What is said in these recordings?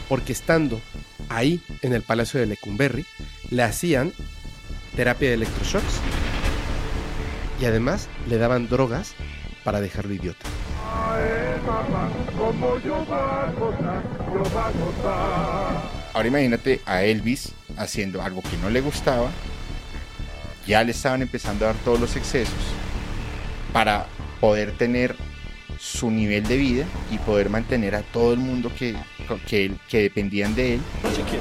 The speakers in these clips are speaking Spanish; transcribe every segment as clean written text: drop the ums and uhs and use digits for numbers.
porque estando ahí en el Palacio de Lecumberri, le hacían terapia de electroshocks y además le daban drogas para dejarlo idiota. Ahora imagínate a Elvis haciendo algo que no le gustaba, ya le estaban empezando a dar todos los excesos para poder tener su nivel de vida y poder mantener a todo el mundo que dependían de él.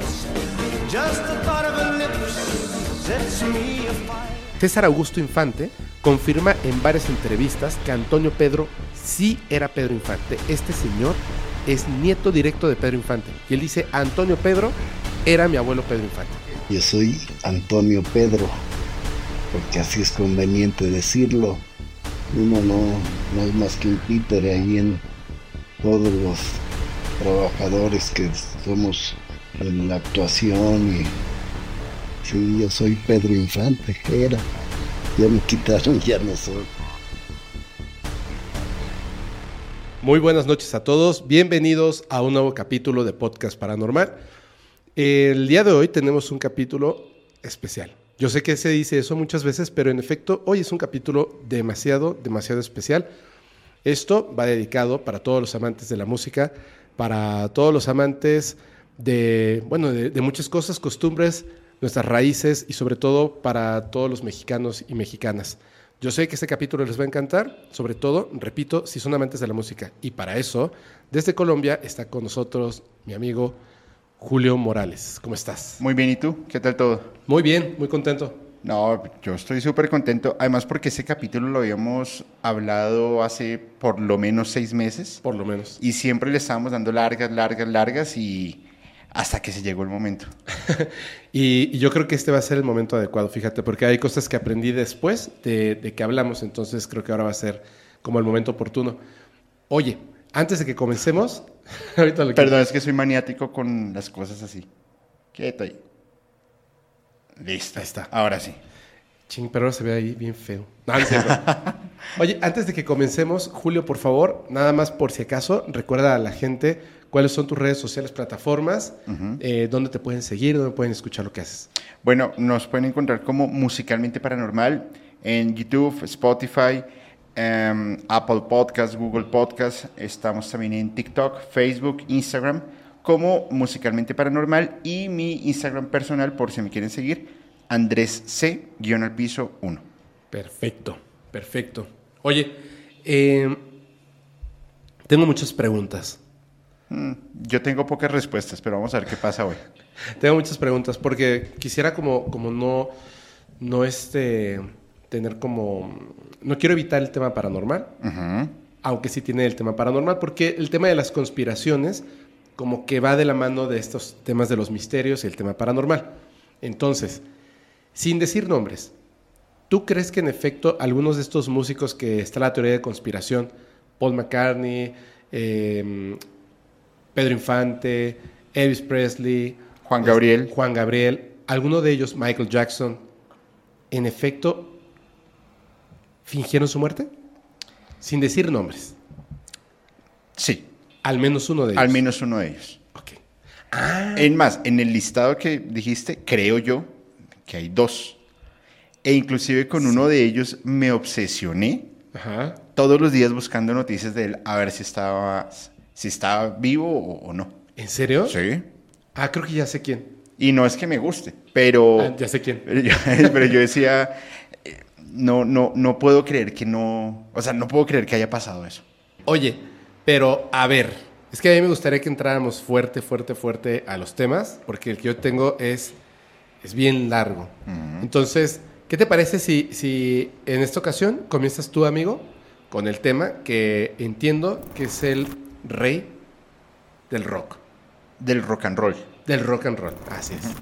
César Augusto Infante confirma en varias entrevistas que Antonio Pedro sí era Pedro Infante. Este señor es nieto directo de Pedro Infante. Y él dice, Antonio Pedro era mi abuelo Pedro Infante. Yo soy Antonio Pedro, porque así es conveniente decirlo. Uno no es más que un títere ahí en todos los trabajadores que somos en la actuación. Y sí, yo soy Pedro Infante, era. Ya me quitaron, ya no soy. Muy buenas noches a todos, bienvenidos a un nuevo capítulo de Podcast Paranormal. El día de hoy tenemos un capítulo especial. Yo sé que se dice eso muchas veces, pero en efecto hoy es un capítulo demasiado especial. Esto va dedicado para todos los amantes de la música, para todos los amantes de muchas cosas, costumbres, nuestras raíces y sobre todo para todos los mexicanos y mexicanas. Yo sé que este capítulo les va a encantar, sobre todo, repito, si son amantes de la música. Y para eso, desde Colombia está con nosotros mi amigo Julio Morales. ¿Cómo estás? Muy bien, ¿y tú? ¿Qué tal todo? Muy bien, muy contento. No, yo estoy súper contento, además porque ese capítulo lo habíamos hablado hace por lo menos 6 meses. Por lo menos. Y siempre le estábamos dando largas y hasta que se llegó el momento. y yo creo que este va a ser el momento adecuado, fíjate, porque hay cosas que aprendí después de que hablamos, entonces creo que ahora va a ser como el momento oportuno. Oye, antes de que comencemos... Perdón, es que soy maniático con las cosas así. Quieto ahí. Listo. Ahí está. Ahora sí. Pero ahora se ve ahí bien feo. No, Oye, antes de que comencemos, Julio, por favor, nada más por si acaso, recuerda a la gente cuáles son tus redes sociales, plataformas, dónde te pueden seguir, dónde pueden escuchar lo que haces. Bueno, nos pueden encontrar como Musicalmente Paranormal en YouTube, Spotify, Apple Podcasts, Google Podcasts. Estamos también en TikTok, Facebook, Instagram como Musicalmente Paranormal y mi Instagram personal, por si me quieren seguir, Andrés C_1. Perfecto. Oye, tengo muchas preguntas. Yo tengo pocas respuestas, pero vamos a ver qué pasa hoy. Tengo muchas preguntas porque quisiera como no tener como... No quiero evitar el tema paranormal, aunque sí tiene el tema paranormal, porque el tema de las conspiraciones como que va de la mano de estos temas de los misterios y el tema paranormal. Entonces, sin decir nombres, ¿tú crees que en efecto algunos de estos músicos que está la teoría de conspiración, Paul McCartney, Pedro Infante, Elvis Presley, Juan Gabriel, alguno de ellos, Michael Jackson, en efecto fingieron su muerte? Sin decir nombres. Sí. Al menos uno de ellos. Al menos uno de ellos. Ok. Es más, en el listado que dijiste, creo yo que hay 2. E inclusive con uno de ellos me obsesioné. Ajá. Todos los días buscando noticias de él a ver si estaba vivo o no. ¿En serio? Sí. Creo que ya sé quién. Y no es que me guste, pero... Ya sé quién. Pero yo decía, no puedo creer que no... O sea, no puedo creer que haya pasado eso. Oye, pero a ver, es que a mí me gustaría que entráramos fuerte a los temas, porque el que yo tengo es bien largo. Uh-huh. Entonces, ¿qué te parece si en esta ocasión comienzas tú, amigo, con el tema que entiendo que es el rey del rock? Del rock and roll. Del rock and roll, así es.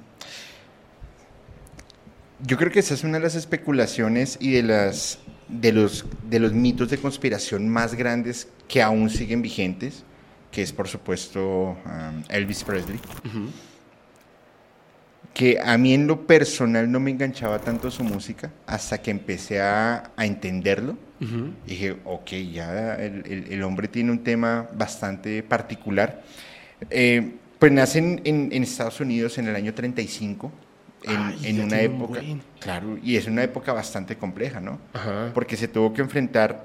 Yo creo que esa es una de las especulaciones y de los mitos de conspiración más grandes que aún siguen vigentes, que es por supuesto Elvis Presley. Uh-huh. Que a mí en lo personal no me enganchaba tanto su música hasta que empecé a entenderlo. Uh-huh. Y dije, ok, ya el hombre tiene un tema bastante particular. Pues nacen en Estados Unidos en el año 35, en ya una tiene un época, buen. claro, y es una época bastante compleja, ¿no? Ajá. Porque se tuvo que enfrentar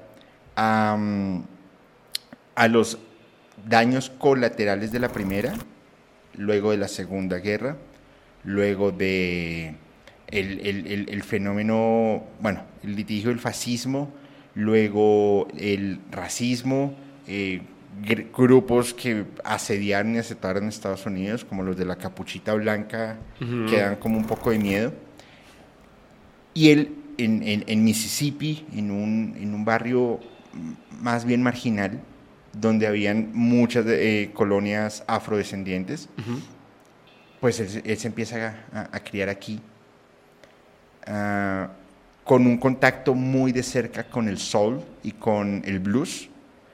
a los daños colaterales de la primera, luego de la Segunda Guerra, luego de el fenómeno, bueno, el litigio del fascismo, luego el racismo, grupos que asediaron y asetaron en Estados Unidos, como los de la Capuchita Blanca, que dan como un poco de miedo. Y él, en Mississippi, en un barrio más bien marginal, donde habían muchas colonias afrodescendientes, pues él se empieza a criar aquí, con un contacto muy de cerca con el soul y con el blues.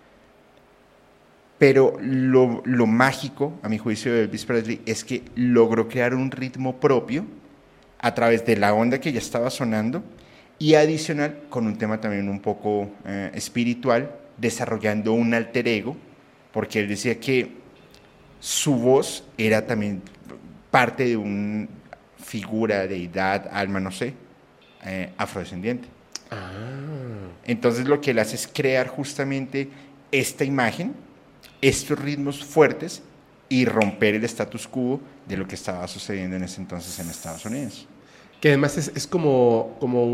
Pero lo mágico, a mi juicio, de Elvis Presley es que logró crear un ritmo propio a través de la onda que ya estaba sonando y adicional con un tema también un poco espiritual, desarrollando un alter ego, porque él decía que su voz era también parte de una figura, deidad, alma, no sé, afrodescendiente. Entonces lo que él hace es crear justamente esta imagen, estos ritmos fuertes y romper el status quo de lo que estaba sucediendo en ese entonces en Estados Unidos. Que además es como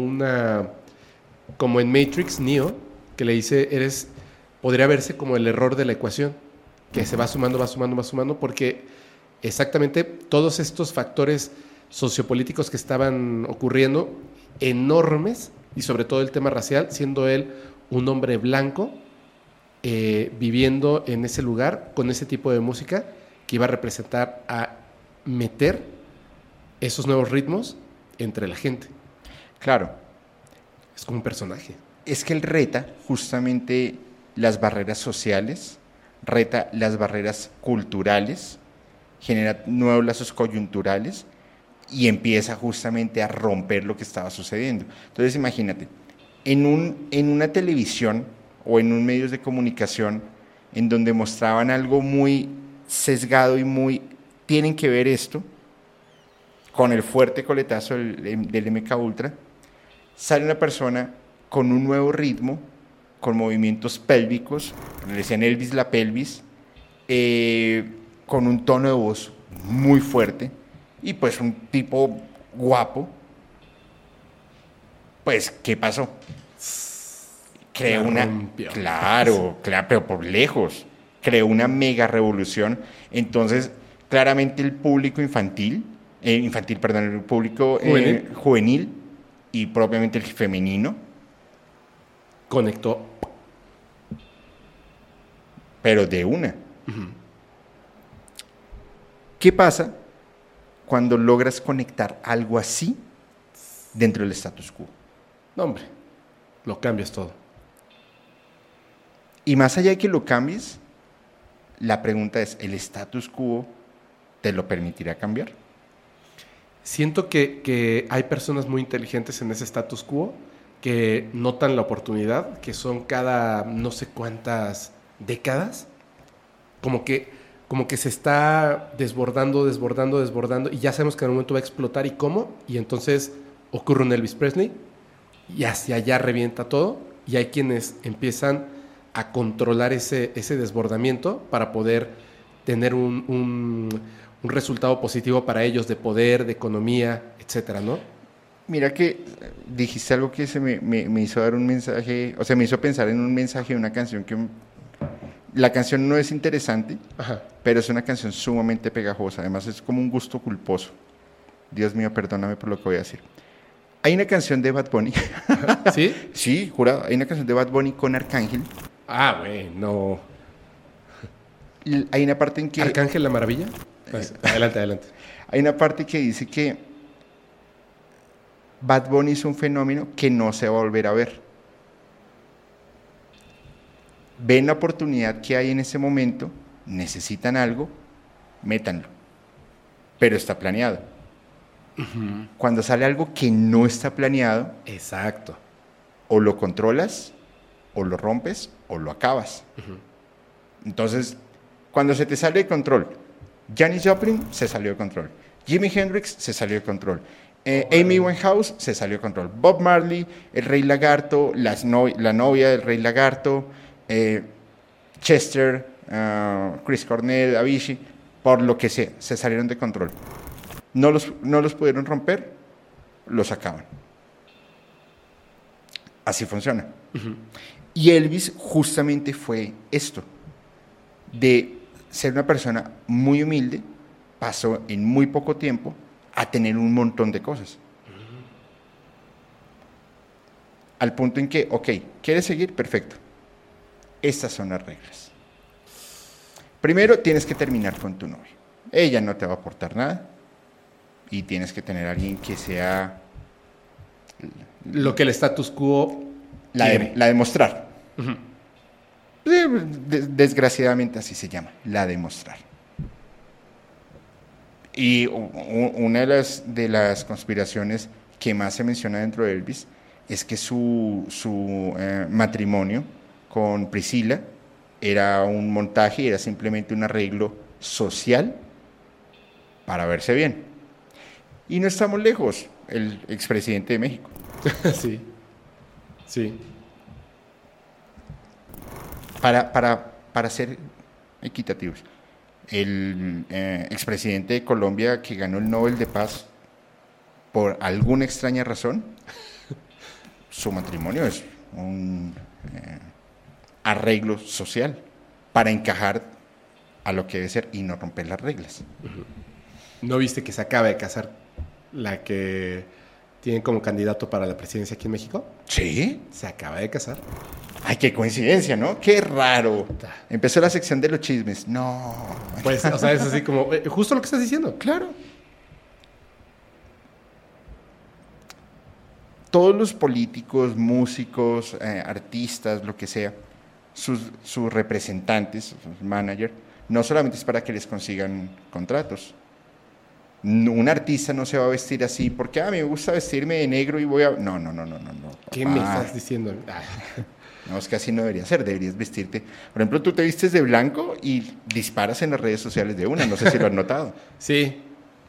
en Matrix, Neo, que le dice, podría verse como el error de la ecuación, que se va sumando, porque exactamente todos estos factores sociopolíticos que estaban ocurriendo, enormes, y sobre todo el tema racial, siendo él un hombre blanco, viviendo en ese lugar, con ese tipo de música, que iba a representar a meter esos nuevos ritmos entre la gente. Claro. Es como un personaje. Es que él reta justamente las barreras sociales, reta las barreras culturales, genera nuevos lazos coyunturales y empieza justamente a romper lo que estaba sucediendo. Entonces imagínate, en una televisión o en un medios de comunicación en donde mostraban algo muy sesgado y muy, tienen que ver esto, con el fuerte coletazo del MK Ultra, sale una persona con un nuevo ritmo, con movimientos pélvicos, le decían Elvis la pelvis, con un tono de voz muy fuerte, y pues un tipo guapo. Pues, ¿qué pasó? Creó claro, pero por lejos, creó una mega revolución. Entonces, claramente el público el público juvenil y propiamente el femenino conectó, pero de una. ¿Qué pasa cuando logras conectar algo así dentro del status quo? No, hombre, lo cambias todo. Y más allá de que lo cambies, la pregunta es, ¿el status quo te lo permitirá cambiar? Siento que hay personas muy inteligentes en ese status quo que notan la oportunidad, que son cada no sé cuántas décadas, como que se está desbordando, y ya sabemos que en algún momento va a explotar, ¿y cómo? Y entonces ocurre un Elvis Presley, y hacia allá revienta todo, y hay quienes empiezan a controlar ese desbordamiento para poder tener un resultado positivo para ellos de poder, de economía, etcétera, ¿no? Mira que dijiste algo que me hizo dar un mensaje, o sea, me hizo pensar en un mensaje de una canción que... La canción no es interesante, Ajá. pero es una canción sumamente pegajosa. Además, es como un gusto culposo. Dios mío, perdóname por lo que voy a decir. Hay una canción de Bad Bunny. ¿Sí? Sí, jurado. Hay una canción de Bad Bunny con Arcángel. Ah, güey, no. Hay una parte en que... ¿Arcángel la Maravilla? Pues, adelante. Hay una parte que dice que Bad Bunny es un fenómeno que no se va a volver a ver. Ven la oportunidad que hay en ese momento, necesitan algo, métanlo. Pero está planeado. Uh-huh. Cuando sale algo que no está planeado, exacto, o lo controlas, o lo rompes, o lo acabas. Uh-huh. Entonces, cuando se te sale de control Janis Joplin se salió de control. Jimi Hendrix se salió de control. Amy Winehouse se salió de control. Bob Marley, el Rey Lagarto, la novia del Rey Lagarto, Chester, Chris Cornell, Avicii, por lo que sea, se salieron de control. No los pudieron romper, los sacaban. Así funciona. Uh-huh. Y Elvis justamente fue esto, de ser una persona muy humilde, pasó en muy poco tiempo a tener un montón de cosas. Al punto en que, ok, ¿quieres seguir? Perfecto. Estas son las reglas. Primero, tienes que terminar con tu novia. Ella no te va a aportar nada y tienes que tener a alguien que sea... Lo que el status quo... La de mostrar. Uh-huh. Desgraciadamente así se llama, la de mostrar. Y una de las conspiraciones que más se menciona dentro de Elvis es que su matrimonio con Priscilla era un montaje y era simplemente un arreglo social para verse bien. Y no estamos lejos, el expresidente de México. Sí, sí. Para ser equitativos, el expresidente de Colombia que ganó el Nobel de Paz, por alguna extraña razón, su matrimonio es un arreglo social para encajar a lo que debe ser y no romper las reglas. ¿No viste que se acaba de casar la que tienen como candidato para la presidencia aquí en México? Sí. Se acaba de casar. Ay, qué coincidencia, ¿no? Qué raro. Empezó la sección de los chismes. No. Pues, o sea, es así como... justo lo que estás diciendo. Claro. Todos los políticos, músicos, artistas, lo que sea, sus representantes, sus managers, no solamente es para que les consigan contratos. Un artista no se va a vestir así porque me gusta vestirme de negro y voy a... No. ¿Qué me estás diciendo? No, es que así no debería ser, deberías vestirte. Por ejemplo, tú te vistes de blanco y disparas en las redes sociales de una, no sé si lo han notado. Sí.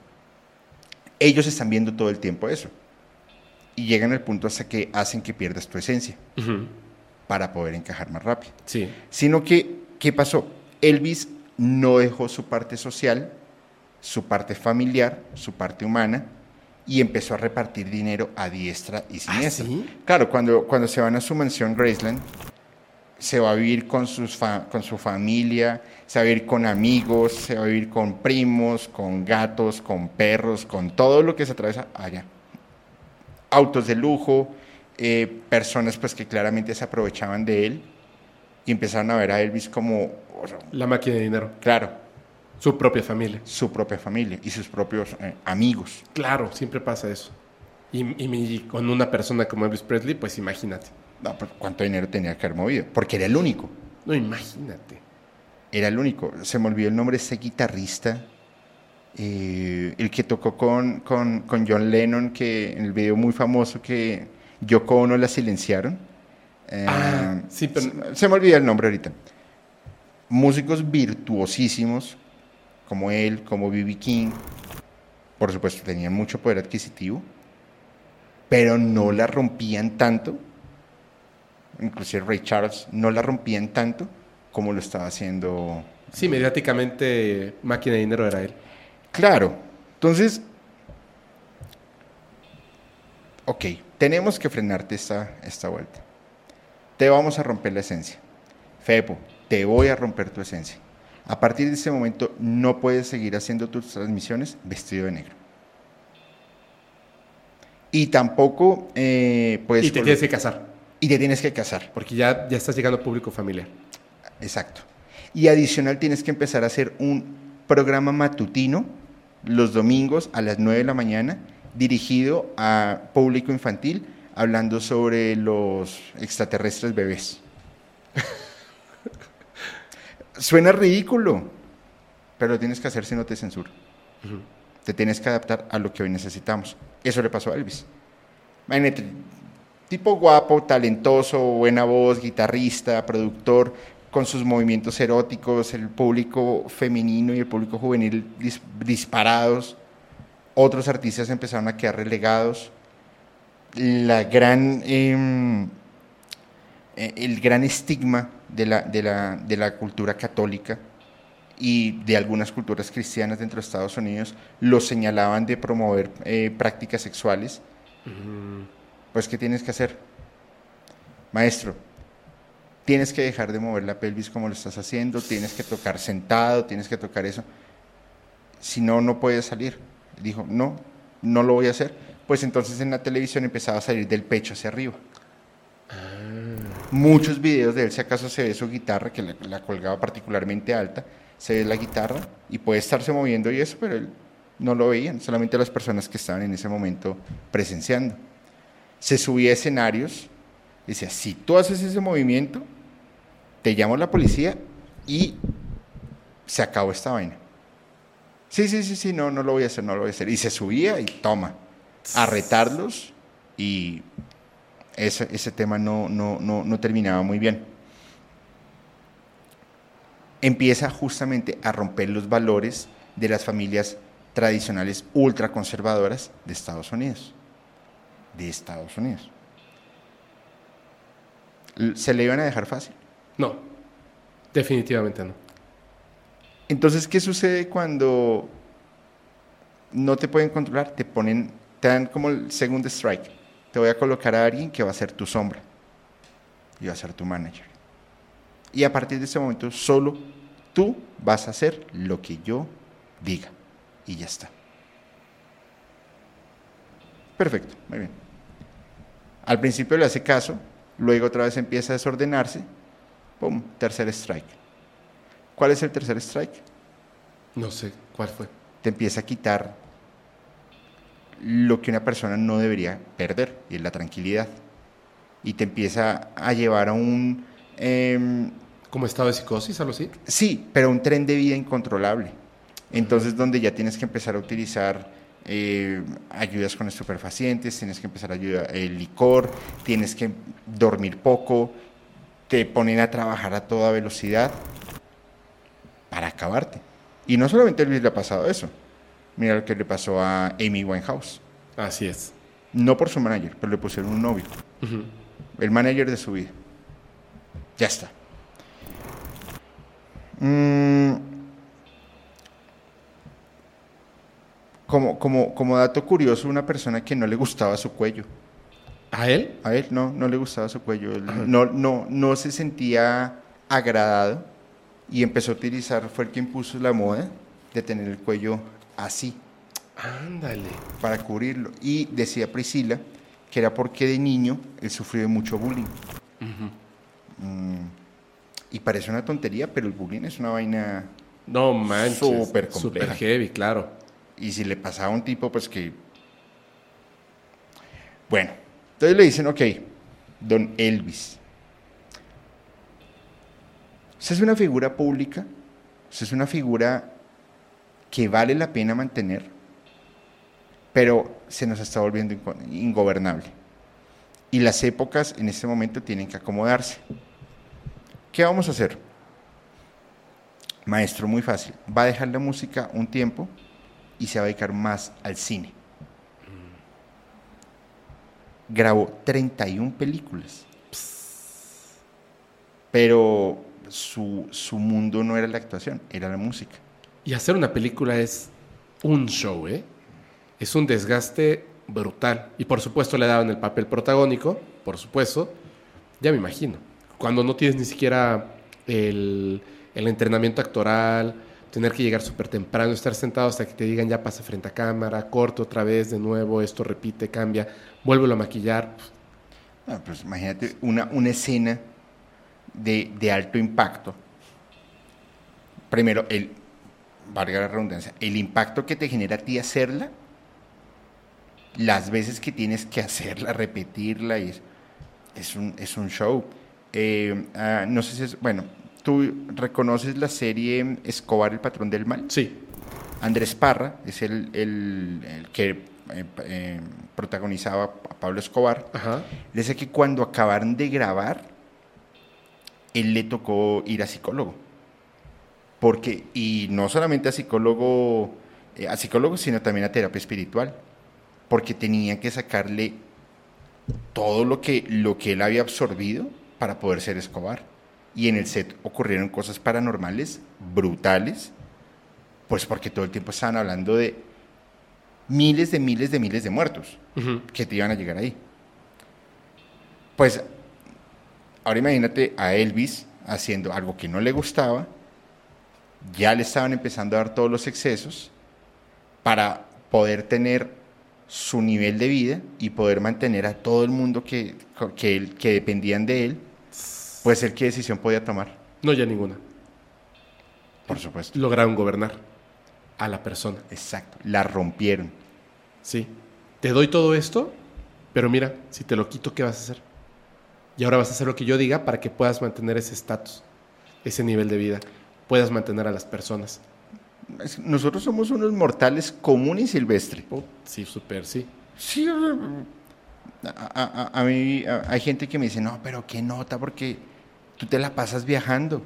Ellos están viendo todo el tiempo eso. Y llegan al punto hasta que hacen que pierdas tu esencia para poder encajar más rápido. Sí. Sino que, ¿qué pasó? Elvis no dejó su parte social, su parte familiar, su parte humana, y empezó a repartir dinero a diestra y siniestra. ¿Sí? Claro, cuando se van a su mansión Graceland, se va a vivir con su familia, se va a vivir con amigos, se va a vivir con primos, con gatos, con perros, con todo lo que se atraviesa allá. Autos de lujo, personas pues que claramente se aprovechaban de él y empezaron a ver a Elvis como... la máquina de dinero. Claro. Su propia familia. Su propia familia y sus propios amigos. Claro, siempre pasa eso. Y con una persona como Elvis Presley, pues imagínate. No, pero ¿cuánto dinero tenía que haber movido? Porque era el único. No, imagínate. Era el único. Se me olvidó el nombre de ese guitarrista, el que tocó con John Lennon, que en el video muy famoso que Yoko Ono la silenciaron. Sí, pero... Se me olvidó el nombre ahorita. Músicos virtuosísimos, como él, como B.B. King, por supuesto tenían mucho poder adquisitivo, pero no la rompían tanto, inclusive Ray Charles, no la rompían tanto como lo estaba haciendo. Sí, mediáticamente máquina de dinero era él. Claro, entonces, ok, tenemos que frenarte esta vuelta. Te vamos a romper la esencia. Fepo, te voy a romper tu esencia. A partir de ese momento no puedes seguir haciendo tus transmisiones vestido de negro. Y tampoco puedes... Y te tienes que casar. Y te tienes que casar. Porque ya estás llegando a público familiar. Exacto. Y adicional tienes que empezar a hacer un programa matutino los domingos a las 9 de la mañana dirigido a público infantil hablando sobre los extraterrestres bebés. Suena ridículo, pero lo tienes que hacer si no te censura. Uh-huh. Te tienes que adaptar a lo que hoy necesitamos. Eso le pasó a Elvis. Imagínate, tipo guapo, talentoso, buena voz, guitarrista, productor, con sus movimientos eróticos, el público femenino y el público juvenil disparados. Otros artistas empezaron a quedar relegados. El gran estigma de la cultura católica y de algunas culturas cristianas dentro de Estados Unidos los señalaban de promover prácticas sexuales. Pues, ¿qué tienes que hacer? Maestro, tienes que dejar de mover la pelvis como lo estás haciendo, tienes que tocar sentado, tienes que tocar eso. Si no, no puedes salir. Dijo, no lo voy a hacer. Pues entonces en la televisión empezaba a salir del pecho hacia arriba. Muchos videos de él, si acaso se ve su guitarra, que la colgaba particularmente alta, se ve la guitarra y puede estarse moviendo y eso, pero él no lo veían, solamente las personas que estaban en ese momento presenciando. Se subía a escenarios, decía, si tú haces ese movimiento, te llamo a la policía y se acabó esta vaina. Sí, no lo voy a hacer. Y se subía y toma, a retarlos, y ese tema no terminaba muy bien. Empieza justamente a romper los valores de las familias tradicionales ultraconservadoras de Estados Unidos. ¿Se le iban a dejar fácil? No, definitivamente no. Entonces, ¿qué sucede cuando no te pueden controlar? Te dan como el segundo strike. Te voy a colocar a alguien que va a ser tu sombra y va a ser tu manager. Y a partir de ese momento, solo tú vas a hacer lo que yo diga. Y ya está. Perfecto, muy bien. Al principio le hace caso, luego otra vez empieza a desordenarse. ¡Pum! Tercer strike. ¿Cuál es el tercer strike? No sé, ¿cuál fue? Te empieza a quitar lo que una persona no debería perder, y es la tranquilidad. Y te empieza a llevar a un... ¿Como estado de psicosis, algo así? Sí, pero un tren de vida incontrolable. Entonces, donde ya tienes que empezar a utilizar ayudas con estupefacientes, tienes que empezar a ayudar el licor, tienes que dormir poco, te ponen a trabajar a toda velocidad para acabarte. Y no solamente a Luis le ha pasado eso. Mira lo que le pasó a Amy Winehouse. Así es. No por su manager, pero le pusieron un novio. El manager de su vida. Ya está. Como dato curioso, una persona que no le gustaba su cuello. ¿A él? A él no le gustaba su cuello. Él no se sentía agradado y empezó a utilizar, fue el que impuso la moda de tener el cuello así. Ándale. Para cubrirlo. Y decía Priscila que era porque de niño él sufrió de mucho bullying. Y parece una tontería, pero el bullying es una vaina... No manches. Súper compleja. Súper heavy, claro. Y si le pasaba a un tipo, pues que... Bueno, entonces le dicen, ok, don Elvis, usted es una figura pública, usted es una figura que vale la pena mantener, pero se nos está volviendo ingobernable. Y las épocas en este momento tienen que acomodarse. ¿Qué vamos a hacer? Maestro, muy fácil. Va a dejar la música un tiempo y se va a dedicar más al cine. Grabó 31 películas. Pero su mundo no era la actuación, era la música. Y hacer una película es un show, ¿eh? Es un desgaste brutal. Y por supuesto le daban el papel protagónico, por supuesto. Ya me imagino. Cuando no tienes ni siquiera el entrenamiento actoral, tener que llegar súper temprano, estar sentado hasta que te digan ya pasa frente a cámara, corto otra vez, de nuevo, esto repite, cambia, vuélvelo a maquillar. Ah, pues imagínate una escena de alto impacto. Primero, valga la redundancia, el impacto que te genera a ti hacerla, las veces que tienes que hacerla, repetirla, es un show. No sé si bueno, ¿tú reconoces la serie Escobar, el patrón del mal? Sí. Andrés Parra es el que protagonizaba a Pablo Escobar. Ajá. Dice que cuando acabaron de grabar, él le tocó ir a psicólogo. Porque, y no solamente a psicólogo, sino también a terapia espiritual. Porque tenía que sacarle todo lo que él había absorbido para poder ser Escobar. Y en el set ocurrieron cosas paranormales, brutales, pues porque todo el tiempo estaban hablando de miles de muertos que te iban a llegar ahí. Pues, ahora imagínate a Elvis haciendo algo que no le gustaba, ya le estaban empezando a dar todos los excesos para poder tener su nivel de vida y poder mantener a todo el mundo que dependían de él. Pues él, ¿qué decisión podía tomar? No, ya ninguna. Por supuesto. Lograron gobernar a la persona. Exacto, la rompieron. Sí. Te doy todo esto, pero mira, si te lo quito, ¿qué vas a hacer? Y ahora vas a hacer lo que yo diga para que puedas mantener ese estatus, ese nivel de vida, puedas mantener a las personas. Nosotros somos unos mortales comunes y silvestres. Oh, sí, súper, sí. Sí, a mí hay gente que me dice, no, pero qué nota, porque tú te la pasas viajando.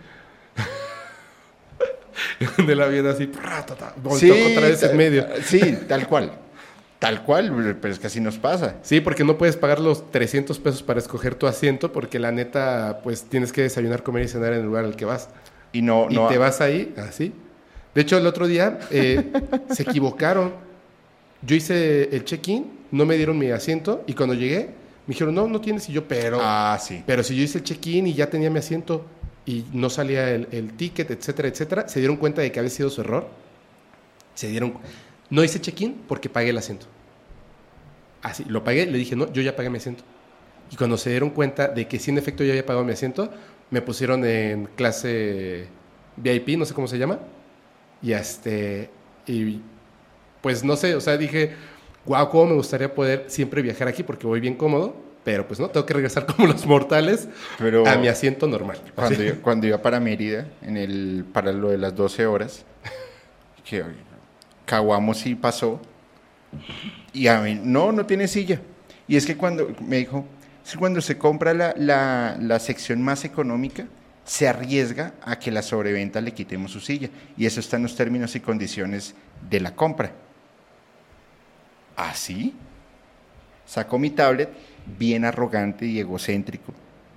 De la vida así, Sí, otra vez en medio. Sí, tal cual, pero es que así nos pasa. Sí, porque no puedes pagar los 300 pesos para escoger tu asiento, porque la neta, pues tienes que desayunar, comer y cenar en el lugar al que vas. Y te vas ahí, así. De hecho, el otro día se equivocaron. Yo hice el check-in, no me dieron mi asiento, y cuando llegué, me dijeron, no tienes, y yo, sí. Pero si yo hice el check-in y ya tenía mi asiento, y no salía el ticket, etcétera, etcétera, se dieron cuenta de que había sido su error. No hice check-in porque pagué el asiento. Así, lo pagué, le dije, no, yo ya pagué mi asiento. Y cuando se dieron cuenta de que sí, en efecto, yo había pagado mi asiento, me pusieron en clase VIP, no sé cómo se llama. Y pues no sé, o sea, dije, wow, cómo me gustaría poder siempre viajar aquí porque voy bien cómodo, pero pues no, tengo que regresar como los mortales a mi asiento normal. Cuando iba para Mérida, para lo de las 12 horas, que caguamos y pasó, y a mí, no tiene silla. Y es que me dijo, cuando se compra la sección más económica, se arriesga a que la sobreventa le quitemos su silla. Y eso está en los términos y condiciones de la compra. ¿Así? Sacó mi tablet, bien arrogante y egocéntrico.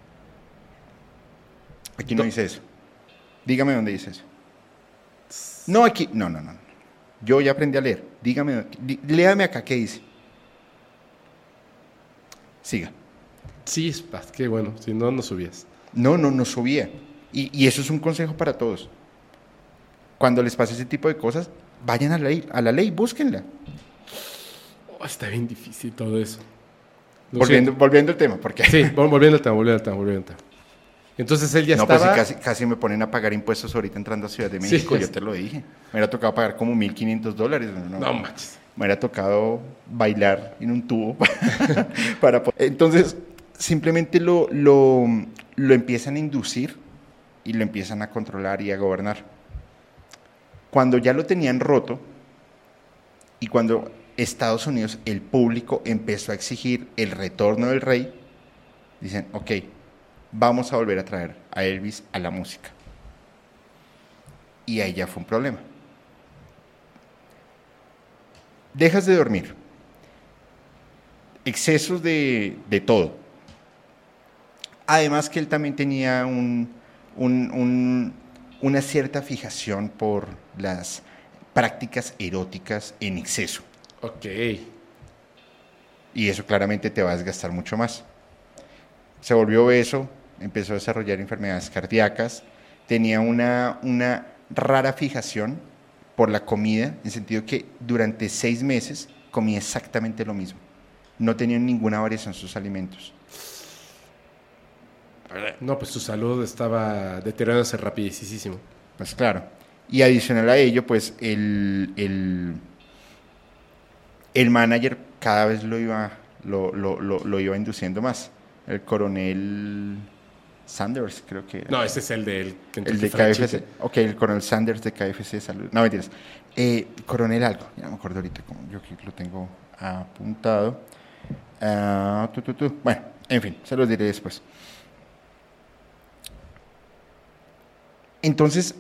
Aquí no dice eso. Dígame dónde dice eso. No, aquí. No. Yo ya aprendí a leer. Dígame, léame acá qué dice. Siga. Sí, qué bueno, si no subías. No subía. Y eso es un consejo para todos. Cuando les pase ese tipo de cosas, vayan a la ley, búsquenla. Está bien difícil todo eso. Volviendo al tema, porque... Sí, volviendo al tema. Entonces él ya estaba... Pues casi me ponen a pagar impuestos ahorita entrando a Ciudad de México, yo te lo dije. Me hubiera tocado pagar como $1,500. No manches. Me hubiera tocado bailar en un tubo. Entonces, simplemente lo empiezan a inducir y lo empiezan a controlar y a gobernar. Cuando ya lo tenían roto y cuando Estados Unidos, el público, empezó a exigir el retorno del rey, dicen, ok, vamos a volver a traer a Elvis a la música. Y ahí ya fue un problema. Dejas de dormir. Excesos de todo. Además que él también tenía una cierta fijación por las prácticas eróticas en exceso. Ok. Y eso claramente te va a desgastar mucho más. Se volvió obeso, empezó a desarrollar enfermedades cardíacas, tenía una rara fijación por la comida, en el sentido que durante 6 meses comía exactamente lo mismo. No tenía ninguna variación en sus alimentos. No, pues su salud estaba deteriorándose rapidísimo. Pues claro. Y adicional a ello, pues el manager cada vez lo iba induciendo más. El coronel Sanders, creo que... No, ese es el de KFC. Ok, el coronel Sanders de KFC Salud. No, mentiras. Coronel algo, ya no me acuerdo ahorita, como yo aquí lo tengo apuntado. Bueno, en fin, se los diré después. Entonces,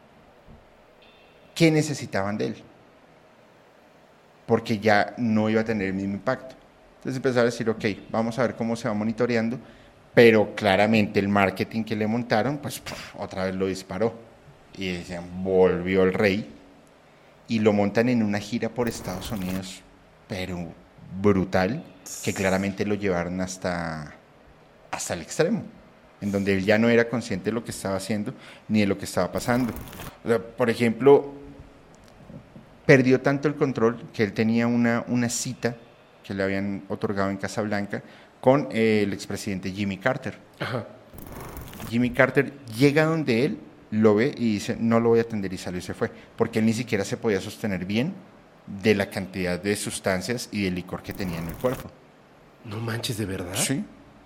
¿qué necesitaban de él? Porque ya no iba a tener el mismo impacto. Entonces empezaron a decir, ok, vamos a ver cómo se va monitoreando, pero claramente el marketing que le montaron, pues otra vez lo disparó. Y decían, volvió el rey, y lo montan en una gira por Estados Unidos, pero brutal, que claramente lo llevaron hasta el extremo, en donde él ya no era consciente de lo que estaba haciendo, ni de lo que estaba pasando. O sea, por ejemplo, perdió tanto el control que él tenía una cita que le habían otorgado en Casablanca con el expresidente Jimmy Carter. Ajá. Jimmy Carter llega donde él, lo ve y dice, no lo voy a atender, y salió y se fue, porque él ni siquiera se podía sostener bien de la cantidad de sustancias y de licor que tenía en el cuerpo. No manches, ¿de verdad? Sí.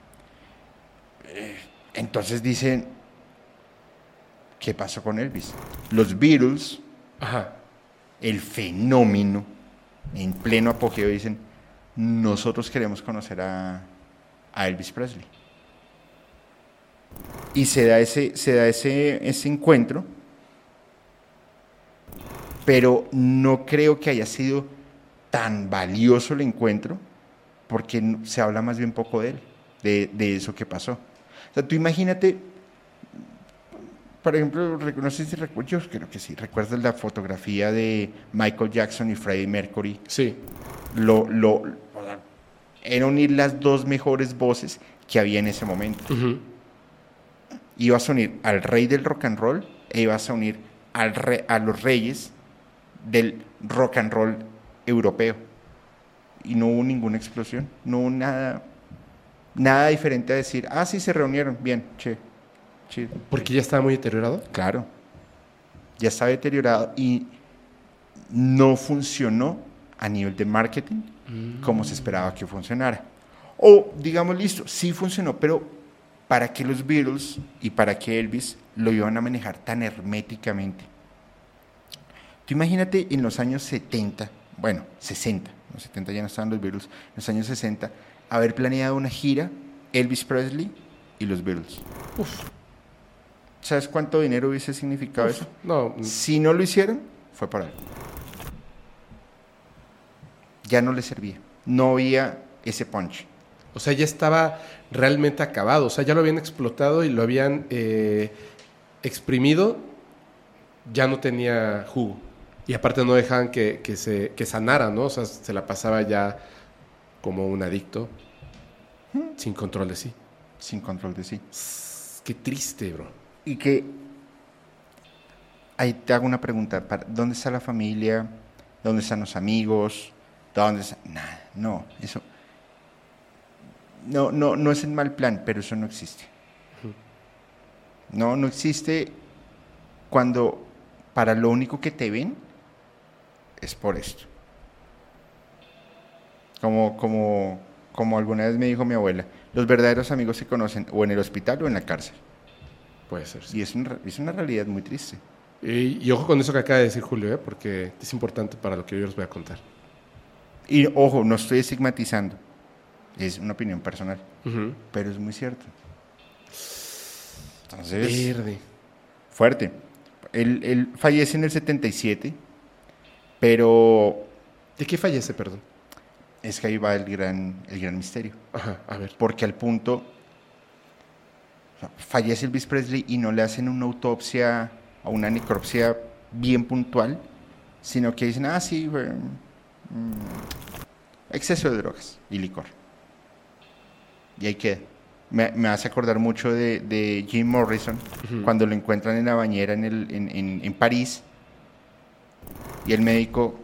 Entonces dicen, ¿qué pasó con Elvis? Los Beatles, Ajá. el fenómeno, en pleno apogeo, dicen, nosotros queremos conocer a Elvis Presley. Y se da ese encuentro, pero no creo que haya sido tan valioso el encuentro, porque se habla más bien poco de él, de eso que pasó. O sea, tú imagínate, por ejemplo, no sé si recuerdas, yo creo que sí, ¿recuerdas la fotografía de Michael Jackson y Freddie Mercury? Sí. Era unir las dos mejores voces que había en ese momento. Uh-huh. Ibas a unir al rey del rock and roll e ibas a unir a los reyes del rock and roll europeo. Y no hubo ninguna explosión, no hubo nada diferente a decir, sí, se reunieron, bien, chido. ¿Porque ya estaba muy deteriorado? Claro, ya estaba deteriorado y no funcionó a nivel de marketing como se esperaba que funcionara. O, digamos, listo, sí funcionó, pero ¿para qué los Beatles y para qué Elvis lo iban a manejar tan herméticamente? Tú imagínate en los años 70, bueno, 60, los 70 ya no estaban los Beatles, en los años 60, haber planeado una gira, Elvis Presley y los Beatles. Uf. ¿Sabes cuánto dinero hubiese significado eso? No. Si no lo hicieron, fue para él. Ya no le servía, no había ese punch. O sea, ya estaba realmente acabado. O sea, ya lo habían explotado y lo habían exprimido. Ya no tenía jugo. Y aparte no dejaban que sanara, ¿no? O sea, se la pasaba ya como un adicto. Sin control de sí. Sin control de sí. Qué triste, bro. Y que... Ahí te hago una pregunta. ¿Dónde está la familia? ¿Dónde están los amigos? ¿Dónde está? Nada, no. Eso... No es el mal plan, pero eso no existe. No existe cuando para lo único que te ven es por esto. Como alguna vez me dijo mi abuela, los verdaderos amigos se conocen o en el hospital o en la cárcel. Puede ser. Sí. Y es una realidad muy triste. Y ojo con eso que acaba de decir Julio, porque es importante para lo que yo les voy a contar. Y ojo, no estoy estigmatizando. Es una opinión personal, pero es muy cierto. Entonces, Verde. Fuerte. Él fallece en el 77, pero... ¿De qué fallece, perdón? Es que ahí va el gran misterio. Ajá, a ver. Porque al punto, fallece Elvis Presley y no le hacen una autopsia o una necropsia bien puntual, sino que dicen, sí, exceso de drogas y licor. Y ahí queda. Me hace acordar mucho de Jim Morrison, cuando lo encuentran en la bañera en París, y el médico,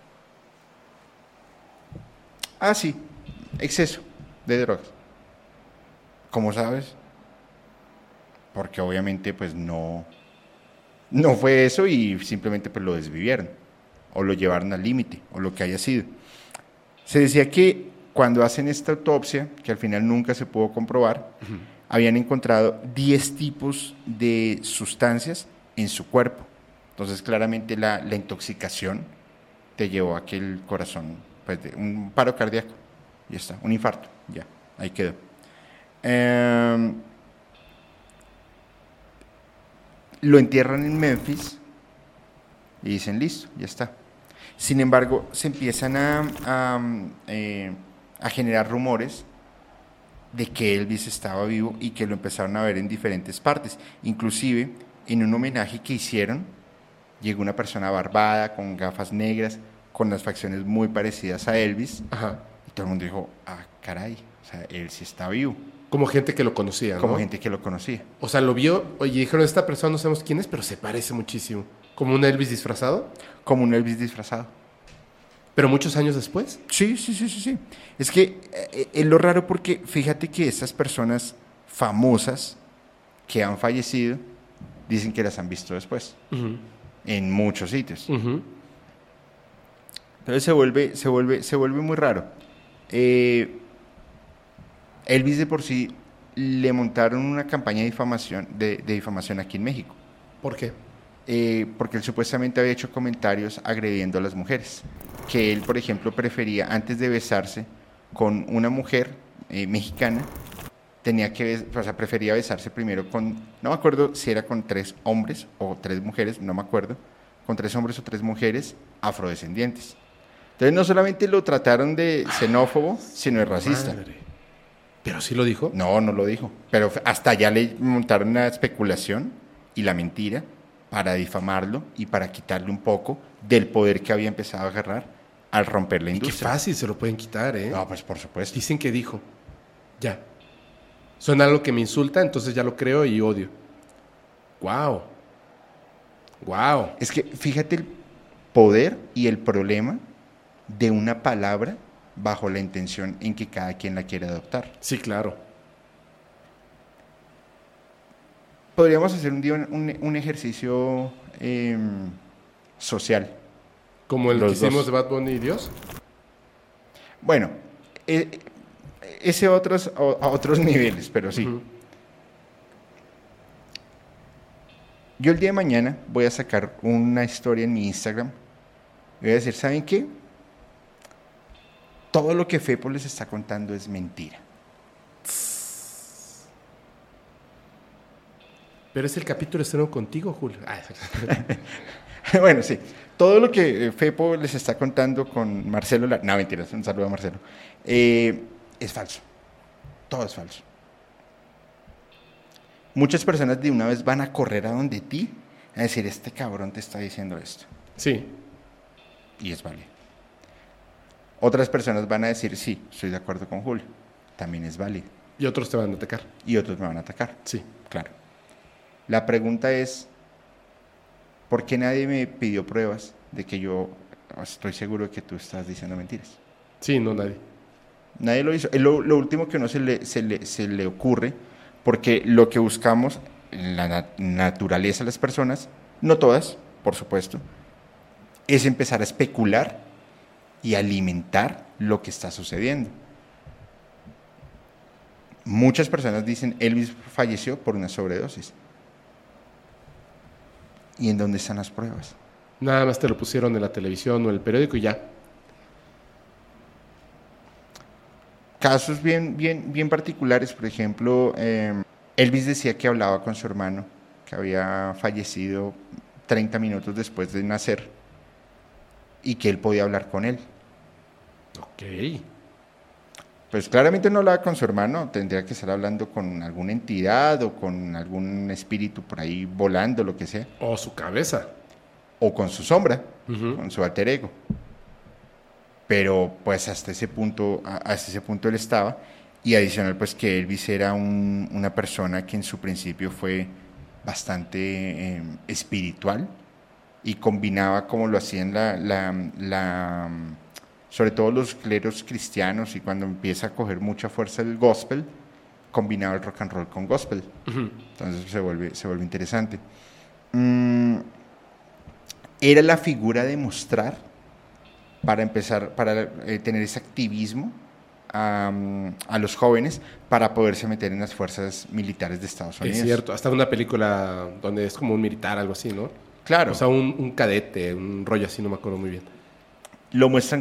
sí, exceso de drogas. ¿Cómo sabes? Porque obviamente pues no fue eso y simplemente pues lo desvivieron, o lo llevaron al límite, o lo que haya sido. Se decía que cuando hacen esta autopsia, que al final nunca se pudo comprobar, habían encontrado 10 tipos de sustancias en su cuerpo. Entonces, claramente la intoxicación te llevó a que el corazón, pues, un paro cardíaco, ya está, un infarto, ya, ahí quedó. Lo entierran en Memphis y dicen, listo, ya está. Sin embargo, se empiezan a generar rumores de que Elvis estaba vivo y que lo empezaron a ver en diferentes partes. Inclusive, en un homenaje que hicieron, llegó una persona barbada, con gafas negras, con las facciones muy parecidas a Elvis. Ajá. Y todo el mundo dijo, ah, caray, o sea, él sí está vivo. Como gente que lo conocía, ¿no? Como gente que lo conocía. O sea, lo vio, oye, dijeron, esta persona no sabemos quién es, pero se parece muchísimo. ¿Como un Elvis disfrazado? Como un Elvis disfrazado. ¿Pero muchos años después? Sí. Es que es lo raro porque fíjate que estas personas famosas que han fallecido dicen que las han visto después. Uh-huh. En muchos sitios. Uh-huh. Entonces se vuelve muy raro. Elvis de por sí le montaron una campaña de difamación aquí en México. ¿Por qué? Porque él supuestamente había hecho comentarios agrediendo a las mujeres. Que él, por ejemplo, prefería, antes de besarse con una mujer mexicana, prefería besarse primero con, no me acuerdo si era con 3 hombres o 3 mujeres, no me acuerdo, con 3 hombres o 3 mujeres afrodescendientes. Entonces no solamente lo trataron de xenófobo, sino de racista. Madre. ¿Pero sí lo dijo? No lo dijo. Pero hasta allá le montaron la especulación y la mentira para difamarlo y para quitarle un poco del poder que había empezado a agarrar al romper la Y qué industria. fácil se lo pueden quitar, ¿eh? No, pues por supuesto. Dicen que dijo. Ya. Suena algo que me insulta, entonces ya lo creo y odio. ¡Guau! ¡Guau! Es que fíjate el poder y el problema de una palabra bajo la intención en que cada quien la quiere adoptar. Sí, claro. Podríamos hacer un día un ejercicio social. Como el que Los hicimos dos. de Bad Bunny y Dios. Bueno, ese a otros niveles, pero sí. Ujú. Yo el día de mañana voy a sacar una historia en mi Instagram. Voy a decir, ¿saben qué? Todo lo que Fepo les está contando es mentira. Pero es el capítulo estreno contigo, Julio. Ah, Bueno, sí. Todo lo que Fepo les está contando con Marcelo... No, mentiras, un saludo a Marcelo. Es falso. Todo es falso. Muchas personas de una vez van a correr a donde ti a decir, este cabrón te está diciendo esto. sí. Y es válido. Otras personas van a decir, sí, estoy de acuerdo con Julio. También es válido. Y otros te van a atacar. Y otros me van a atacar. Sí. Claro. La pregunta es, ¿por qué nadie me pidió pruebas de que yo estoy seguro de que tú estás diciendo mentiras? Sí, no nadie. Nadie lo hizo. Es lo último que a uno se le ocurre, porque lo que buscamos en la naturaleza de las personas, no todas, por supuesto, es empezar a especular y alimentar lo que está sucediendo. Muchas personas dicen, Elvis falleció por una sobredosis. ¿Y en dónde están las pruebas? Nada más te lo pusieron en la televisión o en el periódico y ya. Casos bien particulares, por ejemplo, Elvis decía que hablaba con su hermano, que había fallecido 30 minutos después de nacer, y que él podía hablar con él. Ok. Pues claramente no hablaba con su hermano, tendría que estar hablando con alguna entidad o con algún espíritu por ahí volando, lo que sea, O su cabeza. o con su sombra, Ujú. con su alter ego. Pero pues hasta ese punto él estaba, y adicional pues que Elvis era una persona que en su principio fue bastante espiritual y combinaba como lo hacían sobre todo los cleros cristianos, y cuando empieza a coger mucha fuerza el gospel, combinaba el rock and roll con gospel. Ujú. Entonces se vuelve interesante. Era la figura de mostrar, para empezar, para tener ese activismo a los jóvenes para poderse meter en las fuerzas militares de Estados Unidos. Es cierto. Hasta una película donde es como un militar, algo así, ¿no? Claro. O sea, un cadete, un rollo así, no me acuerdo muy bien. Lo muestran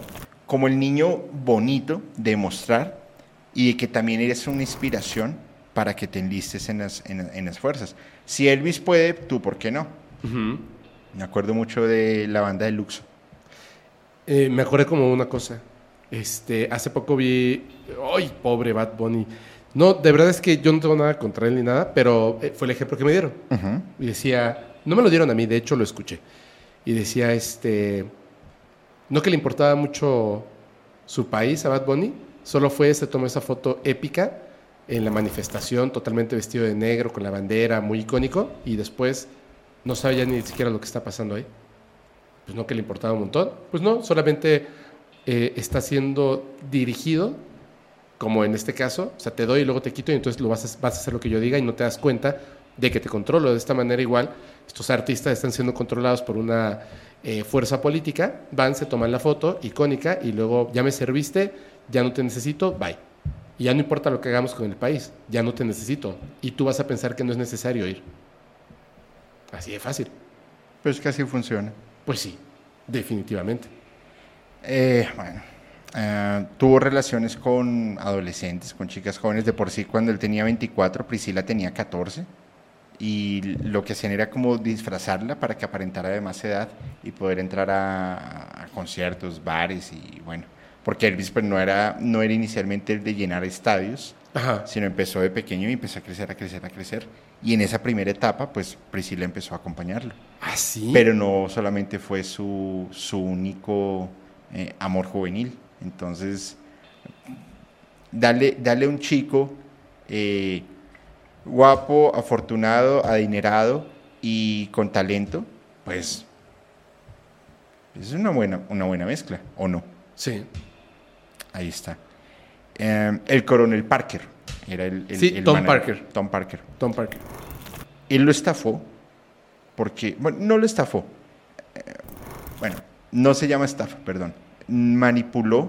como el niño bonito de mostrar, y de que también eres una inspiración para que te enlistes en las fuerzas. Si Elvis puede, tú, ¿por qué no? Uh-huh. Me acuerdo mucho de la banda de Luxo. Me acordé como una cosa. Hace poco vi... ¡Ay, pobre Bad Bunny! No, de verdad es que yo no tengo nada contra él ni nada, pero fue el ejemplo que me dieron. Uh-huh. Y decía... No me lo dieron a mí, de hecho lo escuché. Y decía, no que le importaba mucho su país a Bad Bunny, solo se tomó esa foto épica en la manifestación, totalmente vestido de negro, con la bandera, muy icónico, y después no sabe ya ni siquiera lo que está pasando ahí. Pues no que le importaba un montón. Pues no, solamente está siendo dirigido, como en este caso, o sea, te doy y luego te quito y entonces vas a hacer lo que yo diga y no te das cuenta de que te controlo. De esta manera igual, estos artistas están siendo controlados por una fuerza política, van, se toman la foto icónica y luego ya me serviste, ya no te necesito, bye. Y ya no importa lo que hagamos con el país, ya no te necesito. Y tú vas a pensar que no es necesario ir. Así de fácil. Pues que así funciona. Pues sí, definitivamente. Tuvo relaciones con adolescentes, con chicas jóvenes. De por sí, cuando él tenía 24, Priscila tenía 14. Y lo que hacían era como disfrazarla para que aparentara de más edad y poder entrar a conciertos, bares y bueno. Porque Elvis pues, no era inicialmente el de llenar estadios, Ajá. sino empezó de pequeño y empezó a crecer. Y en esa primera etapa, pues Priscila empezó a acompañarlo. ¿Ah, sí? Pero no solamente fue su único amor juvenil. Entonces, dale un chico guapo, afortunado, adinerado y con talento, pues es una buena mezcla, ¿o no? Sí. Ahí está. El coronel Parker era el Tom manager. Parker. Tom Parker. Él lo estafó porque, bueno, no lo estafó. Bueno, no se llama estafa, perdón. Manipuló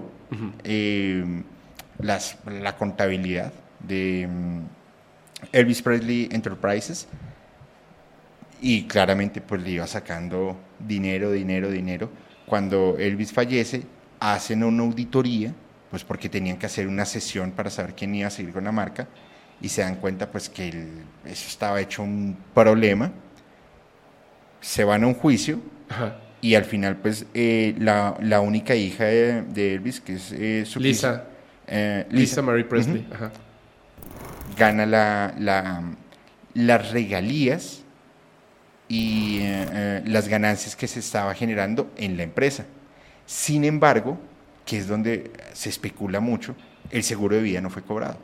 la contabilidad de Elvis Presley Enterprises y claramente pues le iba sacando dinero. Cuando Elvis fallece, hacen una auditoría, pues porque tenían que hacer una sesión para saber quién iba a seguir con la marca y se dan cuenta pues que eso estaba hecho un problema. Se van a un juicio. Ajá. Y al final pues la única hija de Elvis, que es su Lisa Marie Presley. Ajá. Gana las regalías y las ganancias que se estaba generando en la empresa. Sin embargo, que es donde se especula mucho, el seguro de vida no fue cobrado.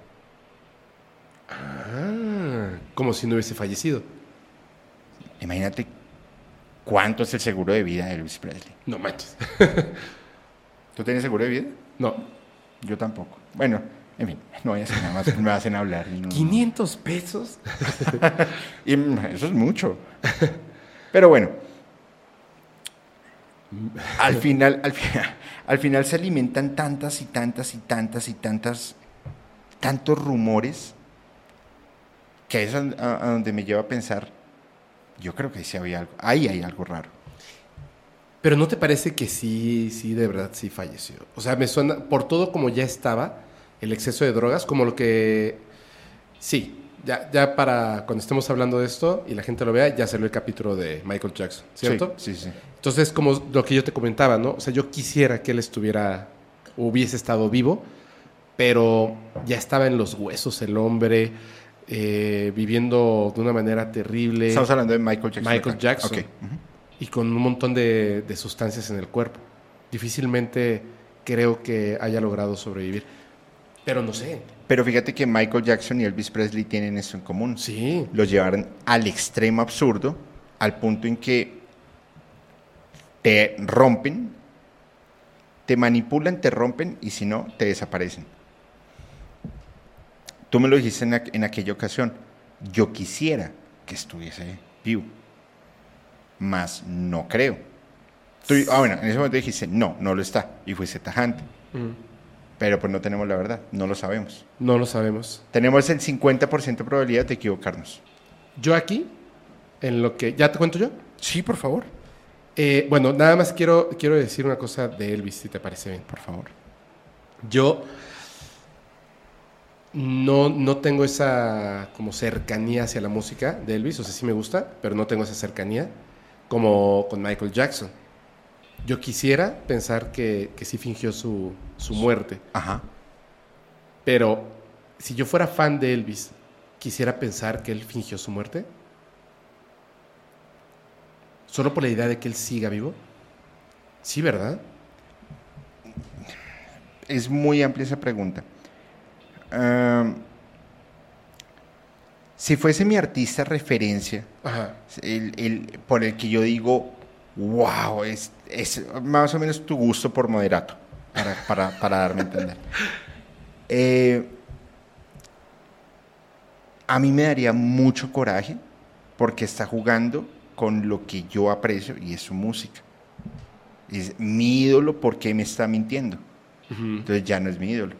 Como si no hubiese fallecido. Imagínate cuánto es el seguro de vida de Elvis Presley. No manches. ¿Tú tienes seguro de vida? No. Yo tampoco. Bueno, en fin, no voy a hacer nada más, me hacen hablar. No. ¿500 pesos? Y eso es mucho. Pero bueno, al final se alimentan tantos rumores, que es a donde me lleva a pensar, yo creo que sí había algo, ahí hay algo raro. Pero ¿no te parece que sí, de verdad sí falleció? O sea, me suena, por todo como ya estaba, el exceso de drogas, como lo que... Sí, ya para cuando estemos hablando de esto y la gente lo vea, ya salió el capítulo de Michael Jackson, ¿cierto? Sí. Entonces, como lo que yo te comentaba, ¿no? O sea, yo quisiera que él hubiese estado vivo, pero ya estaba en los huesos el hombre, viviendo de una manera terrible. Estamos hablando de Michael Jackson. Michael Jackson. Okay. Y con un montón de sustancias en el cuerpo. Difícilmente creo que haya logrado sobrevivir. Pero no sé. Pero fíjate que Michael Jackson y Elvis Presley tienen eso en común. Sí. Los llevaron al extremo absurdo, al punto en que te rompen, te manipulan, te rompen y si no, te desaparecen. Tú me lo dijiste en aquella ocasión. Yo quisiera que estuviese vivo. Más no creo. Bueno, en ese momento dijiste, no lo está. Y fuiste tajante. Pero pues no tenemos la verdad, no lo sabemos. No lo sabemos. Tenemos el 50% de probabilidad de equivocarnos. Yo aquí, en lo que... ¿Ya te cuento yo? Sí, por favor. Bueno, nada más quiero decir una cosa de Elvis, si te parece bien. Por favor. Yo no tengo esa como cercanía hacia la música de Elvis, o sea, sí me gusta, pero no tengo esa cercanía como con Michael Jackson. Yo quisiera pensar que sí fingió su muerte, Ajá. pero si yo fuera fan de Elvis, quisiera pensar que él fingió su muerte, solo por la idea de que él siga vivo. Sí, ¿verdad? Es muy amplia esa pregunta. Si fuese mi artista referencia, Ajá. por el que yo digo, wow, es más o menos tu gusto por Moderato, para darme a entender. A mí me daría mucho coraje porque está jugando con lo que yo aprecio y es su música. Es mi ídolo, ¿por qué me está mintiendo? Entonces ya no es mi ídolo.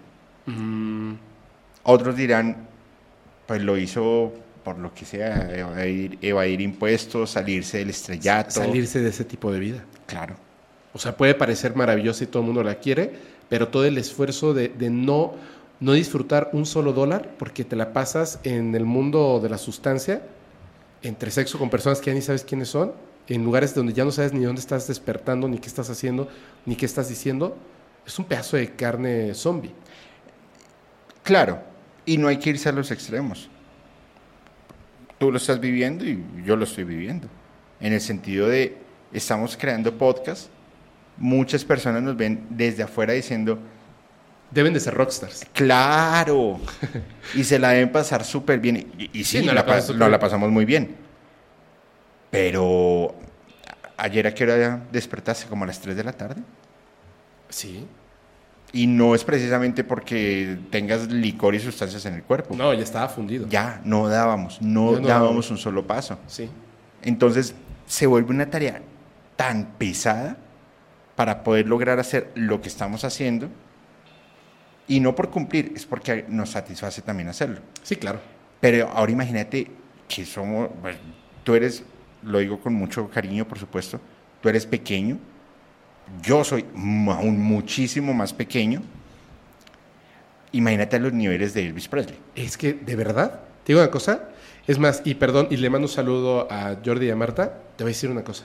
Otros dirán, pues lo hizo por lo que sea, evadir impuestos, salirse del estrellato. Salirse de ese tipo de vida. Claro. O sea, puede parecer maravillosa y todo el mundo la quiere, pero todo el esfuerzo de no disfrutar un solo dólar porque te la pasas en el mundo de la sustancia, entre sexo con personas que ya ni sabes quiénes son, en lugares donde ya no sabes ni dónde estás despertando, ni qué estás haciendo, ni qué estás diciendo, es un pedazo de carne zombie. Claro, y no hay que irse a los extremos. Tú lo estás viviendo y yo lo estoy viviendo. En el sentido de, estamos creando podcast, muchas personas nos ven desde afuera diciendo, deben de ser rockstars. ¡Claro! Y se la deben pasar súper bien. Y sí, no la pasamos muy bien. Pero, ¿ayer a qué hora despertaste? ¿Como a las 3 de la tarde? Sí. Y no es precisamente porque tengas licor y sustancias en el cuerpo. No, ya estaba fundido. Ya, no dábamos un solo paso. Sí. Entonces, se vuelve una tarea tan pesada para poder lograr hacer lo que estamos haciendo. Y no por cumplir, es porque nos satisface también hacerlo. Sí, claro. Pero ahora imagínate que somos, bueno, tú eres, lo digo con mucho cariño, por supuesto, tú eres pequeño, yo soy aún muchísimo más pequeño. Imagínate los niveles de Elvis Presley. Es que, de verdad, te digo una cosa, es más, y perdón, y le mando un saludo a Jordi y a Marta, te voy a decir una cosa.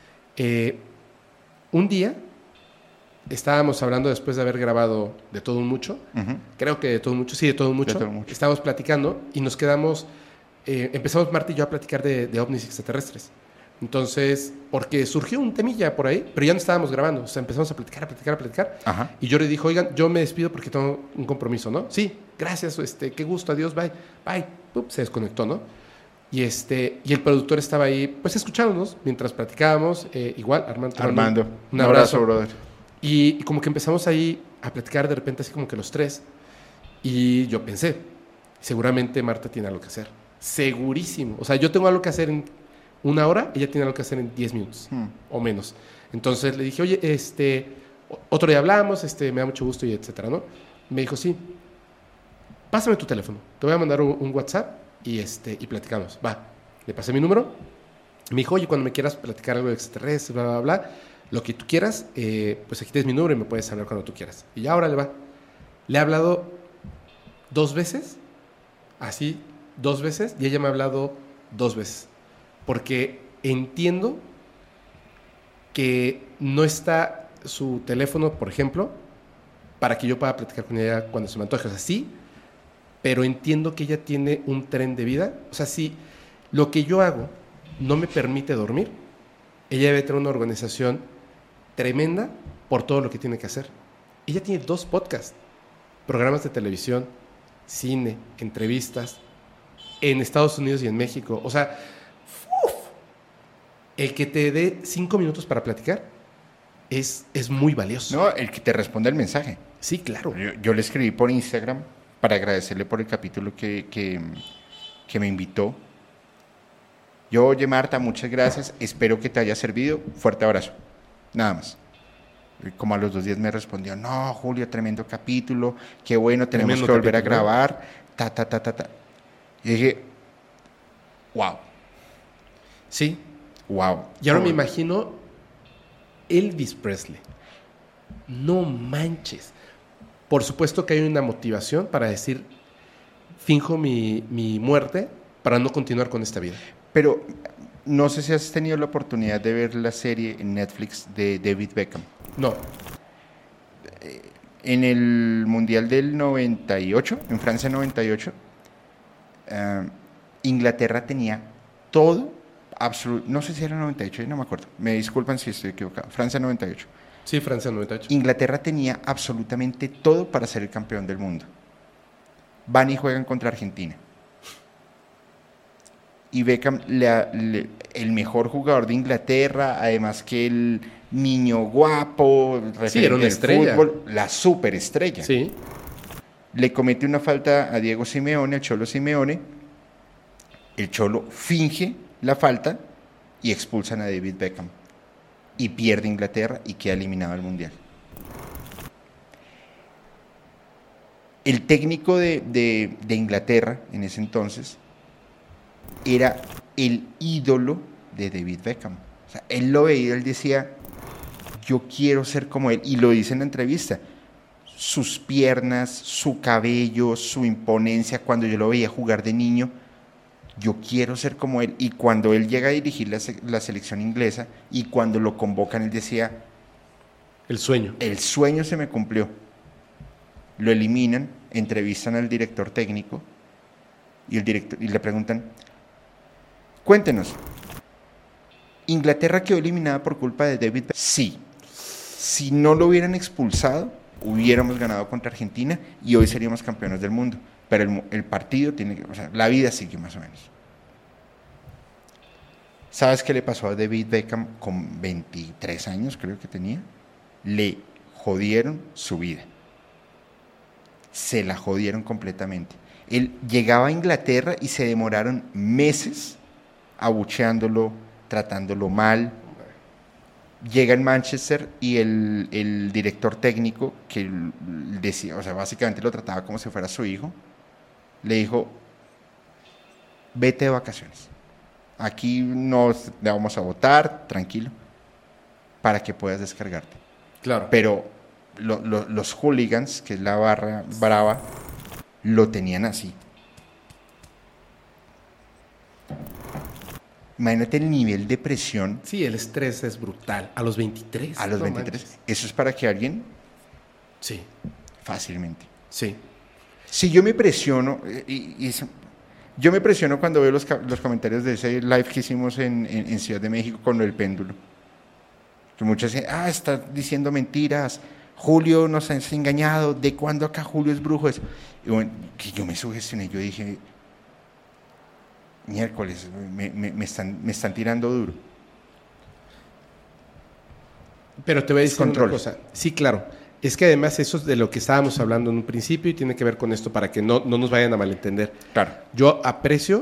Un día estábamos hablando después de haber grabado De Todo Un Mucho, creo que De Todo Un Mucho, sí, De Todo Un Mucho, estábamos platicando y nos quedamos, empezamos Marta y yo a platicar de ovnis extraterrestres. Entonces, porque surgió un temilla por ahí, pero ya no estábamos grabando, o sea, empezamos a platicar. Ajá. Y yo le dije, oigan, yo me despido porque tengo un compromiso, ¿no? Sí, gracias, qué gusto, adiós, bye. Se desconectó, ¿no? Y el productor estaba ahí, pues escuchándonos mientras platicábamos, igual, Armando, un abrazo, brother. Y como que empezamos ahí a platicar de repente así como que los tres, y yo pensé, seguramente Marta tiene algo que hacer, segurísimo, o sea, yo tengo algo que hacer en 1 hora, ella tiene algo que hacer en 10 minutos o menos. Entonces le dije, oye, otro día hablamos, me da mucho gusto y etcétera, ¿no? Me dijo, sí, pásame tu teléfono, te voy a mandar un WhatsApp y platicamos. Va, le pasé mi número, me dijo, oye, cuando me quieras platicar algo de extraterrestres, bla, bla, bla, lo que tú quieras, pues aquí tienes mi número y me puedes hablar cuando tú quieras. Y ya ahora le va. Le he hablado 2 veces, así, 2 veces, y ella me ha hablado 2 veces. Porque entiendo que no está su teléfono, por ejemplo, para que yo pueda platicar con ella cuando se me antoje. O sea, sí, pero entiendo que ella tiene un tren de vida. O sea, si lo que yo hago no me permite dormir, ella debe tener una organización tremenda por todo lo que tiene que hacer. Ella tiene 2 podcasts, programas de televisión, cine, entrevistas, en Estados Unidos y en México. O sea, el que te dé 5 minutos para platicar es muy valioso. No, el que te responde el mensaje. Sí, claro. Yo le escribí por Instagram para agradecerle por el capítulo que me invitó. Oye Marta, muchas gracias, espero que te haya servido, fuerte abrazo. Nada más. Y como a los 2 días me respondió, no, Julio, tremendo capítulo, qué bueno, tenemos tremendo que volver a capítulo, grabar, Y dije, wow. Sí. Wow. Y ahora me imagino Elvis Presley. No manches. Por supuesto que hay una motivación para decir, finjo mi muerte para no continuar con esta vida. Pero no sé si has tenido la oportunidad de ver la serie en Netflix de David Beckham. No. En el Mundial del 98, en Francia 98, Inglaterra tenía todo, no sé si era 98, no me acuerdo, me disculpan si estoy equivocado, Francia 98. Sí, Francia 98. Inglaterra tenía absolutamente todo para ser el campeón del mundo. Van y juegan contra Argentina. Y Beckham, el mejor jugador de Inglaterra, además que el niño guapo, sí, era una estrella. Fútbol, la superestrella. Sí. Le comete una falta a Diego Simeone, al Cholo Simeone. El Cholo finge la falta y expulsan a David Beckham. Y pierde Inglaterra y queda eliminado del Mundial. El técnico de Inglaterra en ese entonces era el ídolo de David Beckham. O sea, él lo veía, él decía, yo quiero ser como él. Y lo dice en la entrevista. Sus piernas, su cabello, su imponencia, cuando yo lo veía jugar de niño, yo quiero ser como él. Y cuando él llega a dirigir la selección inglesa y cuando lo convocan, él decía, el sueño se me cumplió. Lo eliminan, entrevistan al director técnico y le preguntan, cuéntenos, ¿Inglaterra quedó eliminada por culpa de David Beckham? Sí. Si no lo hubieran expulsado, hubiéramos ganado contra Argentina y hoy seríamos campeones del mundo. Pero el partido la vida sigue más o menos. ¿Sabes qué le pasó a David Beckham con 23 años, creo que tenía? Le jodieron su vida. Se la jodieron completamente. Él llegaba a Inglaterra y se demoraron meses abucheándolo, tratándolo mal. Llega en Manchester y el director técnico, que decía, básicamente lo trataba como si fuera su hijo, le dijo, vete de vacaciones. Aquí no te vamos a votar, tranquilo, para que puedas descargarte. Claro. Pero los hooligans, que es la barra brava, lo tenían así. Imagínate el nivel de presión. Sí, el estrés es brutal. A los 23. A los 23. Manches. Eso es para que alguien... Sí. Fácilmente. Sí. Si yo me presiono, yo me presiono cuando veo los comentarios de ese live que hicimos en Ciudad de México con el péndulo. Que muchos dicen, está diciendo mentiras, Julio nos ha engañado, ¿de cuándo acá Julio es brujo? Y bueno, que yo me sugestioné, yo dije, miércoles, me están tirando duro. Pero te voy a decir una cosa. Sí, claro. Es que además eso es de lo que estábamos hablando en un principio y tiene que ver con esto para que no nos vayan a malentender. Claro. Yo aprecio...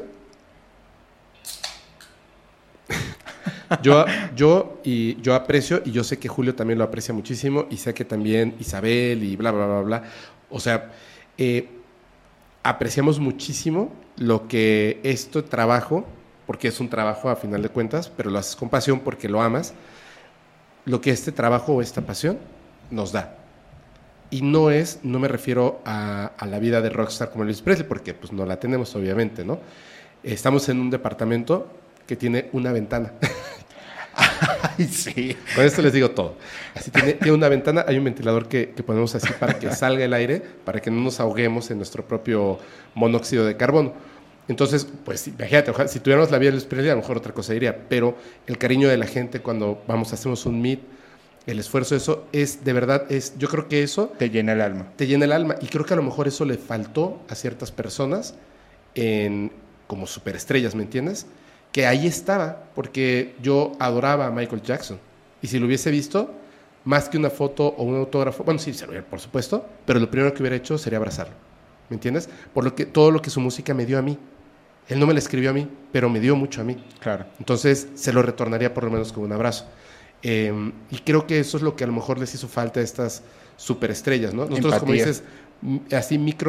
yo aprecio, y yo sé que Julio también lo aprecia muchísimo, y sé que también Isabel y bla, bla, bla, bla. O sea, apreciamos muchísimo lo que este trabajo, porque es un trabajo a final de cuentas, pero lo haces con pasión porque lo amas, lo que este trabajo o esta pasión nos da. Y no me refiero a la vida de rockstar como Elvis Presley, porque pues no la tenemos obviamente, ¿no? Estamos en un departamento que tiene una ventana. Ay, sí. Con esto les digo todo. Así tiene una ventana, hay un ventilador que ponemos así para que salga el aire, para que no nos ahoguemos en nuestro propio monóxido de carbono. Entonces, pues imagínate, ojalá, si tuviéramos la vida de Elvis Presley, a lo mejor otra cosa diría, pero el cariño de la gente cuando hacemos un meet, el esfuerzo, eso es, de verdad, yo creo que eso... Te llena el alma. Te llena el alma. Y creo que a lo mejor eso le faltó a ciertas personas como superestrellas, ¿me entiendes? Que ahí estaba, porque yo adoraba a Michael Jackson. Y si lo hubiese visto, más que una foto o un autógrafo, bueno, sí, se lo hubiera, por supuesto, pero lo primero que hubiera hecho sería abrazarlo, ¿me entiendes? Todo lo que su música me dio a mí. Él no me la escribió a mí, pero me dio mucho a mí. Claro. Entonces, se lo retornaría por lo menos con un abrazo. Y creo que eso es lo que a lo mejor les hizo falta a estas superestrellas, ¿no? Nosotros, empatía, como dices, así micro,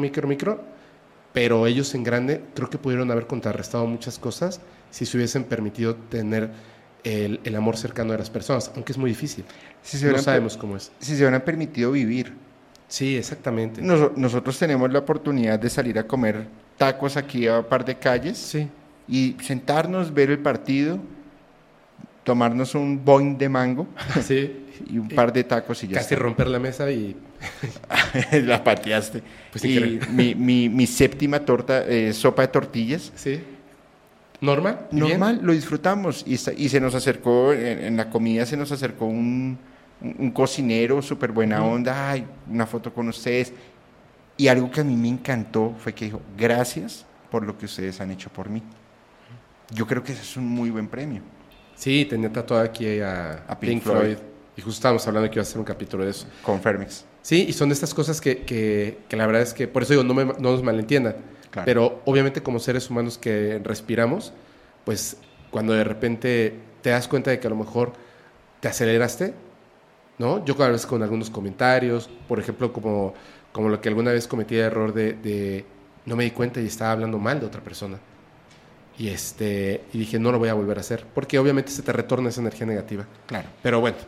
pero ellos en grande creo que pudieron haber contrarrestado muchas cosas si se hubiesen permitido tener el amor cercano de las personas, aunque es muy difícil. No sabemos cómo es. Si se hubieran permitido vivir Sí, exactamente. Nosotros tenemos la oportunidad de salir a comer tacos aquí a un par de calles Sí, y sentarnos, ver el partido, tomarnos un boing de mango sí. y un par de tacos y ya Casi está. romper la mesa y... La pateaste. Pues y increíble. mi séptima sopa de tortillas. Sí. ¿Normal? ¿Bien? Normal, lo disfrutamos. Y se nos acercó, en la comida se nos acercó un cocinero súper buena onda. Ay, una foto con ustedes. Y algo que a mí me encantó fue que dijo, gracias por lo que ustedes han hecho por mí. Yo creo que ese es un muy buen premio. Sí, tenía tatuado aquí a Pink Floyd. Y justo estábamos hablando que iba a hacer un capítulo de eso. Con Fermix. Sí, y son de estas cosas que la verdad es que, por eso digo, no nos malentiendan. Claro. Pero obviamente como seres humanos que respiramos, pues cuando de repente te das cuenta de que a lo mejor te aceleraste, ¿no? Yo a veces con algunos comentarios, por ejemplo, como lo que alguna vez cometí el error de no me di cuenta y estaba hablando mal de otra persona. Y dije, no lo voy a volver a hacer, porque obviamente se te retorna esa energía negativa. Claro. Pero bueno,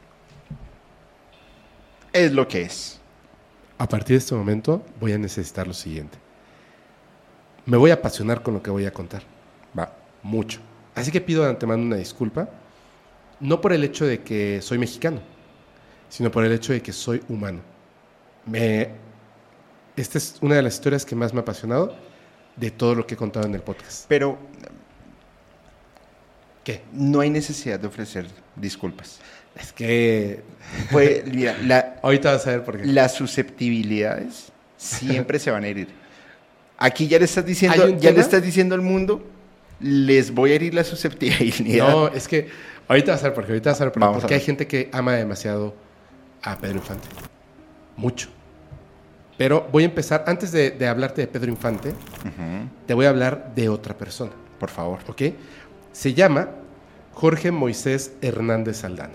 Es lo que es. a partir de este momento voy a necesitar lo siguiente. Me voy a apasionar con lo que voy a contar. Va. Mucho. Así que pido de antemano una disculpa, no por el hecho de que soy mexicano, sino por el hecho de que soy humano. Esta es una de las historias que más me ha apasionado de todo lo que he contado en el podcast. Pero ¿Qué? no hay necesidad de ofrecer disculpas. Es que... Pues, mira, ahorita vas a ver por qué. las susceptibilidades siempre se van a herir. Aquí ya le estás ¿Hay diciendo, un ya tema? le estás diciendo al mundo, les voy a herir la susceptibilidad. No, es que ahorita vas a ver por qué. Ahorita vas a ver por qué. Vamos a Porque ver. hay gente que ama demasiado a Pedro Infante. Mucho. Pero voy a empezar, antes de hablarte de Pedro Infante, Ujú. te voy a hablar de otra persona. Por favor. ¿Ok? Se llama Jorge Moisés Hernández Aldana.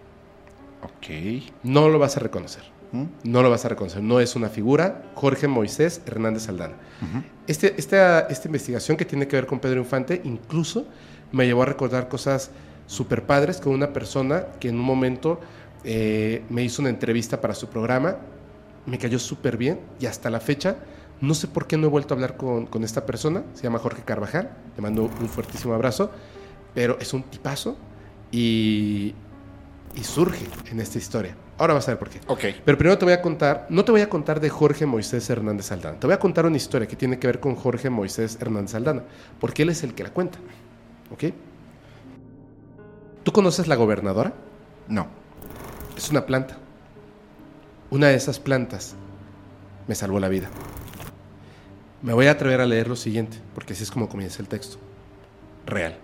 Ok. No lo vas a reconocer. ¿Mm? No lo vas a reconocer. No es una figura. Jorge Moisés Hernández Aldana. Ujú. Esta investigación que tiene que ver con Pedro Infante incluso me llevó a recordar cosas súper padres con una persona que en un momento me hizo una entrevista para su programa. Me cayó súper bien y hasta la fecha no sé por qué no he vuelto a hablar con esta persona. Se llama Jorge Carvajal. Le mando un fuertísimo abrazo. Pero es un tipazo y surge en esta historia. Ahora vas a ver por qué. Ok. Pero primero te voy a contar, no te voy a contar de Jorge Moisés Hernández Aldana. Te voy a contar una historia que tiene que ver con Jorge Moisés Hernández Aldana, porque él es el que la cuenta. ¿Ok? ¿Tú conoces la gobernadora? No. Es una planta. Una de esas plantas me salvó la vida. Me voy a atrever a leer lo siguiente, porque así es como comienza el texto. Real.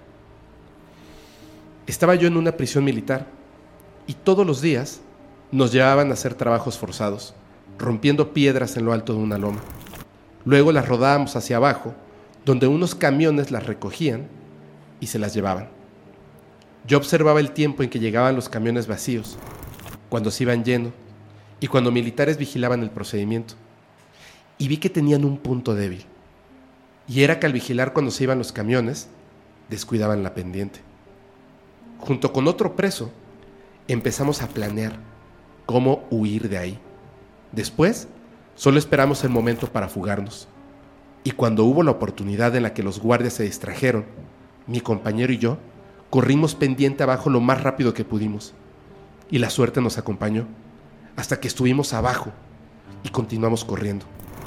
Estaba yo en una prisión militar y todos los días nos llevaban a hacer trabajos forzados, rompiendo piedras en lo alto de una loma. Luego las rodábamos hacia abajo, donde unos camiones las recogían y se las llevaban. Yo observaba el tiempo en que llegaban los camiones vacíos, cuando se iban llenos y cuando militares vigilaban el procedimiento. Y vi que tenían un punto débil. Y era que al vigilar cuando se iban los camiones, descuidaban la pendiente. Junto con otro preso, empezamos a planear cómo huir de ahí. Después, solo esperamos el momento para fugarnos. Y cuando hubo la oportunidad en la que los guardias se distrajeron, mi compañero y yo corrimos pendiente abajo lo más rápido que pudimos. Y la suerte nos acompañó, hasta que estuvimos abajo y continuamos corriendo.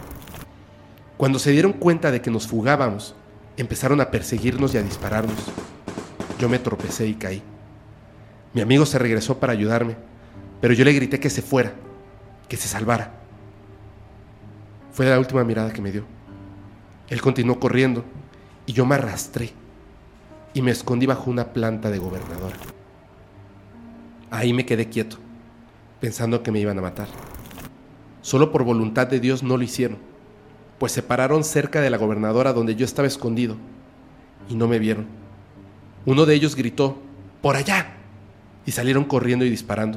Cuando se dieron cuenta de que nos fugábamos, empezaron a perseguirnos y a dispararnos. Yo me tropecé y caí. Mi amigo se regresó para ayudarme, pero yo le grité que se fuera, que se salvara. Fue la última mirada que me dio. Él continuó corriendo y yo me arrastré y me escondí bajo una planta de gobernadora. Ahí me quedé quieto, pensando que me iban a matar. Solo por voluntad de Dios no lo hicieron, pues se pararon cerca de la gobernadora donde yo estaba escondido y no me vieron. Uno de ellos gritó, ¡por allá!, y salieron corriendo y disparando.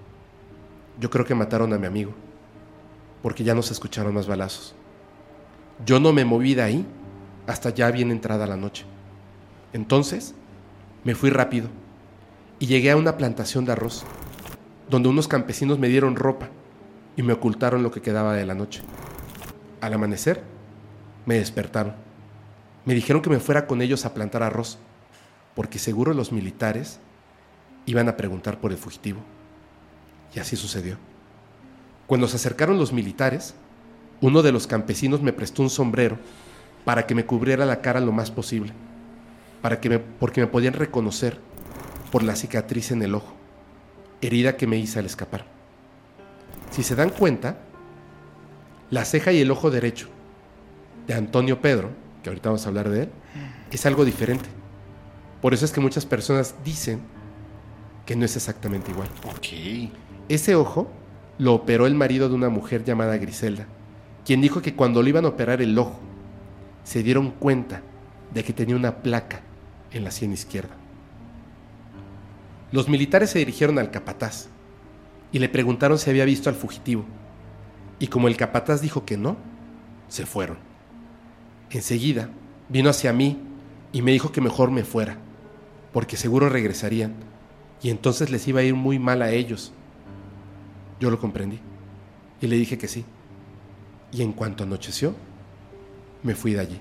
Yo creo que mataron a mi amigo, porque ya no se escucharon más balazos. Yo no me moví de ahí hasta ya bien entrada la noche. Entonces me fui rápido y llegué a una plantación de arroz, donde unos campesinos me dieron ropa y me ocultaron lo que quedaba de la noche. Al amanecer, me despertaron. Me dijeron que me fuera con ellos a plantar arroz, porque seguro los militares iban a preguntar por el fugitivo. Y así sucedió. Cuando se acercaron los militares, uno de los campesinos me prestó un sombrero para que me cubriera la cara lo más posible, porque me podían reconocer por la cicatriz en el ojo, herida que me hice al escapar. Si se dan cuenta, la ceja y el ojo derecho de Antonio Pedro, que ahorita vamos a hablar de él, es algo diferente. Por eso es que muchas personas dicen que no es exactamente igual. Ok. Ese ojo lo operó el marido de una mujer llamada Griselda, quien dijo que cuando le iban a operar el ojo, se dieron cuenta de que tenía una placa en la sien izquierda. Los militares se dirigieron al capataz y le preguntaron si había visto al fugitivo. Y como el capataz dijo que no, se fueron. Enseguida vino hacia mí y me dijo que mejor me fuera, porque seguro regresarían y entonces les iba a ir muy mal a ellos. Yo lo comprendí y le dije que sí. Y en cuanto anocheció, me fui de allí.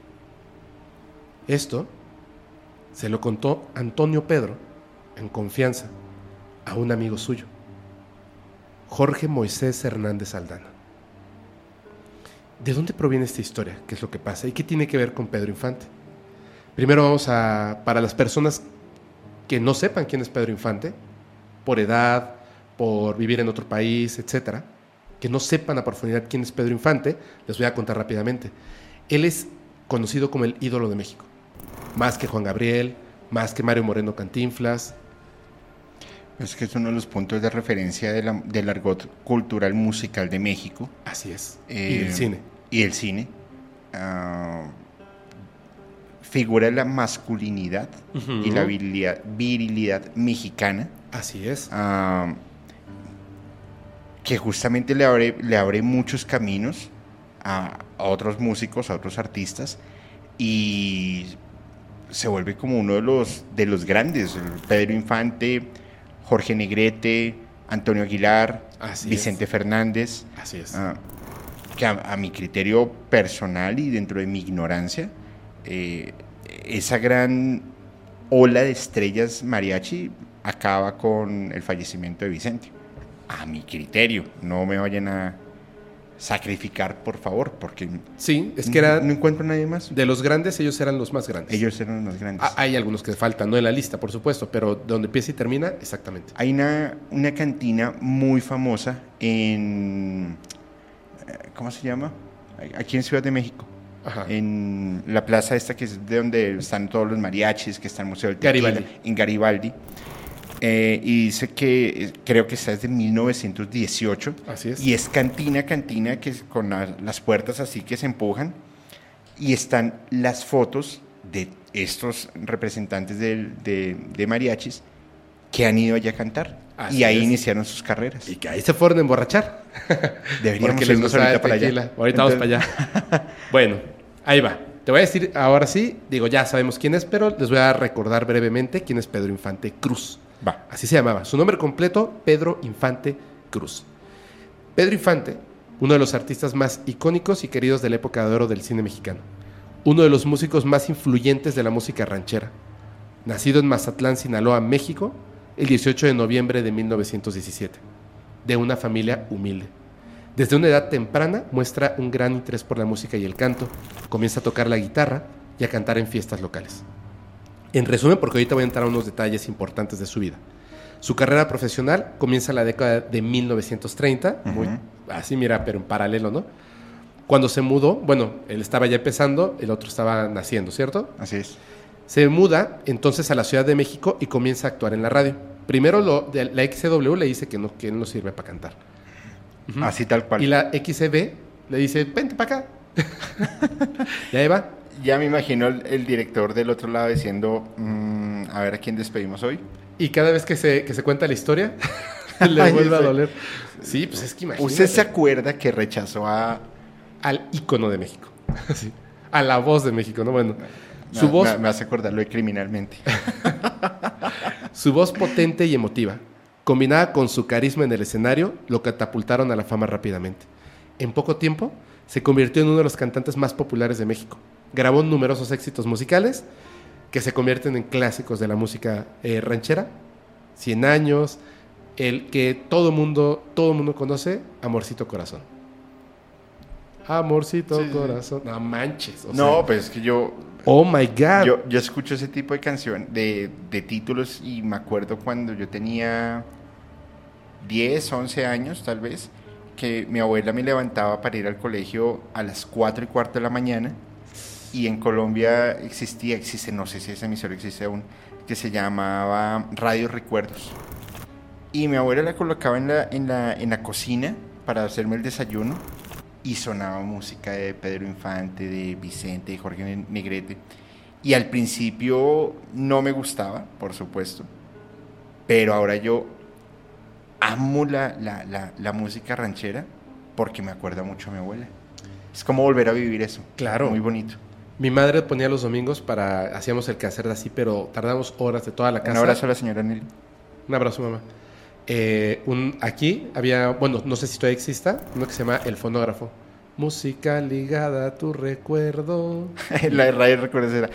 Esto se lo contó Antonio Pedro, en confianza, a un amigo suyo, Jorge Moisés Hernández Aldana. ¿De dónde proviene esta historia? ¿Qué es lo que pasa? ¿Y qué tiene que ver con Pedro Infante? Primero vamos para las personas que no sepan quién es Pedro Infante, por edad, por vivir en otro país, etcétera, que no sepan a profundidad quién es Pedro Infante, les voy a contar rápidamente. Él es conocido como el ídolo de México, más que Juan Gabriel, más que Mario Moreno Cantinflas. Es que es uno de los puntos de referencia del argot cultural musical de México. Así es. Y del cine. Y el cine. Figura la masculinidad y la virilidad mexicana. Así es. Que justamente le abre muchos caminos a otros músicos, a otros artistas, y se vuelve como uno de los grandes. Pedro Infante, Jorge Negrete, Antonio Aguilar, Vicente Fernández. Así es. Que a mi criterio personal y dentro de mi ignorancia, esa gran ola de estrellas mariachi acaba con el fallecimiento de Vicente. A mi criterio, no me vayan a sacrificar, por favor, porque sí, es que no encuentro a nadie más. De los grandes, ellos eran los más grandes. Ellos eran los más grandes. Hay algunos que faltan, no en la lista, por supuesto, pero donde empieza y termina, exactamente. Hay una cantina muy famosa en... ¿Cómo se llama? Aquí en Ciudad de México. Ajá. En la plaza esta que es de donde están todos los mariachis, que está el Museo del Tequila, Garibaldi. En Garibaldi. Y dice que creo que está desde 1918. Así es. Y es cantina que es con las puertas así que se empujan. Y están las fotos de estos representantes de mariachis que han ido allá a cantar. Así y ahí iniciaron sus carreras. Y que ahí se fueron a emborrachar. Deberíamos irnos ahorita para allá. Ahorita vamos para allá. Bueno, ahí va. Te voy a decir, ahora sí, ya sabemos quién es, pero les voy a recordar brevemente quién es Pedro Infante Cruz. Va. Así se llamaba. Su nombre completo, Pedro Infante Cruz. Pedro Infante, uno de los artistas más icónicos y queridos de la época de oro del cine mexicano. Uno de los músicos más influyentes de la música ranchera. Nacido en Mazatlán, Sinaloa, México, el 18 de noviembre de 1917. De una familia humilde. Desde una edad temprana muestra un gran interés por la música y el canto. Comienza a tocar la guitarra y a cantar en fiestas locales. En resumen, porque ahorita voy a entrar a unos detalles importantes de su vida. Su carrera profesional comienza en la década de 1930, así mira, pero en paralelo, ¿no? Cuando se mudó, bueno, él estaba ya empezando, el otro estaba naciendo, ¿cierto? Así es. Se muda entonces a la Ciudad de México y comienza a actuar en la radio. Primero la XCW le dice que él no sirve para cantar. Así tal cual. Y la XCB le dice, vente para acá. Y ahí va. Ya me imagino el director del otro lado diciendo, a ver a quién despedimos hoy. Y cada vez que se cuenta la historia, le vuelve a doler. Sí, pues es que imagínate. ¿Usted se acuerda que rechazó al ícono de México? Sí. A la voz de México, ¿no? Bueno, su voz... Me hace acordarlo de Criminalmente. Su voz potente y emotiva Combinada con su carisma en el escenario, lo catapultaron a la fama rápidamente. En poco tiempo, se convirtió en uno de los cantantes más populares de México. Grabó numerosos éxitos musicales que se convierten en clásicos de la música ranchera. 100 años, el que todo mundo conoce, Amorcito Corazón. Amorcito Corazón. No manches. Pues es que yo... Oh my God. Yo escucho ese tipo de canción, de títulos, y me acuerdo cuando yo tenía 10, 11 años tal vez, que mi abuela me levantaba para ir al colegio a las 4:15 de la mañana, y en Colombia existe, no sé si esa emisora existe aún, que se llamaba Radio Recuerdos. Y mi abuela la colocaba en la cocina para hacerme el desayuno, y sonaba música de Pedro Infante, de Vicente, de Jorge Negrete. Y al principio no me gustaba, por supuesto, pero ahora yo amo la música ranchera porque me acuerda mucho a mi abuela. Es como volver a vivir eso. Claro. Muy bonito. Mi madre ponía los domingos hacíamos el quehacer de así, pero tardamos horas de toda la casa. Un abrazo a la señora Nelly. Un abrazo, mamá. Aquí había, bueno, no sé si todavía exista, uno que se llama El Fonógrafo. Música ligada a tu recuerdo. La de Radio Recuerdos era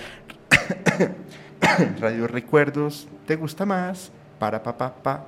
Radio Recuerdos, ¿te gusta más? Para papá.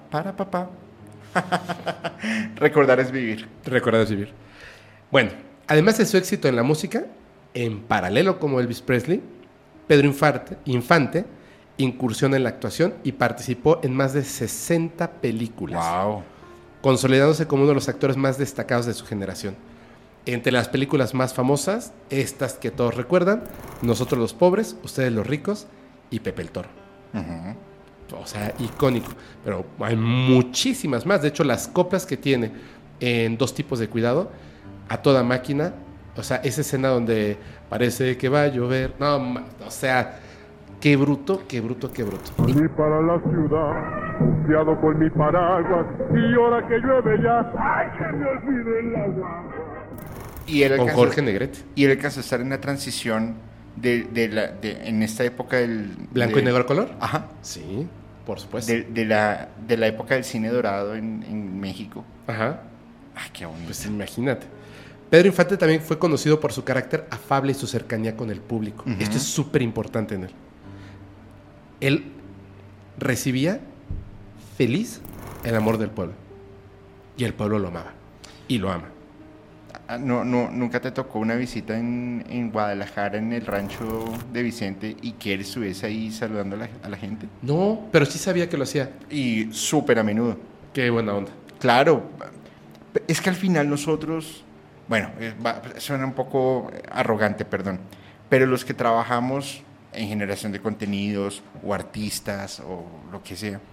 Recordar es vivir. Recordar es vivir. Bueno, además de su éxito en la música, en paralelo como Elvis Presley, Pedro Infante incursiona en la actuación y participó en más de 60 películas. Wow. Consolidándose como uno de los actores más destacados de su generación. Entre las películas más famosas, estas que todos recuerdan, Nosotros los pobres, Ustedes los ricos y Pepe el Toro. Uh-huh. O sea, icónico. Pero hay muchísimas más. De hecho, las coplas que tiene en Dos tipos de cuidado, a toda máquina. O sea, esa escena donde parece que va a llover. No, o sea, qué bruto. Salí para la ciudad, confiado con mi paraguas, y ahora que llueve ya, ¡ay, que me olvide el agua! Con Jorge Negrete. Y él alcanzó a estar en la transición en esta época del... ¿Blanco y negro color? Ajá. Sí, por supuesto. De la época del cine dorado en México. Ajá. Ay, qué bonito. Pues imagínate. Pedro Infante también fue conocido por su carácter afable y su cercanía con el público. Uh-huh. Esto es súper importante en él. Él recibía feliz el amor del pueblo. Y el pueblo lo amaba. Y lo ama. ¿Nunca te tocó una visita en Guadalajara, en el rancho de Vicente, y que él estuviese ahí saludando a la gente? No, pero sí sabía que lo hacía. Y súper a menudo. Qué buena onda. Claro. Es que al final nosotros... Bueno, suena un poco arrogante, perdón. Pero los que trabajamos en generación de contenidos, o artistas, o lo que sea,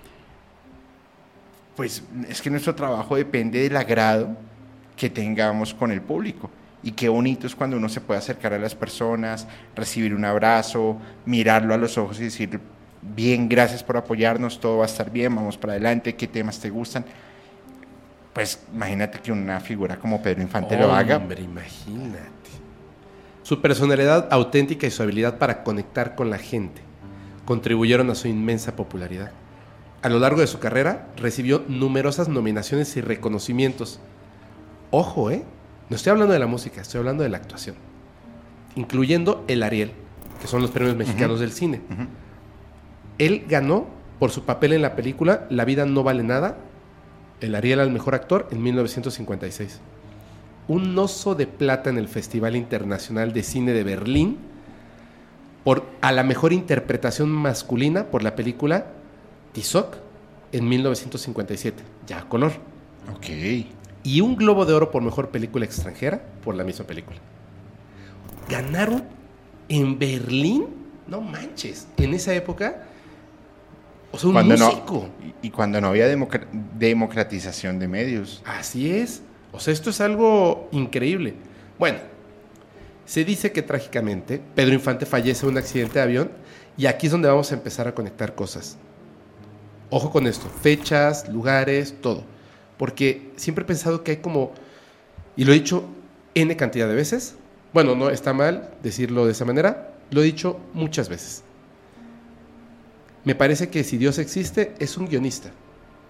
pues es que nuestro trabajo depende del agrado que tengamos con el público. Y qué bonito es cuando uno se puede acercar a las personas, recibir un abrazo, mirarlo a los ojos y decir, bien, gracias por apoyarnos, todo va a estar bien, vamos para adelante, qué temas te gustan. Pues imagínate que una figura como Pedro Infante lo haga. Hombre, imagínate. Su personalidad auténtica y su habilidad para conectar con la gente contribuyeron a su inmensa popularidad. A lo largo de su carrera recibió numerosas nominaciones y reconocimientos. Ojo, no estoy hablando de la música, estoy hablando de la actuación. Incluyendo el Ariel, que son los premios mexicanos uh-huh. del cine. Uh-huh. Él ganó por su papel en la película La vida no vale nada, el Ariel al mejor actor en 1956. Un oso de plata en el Festival Internacional de Cine de Berlín a la mejor interpretación masculina por la película Tizoc en 1957, ya a color. Ok. Y un Globo de Oro por mejor película extranjera por la misma película. Ganaron en Berlín, no manches, en esa época, o sea, un músico. Y cuando no había democratización de medios. Así es. O sea, esto es algo increíble. Bueno, se dice que trágicamente Pedro Infante fallece en un accidente de avión y aquí es donde vamos a empezar a conectar cosas. Ojo con esto, fechas, lugares, todo. Porque siempre he pensado que hay como, y lo he dicho N cantidad de veces, bueno, no está mal decirlo de esa manera, lo he dicho muchas veces. Me parece que si Dios existe, es un guionista.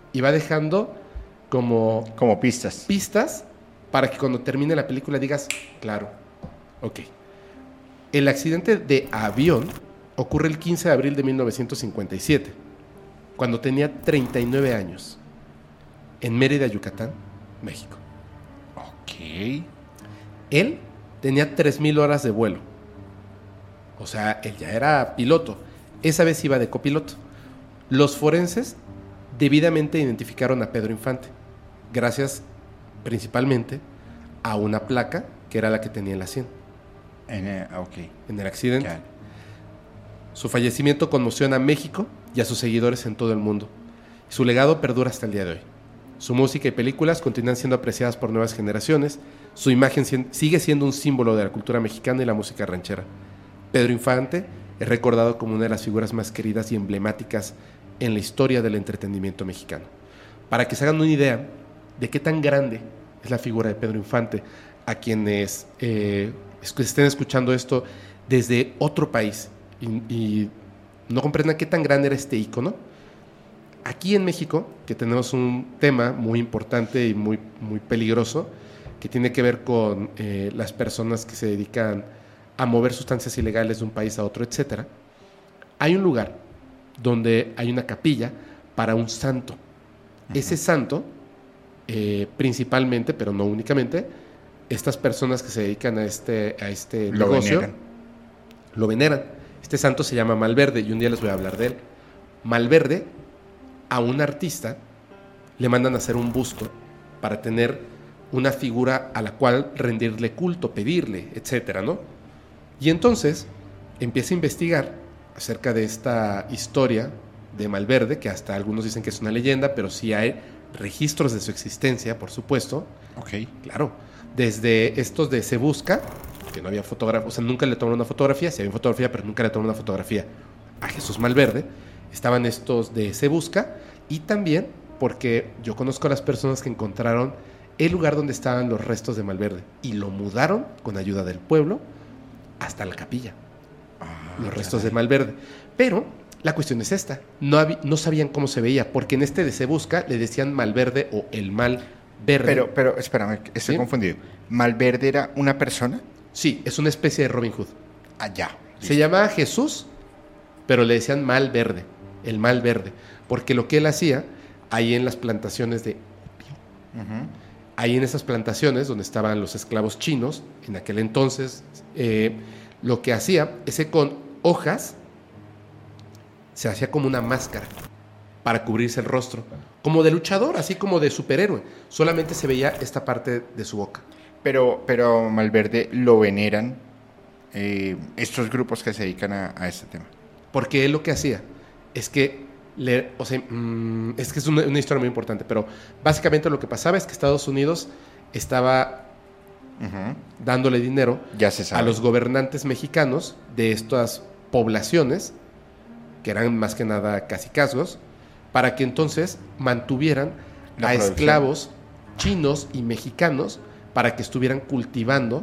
y va dejando como pistas. pistas para que cuando termine la película digas, claro, ok. El accidente de avión ocurre el 15 de abril de 1957, cuando tenía 39 años, en Mérida, Yucatán, México. Ok. Él tenía 3,000 horas de vuelo. O sea, él ya era piloto. Esa vez iba de copiloto. Los forenses debidamente identificaron a Pedro Infante, gracias principalmente a una placa que era la que tenía en la 100. En el accidente. Claro. Su fallecimiento conmociona a México y a sus seguidores en todo el mundo. Su legado perdura hasta el día de hoy. Su música y películas continúan siendo apreciadas por nuevas generaciones. Su imagen sigue siendo un símbolo de la cultura mexicana y la música ranchera. Pedro Infante es recordado como una de las figuras más queridas y emblemáticas en la historia del entretenimiento mexicano. Para que se hagan una idea de qué tan grande es la figura de Pedro Infante, a quienes estén escuchando esto desde otro país y no comprendan qué tan grande era este ícono. Aquí en México, que tenemos un tema muy importante y muy, muy peligroso, que tiene que ver con las personas que se dedican a mover sustancias ilegales de un país a otro, etcétera, hay un lugar donde hay una capilla para un santo. Ese santo, principalmente, pero no únicamente, estas personas que se dedican a este negocio lo veneran. Este santo se llama Malverde y un día les voy a hablar de él. Malverde, a un artista le mandan a hacer un busto para tener una figura a la cual rendirle culto, pedirle, etcétera, ¿no? Y entonces empieza a investigar acerca de esta historia de Malverde, que hasta algunos dicen que es una leyenda, pero sí hay registros de su existencia, por supuesto. Ok. Claro. Desde estos de Se Busca, que no había fotógrafo, o sea, nunca le tomaron una fotografía, sí había fotografía, pero nunca le tomaron una fotografía a Jesús Malverde. Estaban estos de Se Busca, y también porque yo conozco a las personas que encontraron el lugar donde estaban los restos de Malverde y lo mudaron con ayuda del pueblo hasta la capilla, los restos de Malverde. Pero la cuestión es esta, no sabían cómo se veía, porque en este de Se Busca le decían Malverde o el mal verde. Pero espérame, estoy confundido. ¿Malverde era una persona? Sí, es una especie de Robin Hood. Ya. Se llamaba Jesús, pero le decían mal verde, el mal verde, porque lo que él hacía ahí en las plantaciones de opio, ahí en esas plantaciones donde estaban los esclavos chinos, en aquel entonces, lo que hacía es que con hojas se hacía como una máscara para cubrirse el rostro, como de luchador, así como de superhéroe, solamente se veía esta parte de su boca. Pero Malverde lo veneran estos grupos que se dedican a este tema. Porque él lo que hacía es que, es que es una historia muy importante, pero básicamente lo que pasaba es que Estados Unidos estaba dándole dinero Ya se sabe. a los gobernantes mexicanos de estas poblaciones, que eran más que nada cacicazgos, para que entonces mantuvieran La a producción. esclavos chinos y mexicanos para que estuvieran cultivando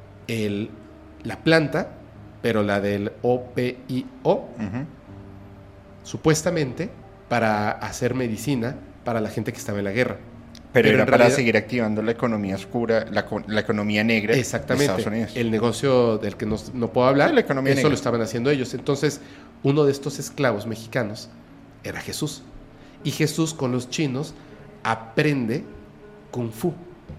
la planta, pero la del opio, supuestamente para hacer medicina para la gente que estaba en la guerra. Pero era en para realidad, seguir activando la economía oscura, la economía negra exactamente, de Estados Unidos. el negocio del que no puedo hablar, Sí, la economía eso negra. lo estaban haciendo ellos. Entonces, uno de estos esclavos mexicanos era Jesús. Y Jesús con los chinos aprende Kung Fu.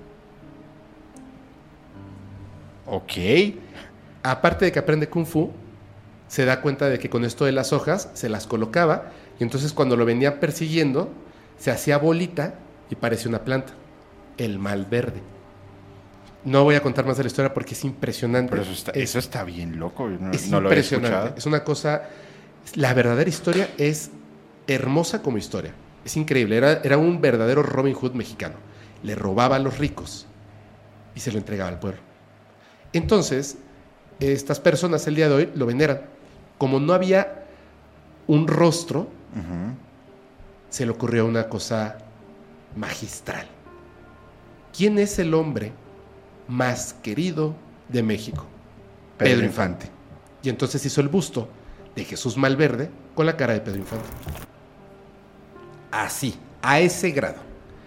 Ok. Aparte de que aprende Kung Fu, se da cuenta de que con esto de las hojas se las colocaba y entonces cuando lo venían persiguiendo se hacía bolita y parecía una planta, el mal verde. No voy a contar más de la historia porque es impresionante. Pero eso está bien loco. Es No lo había impresionante. escuchado. Es una cosa. La verdadera historia es hermosa como historia. Es increíble. Era un verdadero Robin Hood mexicano. Le robaba a los ricos y se lo entregaba al pueblo. Entonces, estas personas el día de hoy lo veneran. Como no había un rostro, se le ocurrió una cosa magistral. ¿Quién es el hombre más querido de México? Pedro Infante. Y entonces hizo el busto de Jesús Malverde con la cara de Pedro Infante. Así, A ese grado.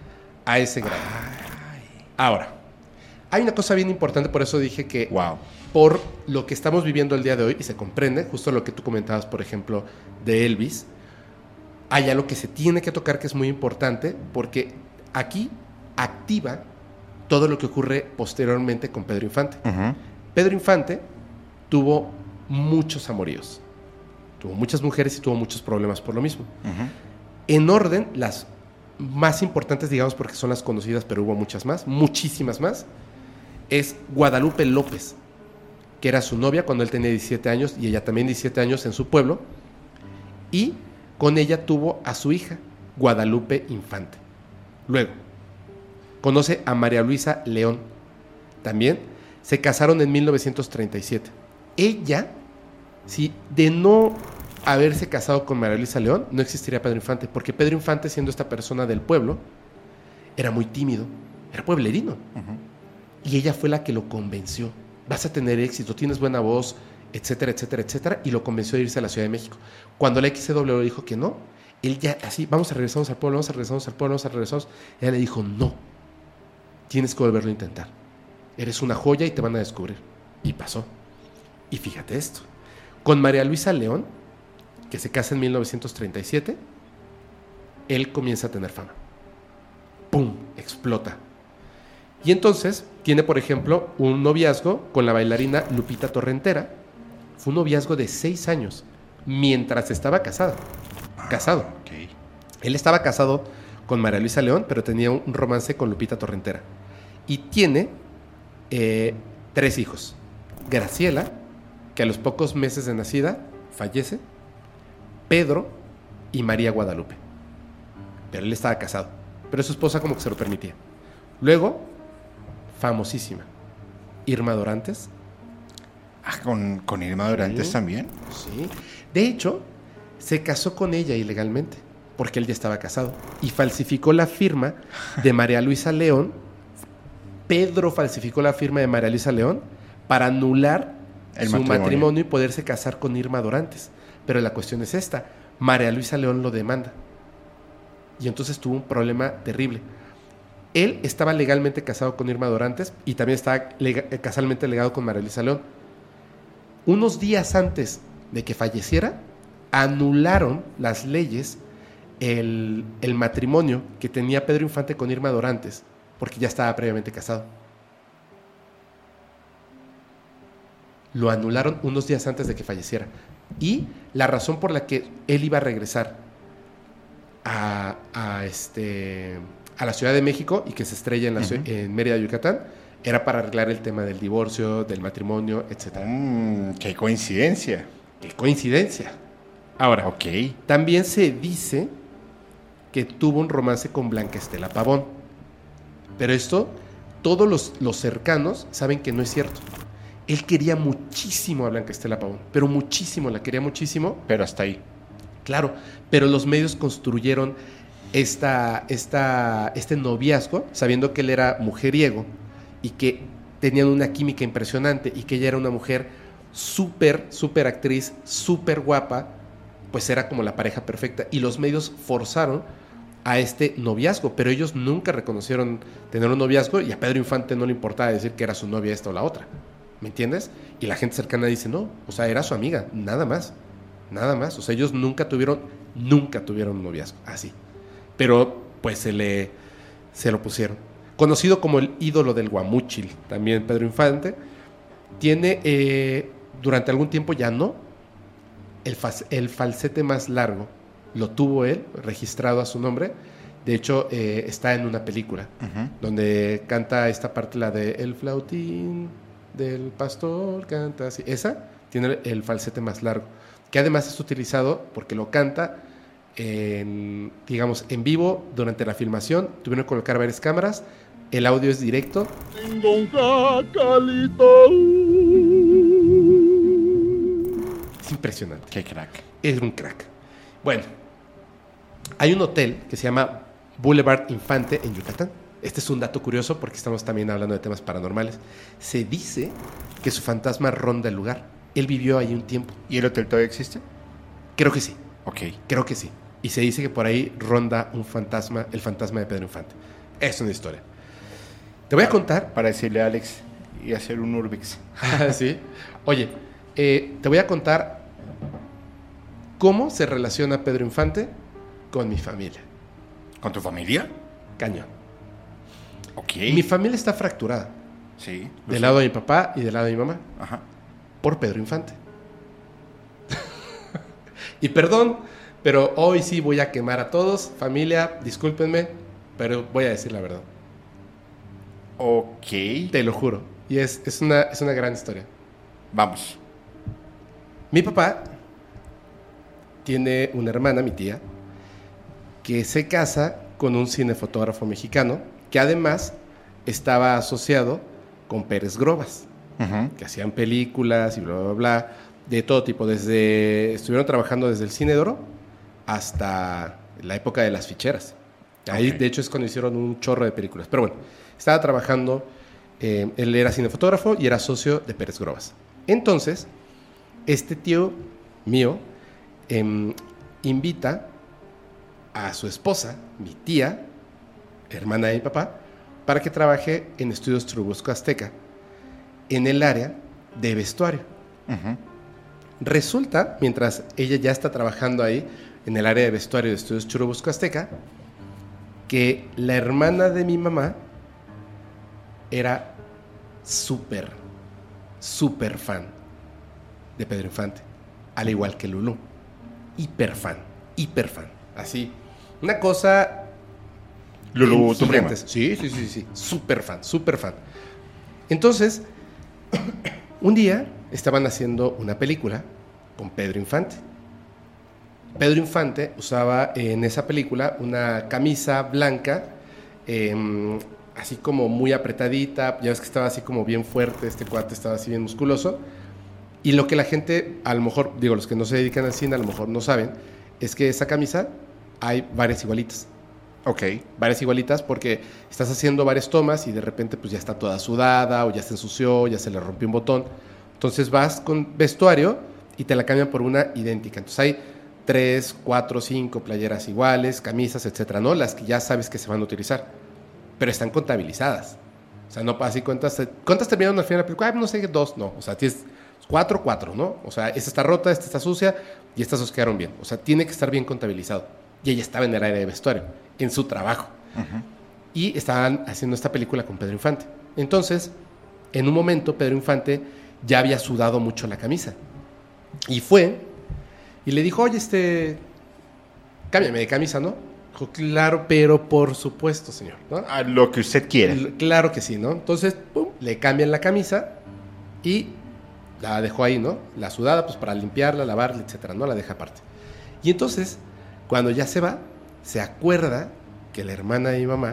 Ahora, hay una cosa bien importante, por eso dije que por lo que estamos viviendo el día de hoy, y se comprende, justo lo que tú comentabas, por ejemplo, de Elvis, hay algo que se tiene que tocar que es muy importante, porque aquí activa todo lo que ocurre posteriormente con Pedro Infante. Uh-huh. Pedro Infante tuvo muchos amoríos, tuvo muchas mujeres y tuvo muchos problemas por lo mismo. Uh-huh. En orden, las más importantes, digamos, porque son las conocidas, pero hubo muchas más, muchísimas más, es Guadalupe López, que era su novia cuando él tenía 17 años y ella también 17 años en su pueblo, y con ella tuvo a su hija, Guadalupe Infante. Luego, conoce a María Luisa León, también se casaron en 1937. Ella, si de no haberse casado con María Luisa León, no existiría Pedro Infante, porque Pedro Infante, siendo esta persona del pueblo, era muy tímido, era pueblerino. Uh-huh. Y ella fue la que lo convenció. Vas a tener éxito, tienes buena voz, etcétera, etcétera, etcétera, y lo convenció de irse a la Ciudad de México. Cuando la XW dijo que no, él ya así, vamos a regresarnos al pueblo, ella le dijo, no, tienes que volverlo a intentar. Eres una joya y te van a descubrir. Y pasó. Y fíjate esto, con María Luisa León, que se casa en 1937, él comienza a tener fama. ¡Pum! Explota. Y entonces tiene, por ejemplo, un noviazgo con la bailarina Lupita Torrentera. Fue un noviazgo de 6 años, mientras estaba casado. Okay. Él estaba casado con María Luisa León, pero tenía un romance con Lupita Torrentera. Y tiene 3 hijos. Graciela, que a los pocos meses de nacida fallece. Pedro y María Guadalupe. Pero él estaba casado. Pero su esposa como que se lo permitía. Luego, famosísima, Irma Dorantes. ¿Con Irma Dorantes Sí. también? Sí. De hecho, se casó con ella ilegalmente, porque él ya estaba casado. Y falsificó la firma de María Luisa León. Pedro falsificó la firma de María Luisa León para anular su matrimonio y poderse casar con Irma Dorantes. Pero la cuestión es esta. María Luisa León lo demanda. Y entonces tuvo un problema terrible. Él estaba legalmente casado con Irma Dorantes y también estaba casalmente legado con María Luisa León. Unos días antes de que falleciera, anularon las leyes el matrimonio que tenía Pedro Infante con Irma Dorantes, porque ya estaba previamente casado. Lo anularon unos días antes de que falleciera. Y la razón por la que él iba a regresar a la Ciudad de México y que se estrella en Mérida, Yucatán, era para arreglar el tema del divorcio, del matrimonio, etc. ¡Qué coincidencia! ¡Qué coincidencia! Ahora, también se dice que tuvo un romance con Blanca Estela Pavón. Pero esto, todos los cercanos saben que no es cierto. Él quería muchísimo a Blanca Estela Pavón, pero muchísimo, la quería muchísimo. Pero hasta ahí. Claro, pero los medios construyeron este noviazgo sabiendo que él era mujeriego y que tenían una química impresionante y que ella era una mujer súper actriz, súper guapa, pues era como la pareja perfecta. Y los medios forzaron a este noviazgo, pero ellos nunca reconocieron tener un noviazgo y a Pedro Infante no le importaba decir que era su novia esta o la otra. ¿Me entiendes? Y la gente cercana dice, no, o sea, era su amiga, nada más. O sea, ellos nunca tuvieron un noviazgo, así. Pero, pues, se lo pusieron. Conocido como el ídolo del guamúchil, también Pedro Infante. Tiene, durante algún tiempo ya no, el falsete más largo. Lo tuvo él, registrado a su nombre. De hecho, está en una película, donde canta esta parte, la de El flautín del pastor canta así. Esa tiene el falsete más largo, que además es utilizado porque lo canta en vivo durante la filmación. Tuvieron que colocar varias cámaras, el audio es directo. Es impresionante. Qué crack. Es un crack. Bueno, hay un hotel que se llama Boulevard Infante en Yucatán. Este es un dato curioso porque estamos también hablando de temas paranormales. Se dice que su fantasma ronda el lugar. Él vivió ahí un tiempo. ¿Y el hotel todavía existe? Creo que sí. Ok. Creo que sí. y se dice que por ahí ronda un fantasma, el fantasma de Pedro Infante. Es una historia. Te voy a contar. Para decirle a Alex y hacer un Urbix. ¿Sí? Oye, te voy a contar cómo se relaciona Pedro Infante con mi familia. ¿Con tu familia? Cañón. Ok. Mi familia está fracturada. Sí. Del lado de mi papá y del lado de mi mamá. Ajá. Por Pedro Infante. Y perdón, pero hoy sí voy a quemar a todos. Familia, discúlpenme, pero voy a decir la verdad. Ok. Te lo juro. Y es una gran historia. Vamos. Mi papá tiene una hermana, mi tía, que se casa con un cinefotógrafo mexicano que además estaba asociado con Pérez Grobas, Uh-huh. que hacían películas y bla, bla, bla, de todo tipo. Estuvieron trabajando desde el Cine de Oro hasta la época de las ficheras. Ahí, Ok. de hecho, es cuando hicieron un chorro de películas. Pero bueno, estaba trabajando, él era cinefotógrafo y era socio de Pérez Grobas. Entonces, este tío mío invita a su esposa, mi tía, hermana de mi papá, para que trabaje en Estudios Churubusco Azteca, en el área de vestuario. Uh-huh. Resulta, mientras ella ya está trabajando ahí, en el área de vestuario de Estudios Churubusco Azteca, que la hermana de mi mamá era súper fan de Pedro Infante, al igual que Lulú. Hiper fan. Así, una cosa... Lulú, tu prima. gigantes. Sí. Súper fan. Entonces, un día estaban haciendo una película con Pedro Infante. Pedro Infante usaba en esa película una camisa blanca, así como muy apretadita. Ya ves que estaba así como bien fuerte, este cuate estaba así bien musculoso. Y lo que la gente, a lo mejor, digo, los que no se dedican al cine, a lo mejor no saben, es que esa camisa hay varias igualitas. Ok. Varias igualitas porque estás haciendo varias tomas y de repente pues ya está toda sudada o ya se ensució, ya se le rompió un botón. Entonces vas con vestuario y te la cambian por una idéntica. Entonces hay 3, 4, 5 playeras iguales, camisas, etcétera, ¿no? Las que ya sabes que se van a utilizar, pero están contabilizadas. O sea, no así cuántas terminaron al final de la película. No sé, 2, no. O sea, tienes 4, ¿no? O sea, esta está rota, esta está sucia y estas os quedaron bien. O sea, tiene que estar bien contabilizado. Y ella estaba en el área de vestuario, en su trabajo. Uh-huh. Y estaban haciendo esta película con Pedro Infante. Entonces, en un momento, Pedro Infante ya había sudado mucho la camisa. Y fue y le dijo, oye, cámbiame de camisa, ¿no? Dijo, claro, pero por supuesto, señor, ¿no? A lo que usted quiera. Claro que sí, ¿no? Entonces, pum, le cambian la camisa y la dejó ahí, ¿no? La sudada, pues para limpiarla, lavarla, etcétera, ¿no? La deja aparte. Y entonces, cuando ya se va, se acuerda que la hermana de mi mamá,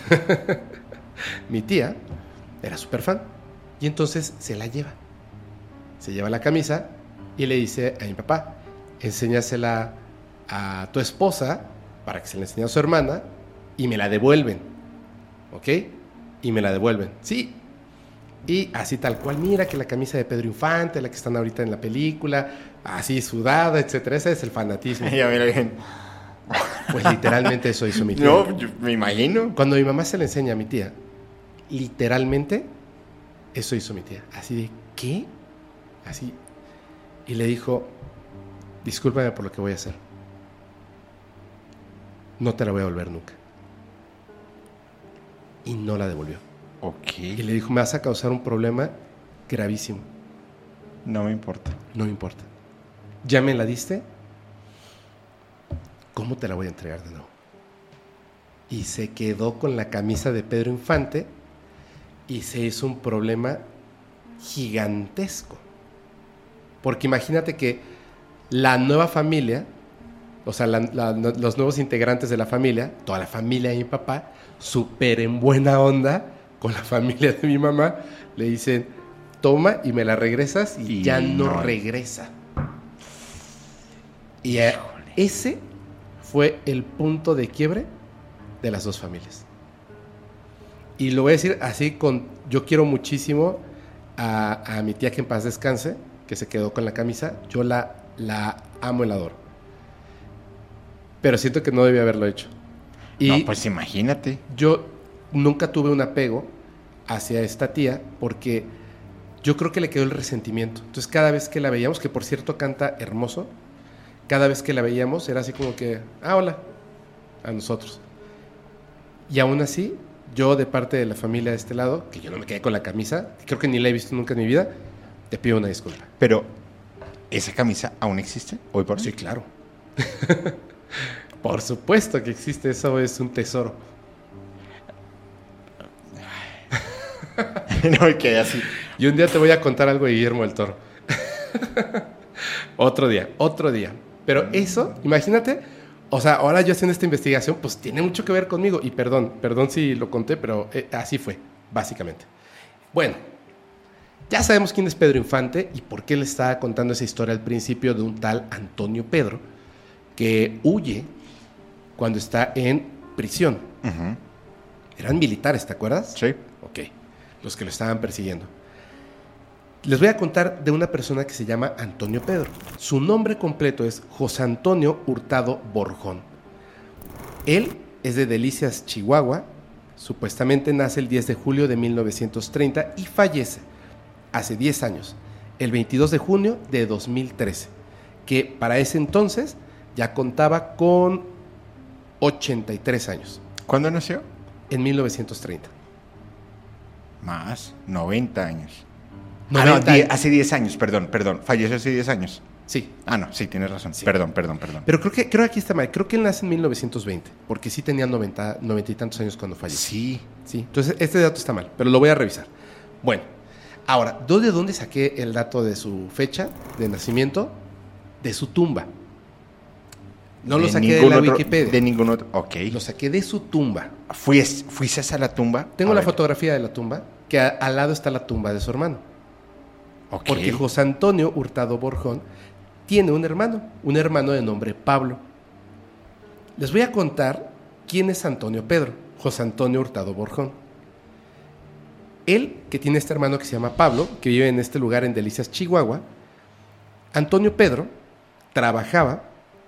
mi tía, era súper fan. Y entonces se la lleva. Se lleva la camisa y le dice a mi papá, enséñasela a tu esposa para que se la enseñe a su hermana y me la devuelven. ¿Ok? Y me la devuelven. Sí. Y así tal cual, mira que la camisa de Pedro Infante, la que están ahorita en la película, así sudada, etcétera. Ese es el fanatismo. Ya mira bien. Pues literalmente eso hizo mi tía. No, yo me imagino. Cuando mi mamá se le enseña a mi tía, literalmente eso hizo mi tía. Así de, ¿qué? Así. Y le dijo, discúlpame por lo que voy a hacer. No te la voy a devolver nunca. Y no la devolvió. Ok. Y le dijo, me vas a causar un problema gravísimo. No me importa. No me importa. ¿Ya me la diste? ¿Cómo te la voy a entregar de nuevo? Y se quedó con la camisa de Pedro Infante y se hizo un problema gigantesco. Porque imagínate que la nueva familia, o sea, los nuevos integrantes de la familia, toda la familia de mi papá, súper en buena onda con la familia de mi mamá, le dicen, toma y me la regresas y ya no regresa. Y ese fue el punto de quiebre de las dos familias. Y lo voy a decir así, yo quiero muchísimo a mi tía, que en paz descanse, que se quedó con la camisa. Yo la amo y la adoro. pero siento que no debía haberlo hecho. Y No, pues imagínate. yo nunca tuve un apego hacia esta tía porque yo creo que le quedó el resentimiento. Entonces cada vez que la veíamos, que por cierto canta hermoso, cada vez que la veíamos era así como que, hola, a nosotros. Y aún así, yo de parte de la familia de este lado, que yo no me quedé con la camisa, creo que ni la he visto nunca en mi vida, te pido una disculpa. Pero, ¿esa camisa aún existe hoy por hoy? Sí, claro. Por supuesto que existe, eso es un tesoro. No, y quedé así. Y un día te voy a contar algo de Guillermo del Toro. Otro día. Pero eso, imagínate, o sea, ahora yo haciendo esta investigación, pues tiene mucho que ver conmigo. Y perdón si lo conté, pero así fue, básicamente. Bueno, ya sabemos quién es Pedro Infante y por qué le estaba contando esa historia al principio de un tal Antonio Pedro, que huye cuando está en prisión. Ujú. Eran militares, ¿te acuerdas? Sí. Ok, los que lo estaban persiguiendo. Les voy a contar de una persona que se llama Antonio Pedro. Su nombre completo es José Antonio Hurtado Borjón. Él es de Delicias, Chihuahua. Supuestamente nace el 10 de julio de 1930 y fallece hace 10 años, el 22 de junio de 2013, que para ese entonces ya contaba con 83 años, ¿Cuándo nació? en 1930. Más, 90 años. 90 años. Hace 10 años, perdón. Falleció hace 10 años. Sí, No, sí, tienes razón. Sí. Perdón. pero creo que aquí está mal. Creo que él nace en 1920, porque sí tenía 90 y tantos años cuando falleció. Sí. Sí, entonces este dato está mal, pero lo voy a revisar. Bueno, ahora, ¿de dónde saqué el dato de su fecha de nacimiento? De su tumba. No lo saqué de la Wikipedia. De ningún otro. Ok. Lo saqué de su tumba. ¿Fuiste hasta la tumba? Tengo A la ver. fotografía de la tumba, que al lado está la tumba de su hermano. Ok. Porque José Antonio Hurtado Borjón tiene un hermano de nombre Pablo. Les voy a contar quién es Antonio Pedro, José Antonio Hurtado Borjón. Él, que tiene este hermano que se llama Pablo, que vive en este lugar en Delicias, Chihuahua, Antonio Pedro trabajaba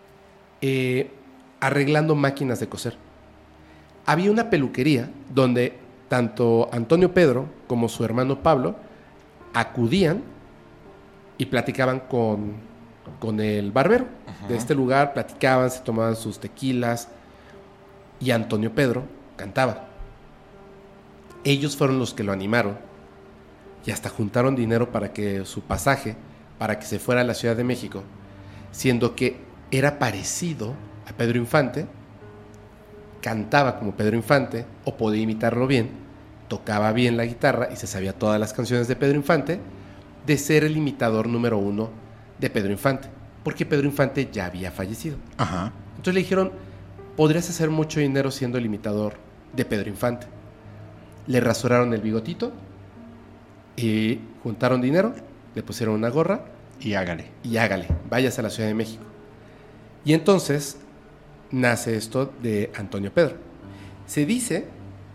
arreglando máquinas de coser. Había una peluquería donde tanto Antonio Pedro como su hermano Pablo acudían y platicaban con el barbero de este lugar, platicaban, se tomaban sus tequilas y Antonio Pedro cantaba. Ellos fueron los que lo animaron y hasta juntaron dinero para que su pasaje, para que se fuera a la Ciudad de México, siendo que era parecido a Pedro Infante, cantaba como Pedro Infante o podía imitarlo bien, tocaba bien la guitarra y se sabía todas las canciones de Pedro Infante, de ser el imitador número 1 de Pedro Infante, porque Pedro Infante ya había fallecido. Ajá. Entonces le dijeron, podrías hacer mucho dinero siendo el imitador de Pedro Infante. Le rasuraron el bigotito y juntaron dinero, le pusieron una gorra Y hágale. y hágale, váyase a la Ciudad de México. Y entonces nace esto de Antonio Pedro. Se dice,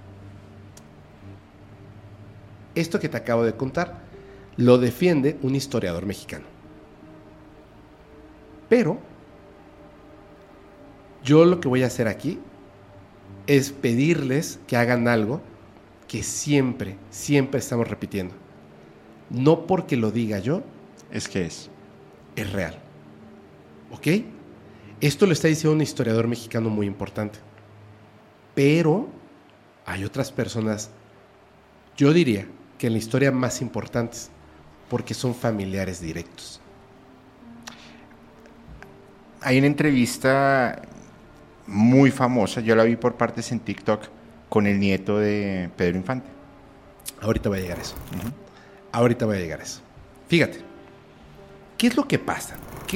esto que te acabo de contar, lo defiende un historiador mexicano. Pero yo lo que voy a hacer aquí es pedirles que hagan algo que siempre estamos repitiendo. No porque lo diga yo, Es que es. es real. ¿Ok? Esto lo está diciendo un historiador mexicano muy importante. Pero hay otras personas, yo diría que en la historia más importantes, porque son familiares directos. Hay una entrevista muy famosa, yo la vi por partes en TikTok, con el nieto de Pedro Infante. Ahorita va a llegar eso. Ahorita va a llegar eso. Fíjate, ¿qué es lo que pasa?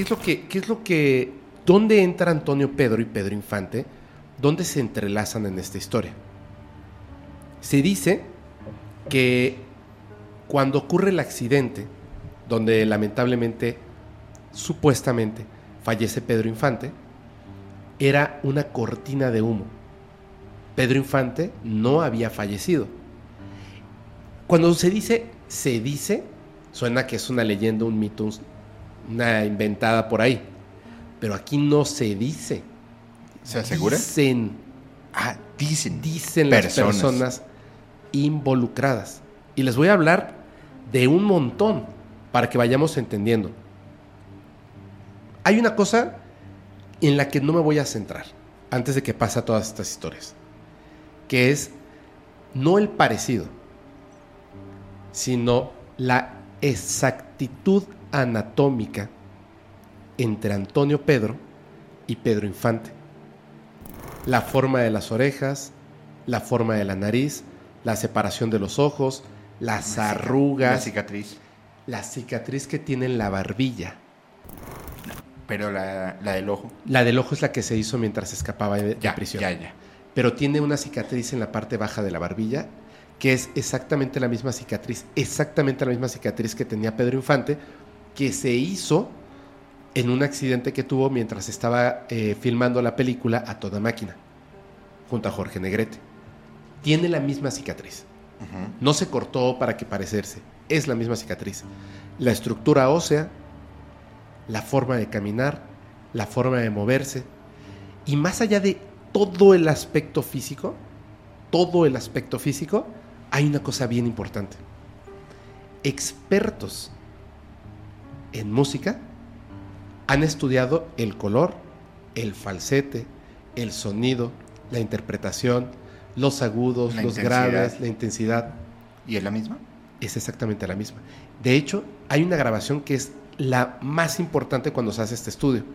¿Dónde entra Antonio Pedro y Pedro Infante? ¿Dónde se entrelazan en esta historia? Se dice que cuando ocurre el accidente, donde lamentablemente, supuestamente, fallece Pedro Infante, era una cortina de humo. Pedro Infante no había fallecido. Cuando se dice, suena que es una leyenda, un mito, una inventada por ahí. Pero aquí no se dice. ¿Se asegura? Dicen Dicen las personas involucradas. Y les voy a hablar de un montón para que vayamos entendiendo. Hay una cosa en la que no me voy a centrar antes de que pase todas estas historias, que es no el parecido, sino la exactitud anatómica entre Antonio Pedro y Pedro Infante. La forma de las orejas, la forma de la nariz, la separación de los ojos, las arrugas, la cicatriz que tiene en la barbilla. Pero la del ojo. La del ojo es la que se hizo mientras escapaba de prisión. Ya. Pero tiene una cicatriz en la parte baja de la barbilla, que es exactamente la misma cicatriz que tenía Pedro Infante, que se hizo en un accidente que tuvo mientras estaba filmando la película A Toda Máquina, junto a Jorge Negrete. Tiene la misma cicatriz. No se cortó para que parecerse, es la misma cicatriz. La estructura ósea, la forma de caminar, la forma de moverse, y más allá de todo el aspecto físico, hay una cosa bien importante. Expertos en música han estudiado el color, el falsete, el sonido, la interpretación, los agudos, los graves, la intensidad. ¿Y es la misma? Es exactamente la misma. De hecho, hay una grabación que es la más importante cuando se hace este estudio.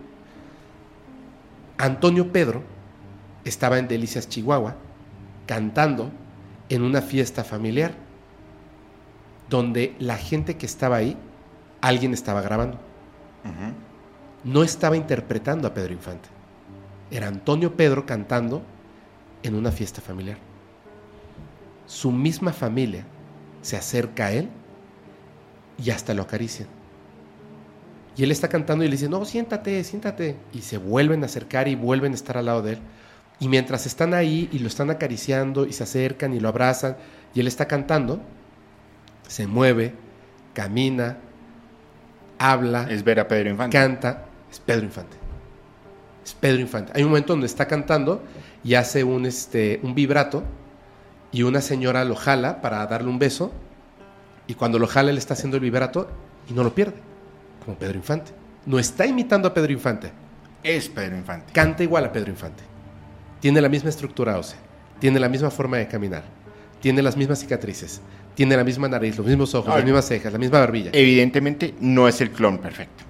Antonio Pedro estaba en Delicias, Chihuahua, cantando en una fiesta familiar, donde la gente que estaba ahí, alguien estaba grabando. No estaba interpretando a Pedro Infante. Era Antonio Pedro cantando en una fiesta familiar. Su misma familia se acerca a él y hasta lo acarician. Y él está cantando y le dice, no, siéntate. Y se vuelven a acercar y vuelven a estar al lado de él. Y mientras están ahí y lo están acariciando y se acercan y lo abrazan y él está cantando, se mueve, camina, habla. Es ver a Pedro Infante. Canta. Es Pedro Infante. Hay un momento donde está cantando y hace un vibrato y una señora lo jala para darle un beso, y cuando lo jala él está haciendo el vibrato y no lo pierde, como Pedro Infante. No está imitando a Pedro Infante. Es Pedro Infante. Canta igual a Pedro Infante. Tiene la misma estructura ósea, tiene la misma forma de caminar, tiene las mismas cicatrices, tiene la misma nariz, los mismos ojos, las mismas cejas, la misma barbilla. Evidentemente no es el clon perfecto.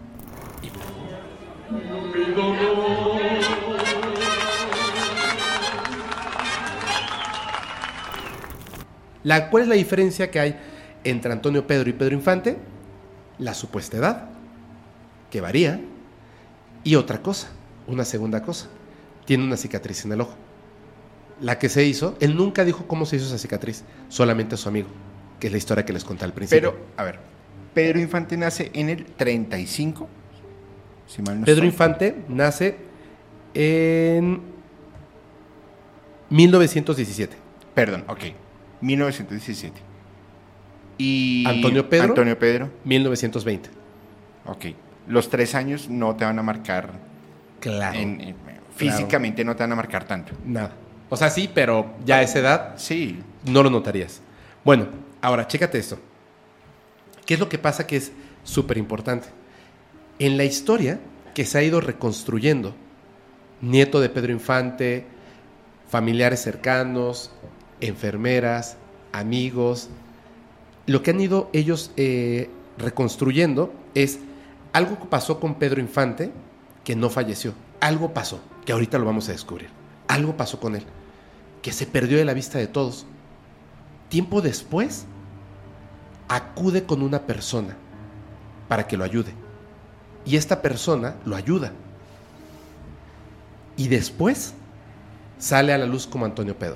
¿Cuál es la diferencia que hay entre Antonio Pedro y Pedro Infante? La supuesta edad, que varía, y otra cosa, una segunda cosa. Tiene una cicatriz en el ojo. La que se hizo, él nunca dijo cómo se hizo esa cicatriz, solamente a su amigo, que es la historia que les conté al principio. Pero, a ver, Pedro Infante nace en el 35, si mal no Pedro estoy. Infante nace en 1917. Perdón, ok. 1917. Y Antonio Pedro. 1920. Ok. Los 3 años no te van a marcar. Claro. Físicamente no te van a marcar tanto. Nada. O sea, sí, pero ya a esa edad sí no lo notarías. Bueno, ahora, chécate esto. ¿Qué es lo que pasa que es súper importante? En la historia que se ha ido reconstruyendo, nieto de Pedro Infante, familiares cercanos, enfermeras, amigos, lo que han ido ellos reconstruyendo es algo que pasó con Pedro Infante que no falleció. Algo pasó, que ahorita lo vamos a descubrir. Algo pasó con él, que se perdió de la vista de todos. Tiempo después, acude con una persona para que lo ayude. Y esta persona lo ayuda. Y después sale a la luz como Antonio Pedro.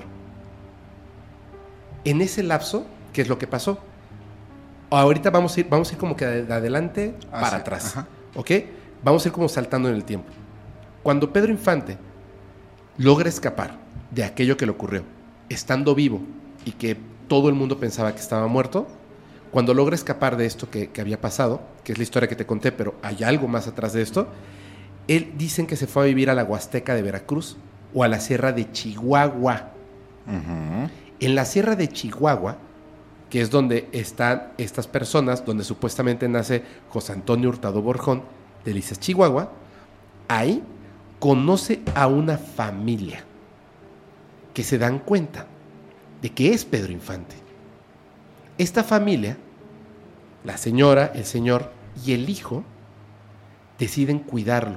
En ese lapso, ¿qué es lo que pasó? Ahorita vamos a ir como que de adelante para atrás. Ajá. ¿Ok? Vamos a ir como saltando en el tiempo. Cuando Pedro Infante logra escapar de aquello que le ocurrió, estando vivo y que todo el mundo pensaba que estaba muerto, cuando logra escapar de esto que había pasado, que es la historia que te conté, pero hay algo más atrás de esto, él dicen que se fue a vivir a la Huasteca de Veracruz o a la Sierra de Chihuahua. En la Sierra de Chihuahua, que es donde están estas personas, donde supuestamente nace José Antonio Hurtado Borjón, de Delicias, Chihuahua, ahí conoce a una familia que se dan cuenta de que es Pedro Infante. Esta familia, la señora, el señor y el hijo, deciden cuidarlo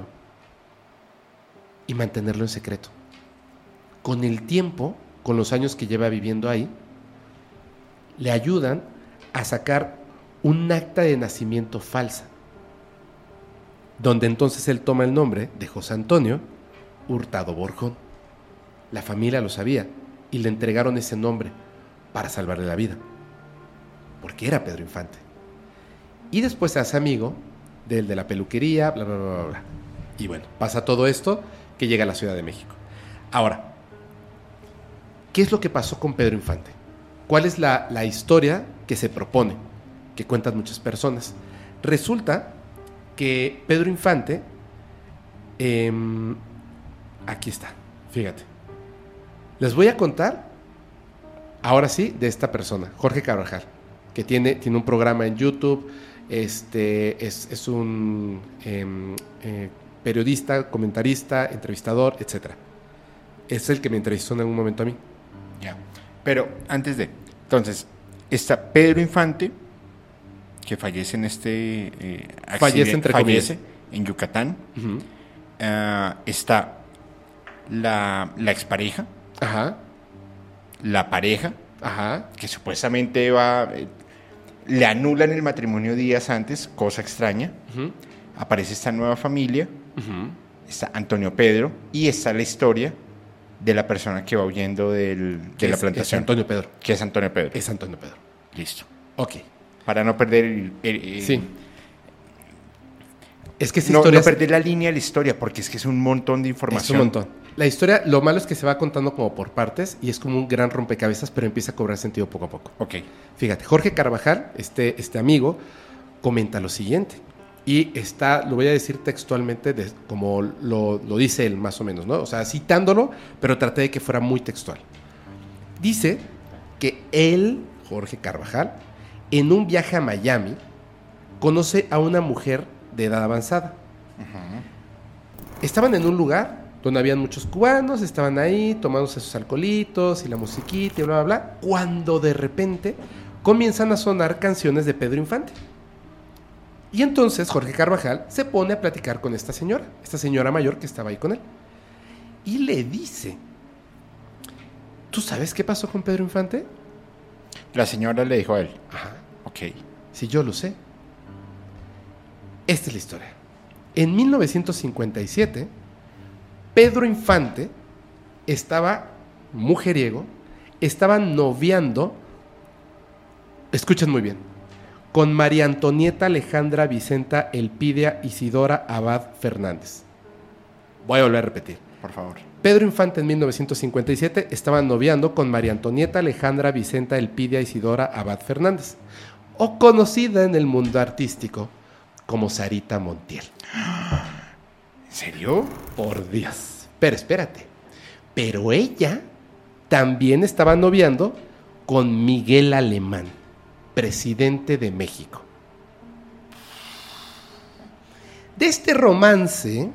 y mantenerlo en secreto. Con el tiempo, con los años que lleva viviendo ahí, le ayudan a sacar un acta de nacimiento falsa, donde entonces él toma el nombre de José Antonio Hurtado Borjón. La familia lo sabía y le entregaron ese nombre para salvarle la vida, porque era Pedro Infante. Y después se hace amigo del de la peluquería, bla, bla, bla, bla, bla. Y bueno, pasa todo esto que llega a la Ciudad de México. Ahora, ¿qué es lo que pasó con Pedro Infante? ¿Cuál es la historia que se propone, que cuentan muchas personas? Resulta que Pedro Infante, aquí está, fíjate. Les voy a contar, ahora sí, de esta persona, Jorge Carvajal, que tiene un programa en YouTube, es un periodista, comentarista, entrevistador, etc. Es el que me entrevistó en algún momento a mí. Ya. Pero antes de... Entonces, está Pedro Infante, que fallece en este accidente. Fallece, entre comillas. En Yucatán. Uh-huh. Está la expareja. Ajá. La pareja. Ajá. Que supuestamente le anulan el matrimonio días antes, cosa extraña. Uh-huh. Aparece esta nueva familia. Uh-huh. Está Antonio Pedro. Y está la historia de la persona que va huyendo de la plantación. Es Antonio Pedro. Que es Antonio Pedro. Es Antonio Pedro. Listo. Ok. Para no perder sí. Es que esa no historia... No perder la línea de la historia, porque es que es un montón de información. Es un montón. La historia, lo malo es que se va contando como por partes y es como un gran rompecabezas, pero empieza a cobrar sentido poco a poco. Ok. Fíjate, Jorge Carvajal, este amigo, comenta lo siguiente. Y lo voy a decir textualmente como lo dice él, más o menos, ¿no? O sea, citándolo, pero traté de que fuera muy textual. Dice que él, Jorge Carvajal, en un viaje a Miami, conoce a una mujer de edad avanzada. Uh-huh. Estaban en un lugar donde habían muchos cubanos, estaban ahí tomándose sus alcoholitos y la musiquita y bla, bla, bla, cuando de repente comienzan a sonar canciones de Pedro Infante. Y entonces Jorge Carvajal se pone a platicar con esta señora mayor que estaba ahí con él. Y le dice, ¿tú sabes qué pasó con Pedro Infante? La señora le dijo a él. Ajá. Ok. Sí, yo lo sé. Esta es la historia. En 1957, Pedro Infante estaba mujeriego, estaba noviando, escuchen muy bien, con María Antonieta Alejandra Vicenta Elpidia Isidora Abad Fernández. Voy a volver a repetir. Por favor. Pedro Infante en 1957 estaba noviando con María Antonieta Alejandra Vicenta Elpidia Isidora Abad Fernández, o conocida en el mundo artístico como Sarita Montiel. ¿En serio? Por Dios. Pero espérate. Pero ella también estaba noviando con Miguel Alemán, presidente de México. De este romance...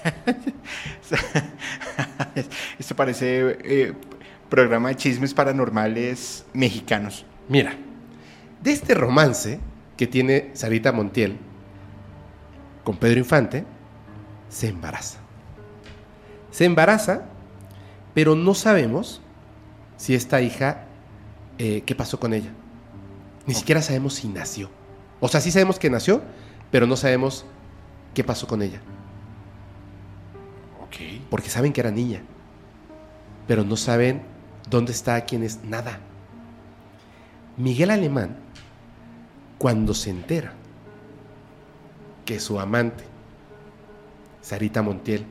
Esto parece programa de chismes paranormales mexicanos. Mira, de este romance que tiene Sarita Montiel con Pedro Infante, se embaraza. Se embaraza, pero no sabemos si esta hija, qué pasó con ella. Ni siquiera sabemos si nació. O sea, sí sabemos que nació, pero no sabemos qué pasó con ella. Ok. Porque saben que era niña, pero no saben dónde está, quién es, nada. Miguel Alemán, cuando se entera que su amante, Sarita Montiel,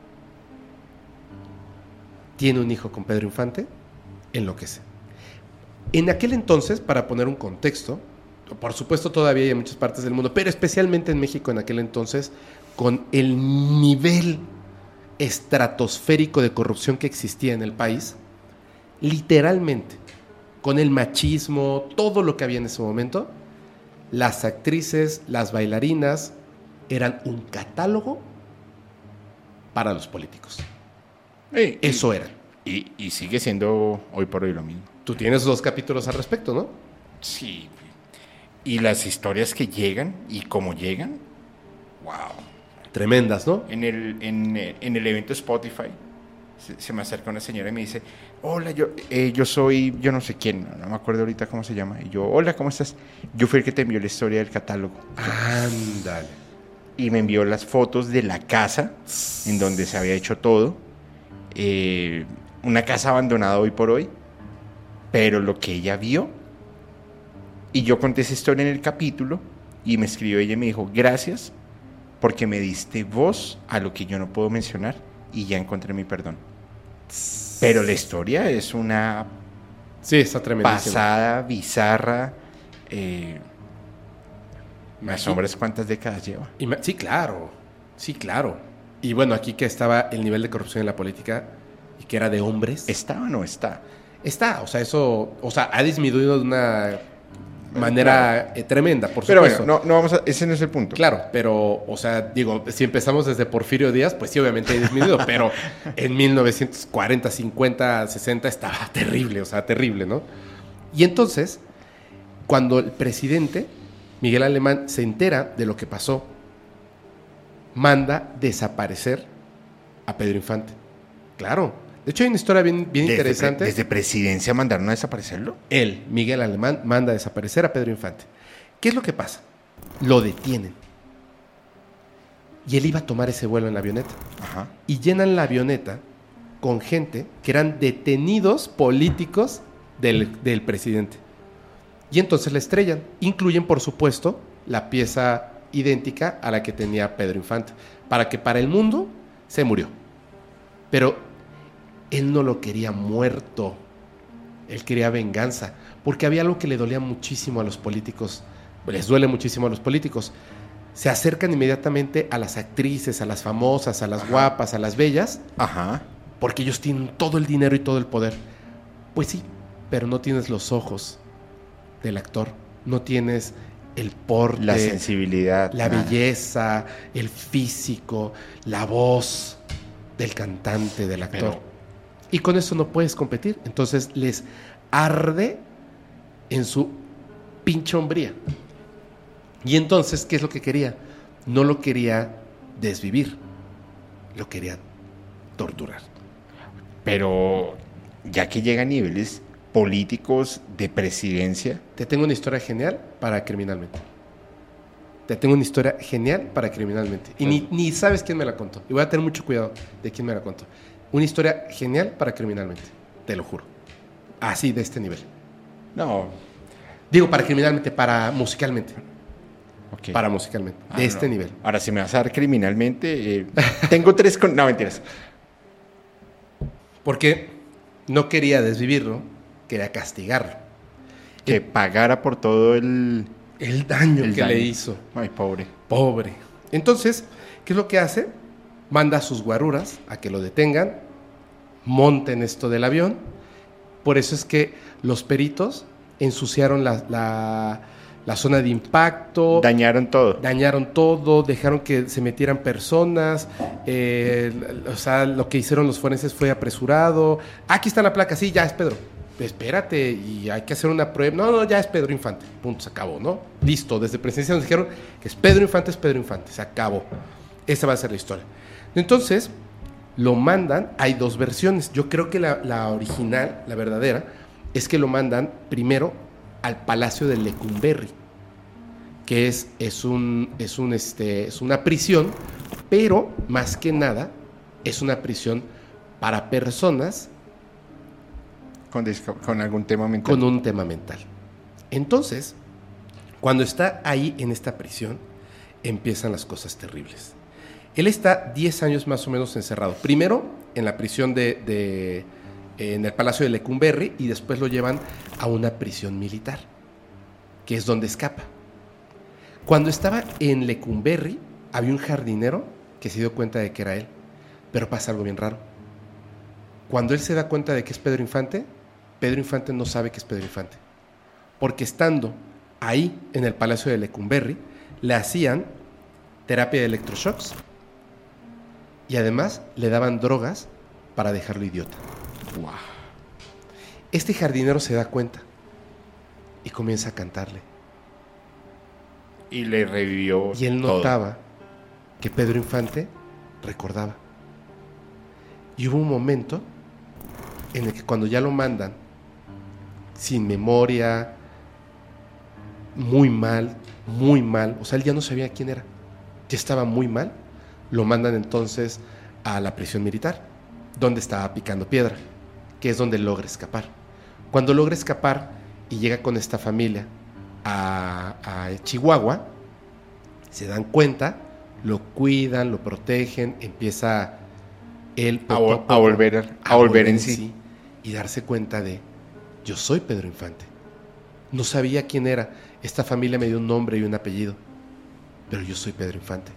tiene un hijo con Pedro Infante, enloquece. En aquel entonces, para poner un contexto, por supuesto todavía hay en muchas partes del mundo, pero especialmente en México en aquel entonces, con el nivel estratosférico de corrupción que existía en el país, literalmente, con el machismo, todo lo que había en ese momento, las actrices, las bailarinas, eran un catálogo para los políticos. Eso era. Y sigue siendo hoy por hoy lo mismo. Tú tienes 2 capítulos al respecto, ¿no? Sí. Y las historias que llegan y cómo llegan, wow. Tremendas, ¿no? En el evento Spotify se me acerca una señora y me dice, hola, yo soy, yo no sé quién, no me acuerdo ahorita cómo se llama. Y yo, hola, ¿cómo estás? Yo fui el que te envió la historia del catálogo. Ándale. Y me envió las fotos de la casa en donde se había hecho todo. Una casa abandonada hoy por hoy. Pero lo que ella vio, y yo conté esa historia en el capítulo, y me escribió ella y me dijo, gracias, porque me diste voz a lo que yo no puedo mencionar, y ya encontré mi perdón. Pero la historia es una Sí, está tremendísima. pasada, bizarra. Me asombra cuántas décadas lleva. Sí, claro. Sí, claro. Y bueno, aquí que estaba el nivel de corrupción en la política y que era de hombres. ¿Está o no está? Está, o sea, eso, o sea, ha disminuido de una manera tremenda, por Pero supuesto. bueno, no vamos a, ese no es el punto. Claro, pero, o sea, digo, si empezamos desde Porfirio Díaz, pues sí, obviamente ha disminuido, pero en 1940, 50, 60 estaba terrible, o sea, terrible, ¿no? Y entonces, cuando el presidente, Miguel Alemán, se entera de lo que pasó, manda desaparecer a Pedro Infante. Claro. De hecho, hay una historia bien interesante. ¿Desde presidencia mandaron a desaparecerlo? Él, Miguel Alemán, manda a desaparecer a Pedro Infante. ¿Qué es lo que pasa? Lo detienen. Y él iba a tomar ese vuelo en la avioneta. Ajá. Y llenan la avioneta con gente que eran detenidos políticos del presidente. Y entonces la estrellan. Incluyen, por supuesto, la pieza idéntica a la que tenía Pedro Infante. Para que para el mundo se murió. Pero él no lo quería muerto. Él quería venganza. Porque había algo que le dolía muchísimo a los políticos. Les duele muchísimo a los políticos. Se acercan inmediatamente a las actrices, a las famosas, a las guapas, a las bellas. Ajá. Porque ellos tienen todo el dinero y todo el poder. Pues sí, pero no tienes los ojos del actor. No tienes el porte, la sensibilidad, la belleza, el físico, la voz del cantante, del actor. Y con eso no puedes competir. Entonces les arde en su pinche hombría. Y entonces, ¿qué es lo que quería? No lo quería desvivir. Lo quería torturar. Pero ya que llega a niveles políticos de presidencia. Te tengo una historia genial para Criminalmente. Te tengo una historia genial para Criminalmente. Y ni sabes quién me la contó. Y voy a tener mucho cuidado de quién me la contó. Una historia genial para Criminalmente. Te lo juro. Así, de este nivel. No. Digo, para Criminalmente, para Musicalmente. Okay. Para Musicalmente. De este nivel. Ahora, si me vas a dar Criminalmente, tengo 3 con... No, mentiras. Porque no quería desvivirlo, quería castigarlo. Que pagara por todo el daño que le hizo. Ay, pobre. Pobre. Entonces, ¿qué es lo que hace? Manda a sus guaruras a que lo detengan, monten esto del avión. Por eso es que los peritos ensuciaron la zona de impacto. Dañaron todo, dejaron que se metieran personas. O sea, lo que hicieron los forenses fue apresurado. Aquí está la placa, sí, ya es Pedro. Espérate, y hay que hacer una prueba. No, ya es Pedro Infante. Punto, se acabó, ¿no? Listo, desde presidencia nos dijeron que es Pedro Infante, se acabó. Esa va a ser la historia. Entonces, lo mandan, hay 2 versiones. Yo creo que la original, la verdadera, es que lo mandan primero al Palacio de Lecumberri, que es una prisión, pero más que nada es una prisión para personas con algún tema mental. Con un tema mental. Entonces, cuando está ahí en esta prisión, empiezan las cosas terribles. Él está 10 años más o menos encerrado. Primero en la prisión en el Palacio de Lecumberri, y después lo llevan a una prisión militar, que es donde escapa. Cuando estaba en Lecumberri, había un jardinero que se dio cuenta de que era él, Pero pasa algo bien raro. Cuando él se da cuenta de que es Pedro Infante no sabe que es Pedro Infante. Porque estando ahí, en el Palacio de Lecumberri, le hacían terapia de electroshocks y además le daban drogas para dejarlo idiota. Wow. Este jardinero se da cuenta y comienza a cantarle. Y le revivió Y él todo. notaba que Pedro Infante recordaba. Y hubo un momento en el que cuando ya lo mandan sin memoria, muy mal, o sea, él ya no sabía quién era, ya estaba muy mal, lo mandan entonces a la prisión militar, donde estaba picando piedra, que es donde logra escapar. Cuando logra escapar y llega con esta familia a Chihuahua, se dan cuenta, lo cuidan, lo protegen, empieza él a volver en sí. Y darse cuenta de, yo soy Pedro Infante. No sabía quién era. Esta familia me dio un nombre y un apellido, pero yo soy Pedro Infante.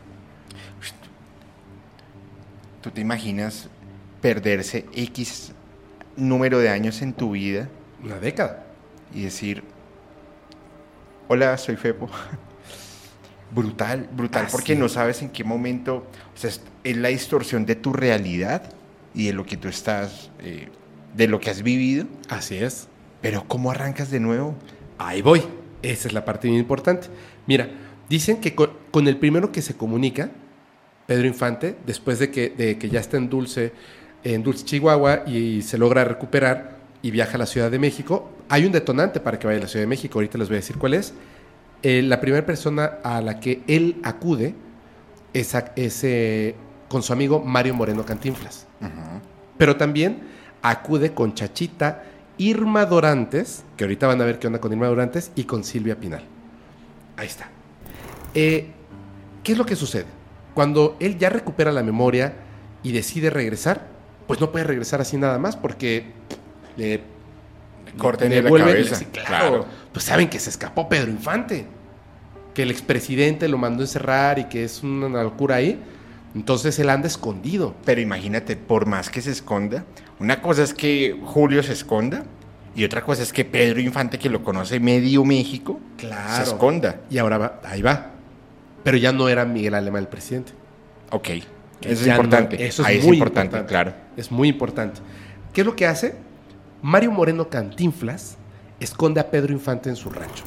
¿Tú te imaginas perderse X número de años en tu vida Una década. y decir, hola, soy Fepo? Brutal, Así porque es. no sabes en qué momento, o sea, es la distorsión de tu realidad y de lo que tú estás, de lo que has vivido, Así es. pero ¿cómo arrancas de nuevo? Ahí voy. Esa es la parte bien importante. Mira, dicen que con el primero que se comunica, Pedro Infante, después de que ya está en Dulce, Chihuahua, y se logra recuperar y viaja a la Ciudad de México, hay un detonante para que vaya a la Ciudad de México. Ahorita les voy a decir cuál es. La primera persona a la que él acude es con su amigo Mario Moreno Cantinflas. Pero también acude con Chachita, Irma Dorantes, que ahorita van a ver qué onda con Irma Dorantes, y con Silvia Pinal. Ahí está. ¿Qué es lo que sucede? Cuando él ya recupera la memoria y decide regresar, pues no puede regresar así nada más porque le Corten le de la vuelven- cabeza. sí, claro. Pues saben que se escapó Pedro Infante, que el expresidente lo mandó encerrar y que es una locura ahí. Entonces él anda escondido. Pero imagínate, por más que se esconda, una cosa es que Julio se esconda y otra cosa es que Pedro Infante, que lo conoce medio México, Claro. se esconda. Y ahora ahí va. Pero ya no era Miguel Alemán el presidente. Ok, Que eso es ya no- importante. eso Ahí es es muy importante, claro. Es muy importante. ¿Qué es lo que hace? Mario Moreno Cantinflas esconde a Pedro Infante en su rancho.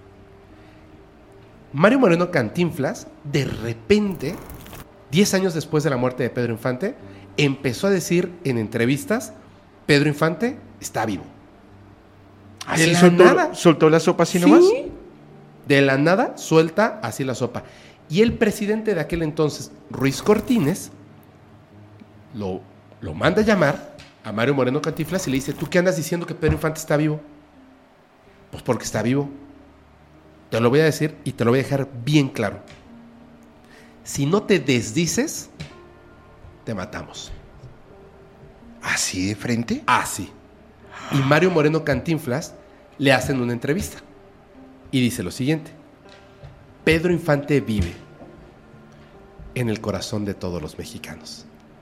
Mario Moreno Cantinflas, de repente, 10 años después de la muerte de Pedro Infante, empezó a decir en entrevistas, Pedro Infante está vivo. Así De la soltó, nada. soltó la sopa así Sí. nomás. De la nada suelta así la sopa. Y el presidente de aquel entonces, Ruiz Cortines, lo manda a llamar a Mario Moreno Cantinflas y le dice, ¿tú qué andas diciendo que Pedro Infante está vivo? Pues porque está vivo. Te lo voy a decir y te lo voy a dejar bien claro. Si no te desdices, te matamos. ¿Así de frente? Así. Y Mario Moreno Cantinflas le hacen una entrevista y dice lo siguiente: Pedro Infante vive en el corazón de todos los mexicanos.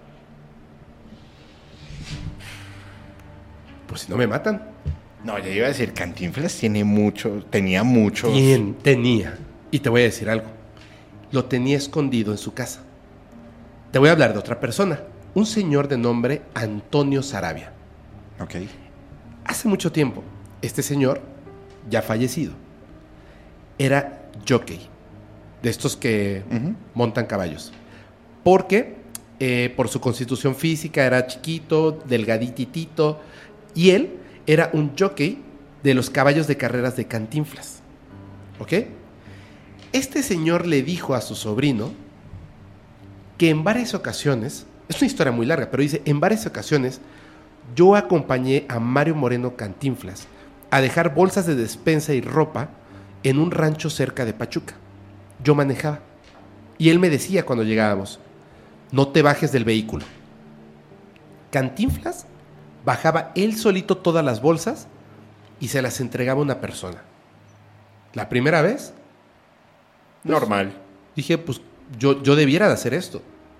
Pues si no me matan. No, ya iba a decir, Cantinflas tenía muchos. Bien, tenía. Y te voy a decir algo. Lo tenía escondido en su casa. Te voy a hablar de otra persona. Un señor de nombre Antonio Sarabia. Ok. Hace mucho tiempo, este señor, ya fallecido, era jockey, de estos que montan caballos. Porque por su constitución física era chiquito, delgadititito, y él era un jockey de los caballos de carreras de Cantinflas. ¿Ok? Este señor le dijo a su sobrino que en varias ocasiones, es una historia muy larga, pero dice, en varias ocasiones yo acompañé a Mario Moreno Cantinflas a dejar bolsas de despensa y ropa en un rancho cerca de Pachuca. Yo manejaba. Y él me decía cuando llegábamos, no te bajes del vehículo. Cantinflas bajaba él solito todas las bolsas y se las entregaba a una persona. La primera vez Normal. dije, pues yo debiera de hacer esto.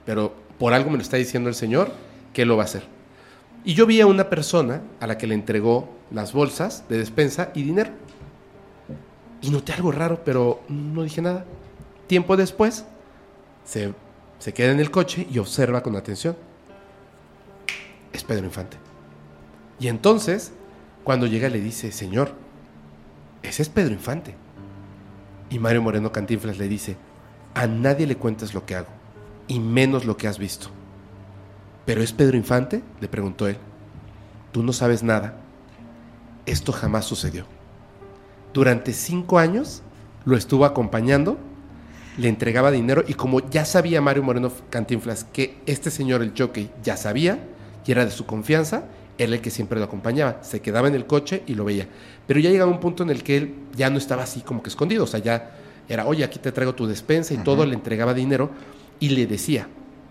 pero por algo me lo está diciendo el Señor que Él lo va a hacer. Y yo vi a una persona a la que le entregó las bolsas de despensa y dinero. Y noté algo raro, pero no dije nada. Tiempo después, se queda en el coche y observa con atención. Es Pedro Infante. Y entonces, cuando llega, le dice: Señor, ese es Pedro Infante. Y Mario Moreno Cantinflas le dice: a nadie le cuentes lo que hago, y menos lo que has visto. ¿Pero es Pedro Infante?, le preguntó él. Tú no sabes nada. Esto jamás sucedió. Durante 5 años lo estuvo acompañando, le entregaba dinero, y como ya sabía Mario Moreno Cantinflas que este señor, el jockey, ya sabía y era de su confianza, era el que siempre lo acompañaba. Se quedaba en el coche y lo veía. Pero ya llegaba un punto en el que él ya no estaba así como que escondido. O sea, ya era: oye, aquí te traigo tu despensa y todo. Le entregaba dinero y le decía: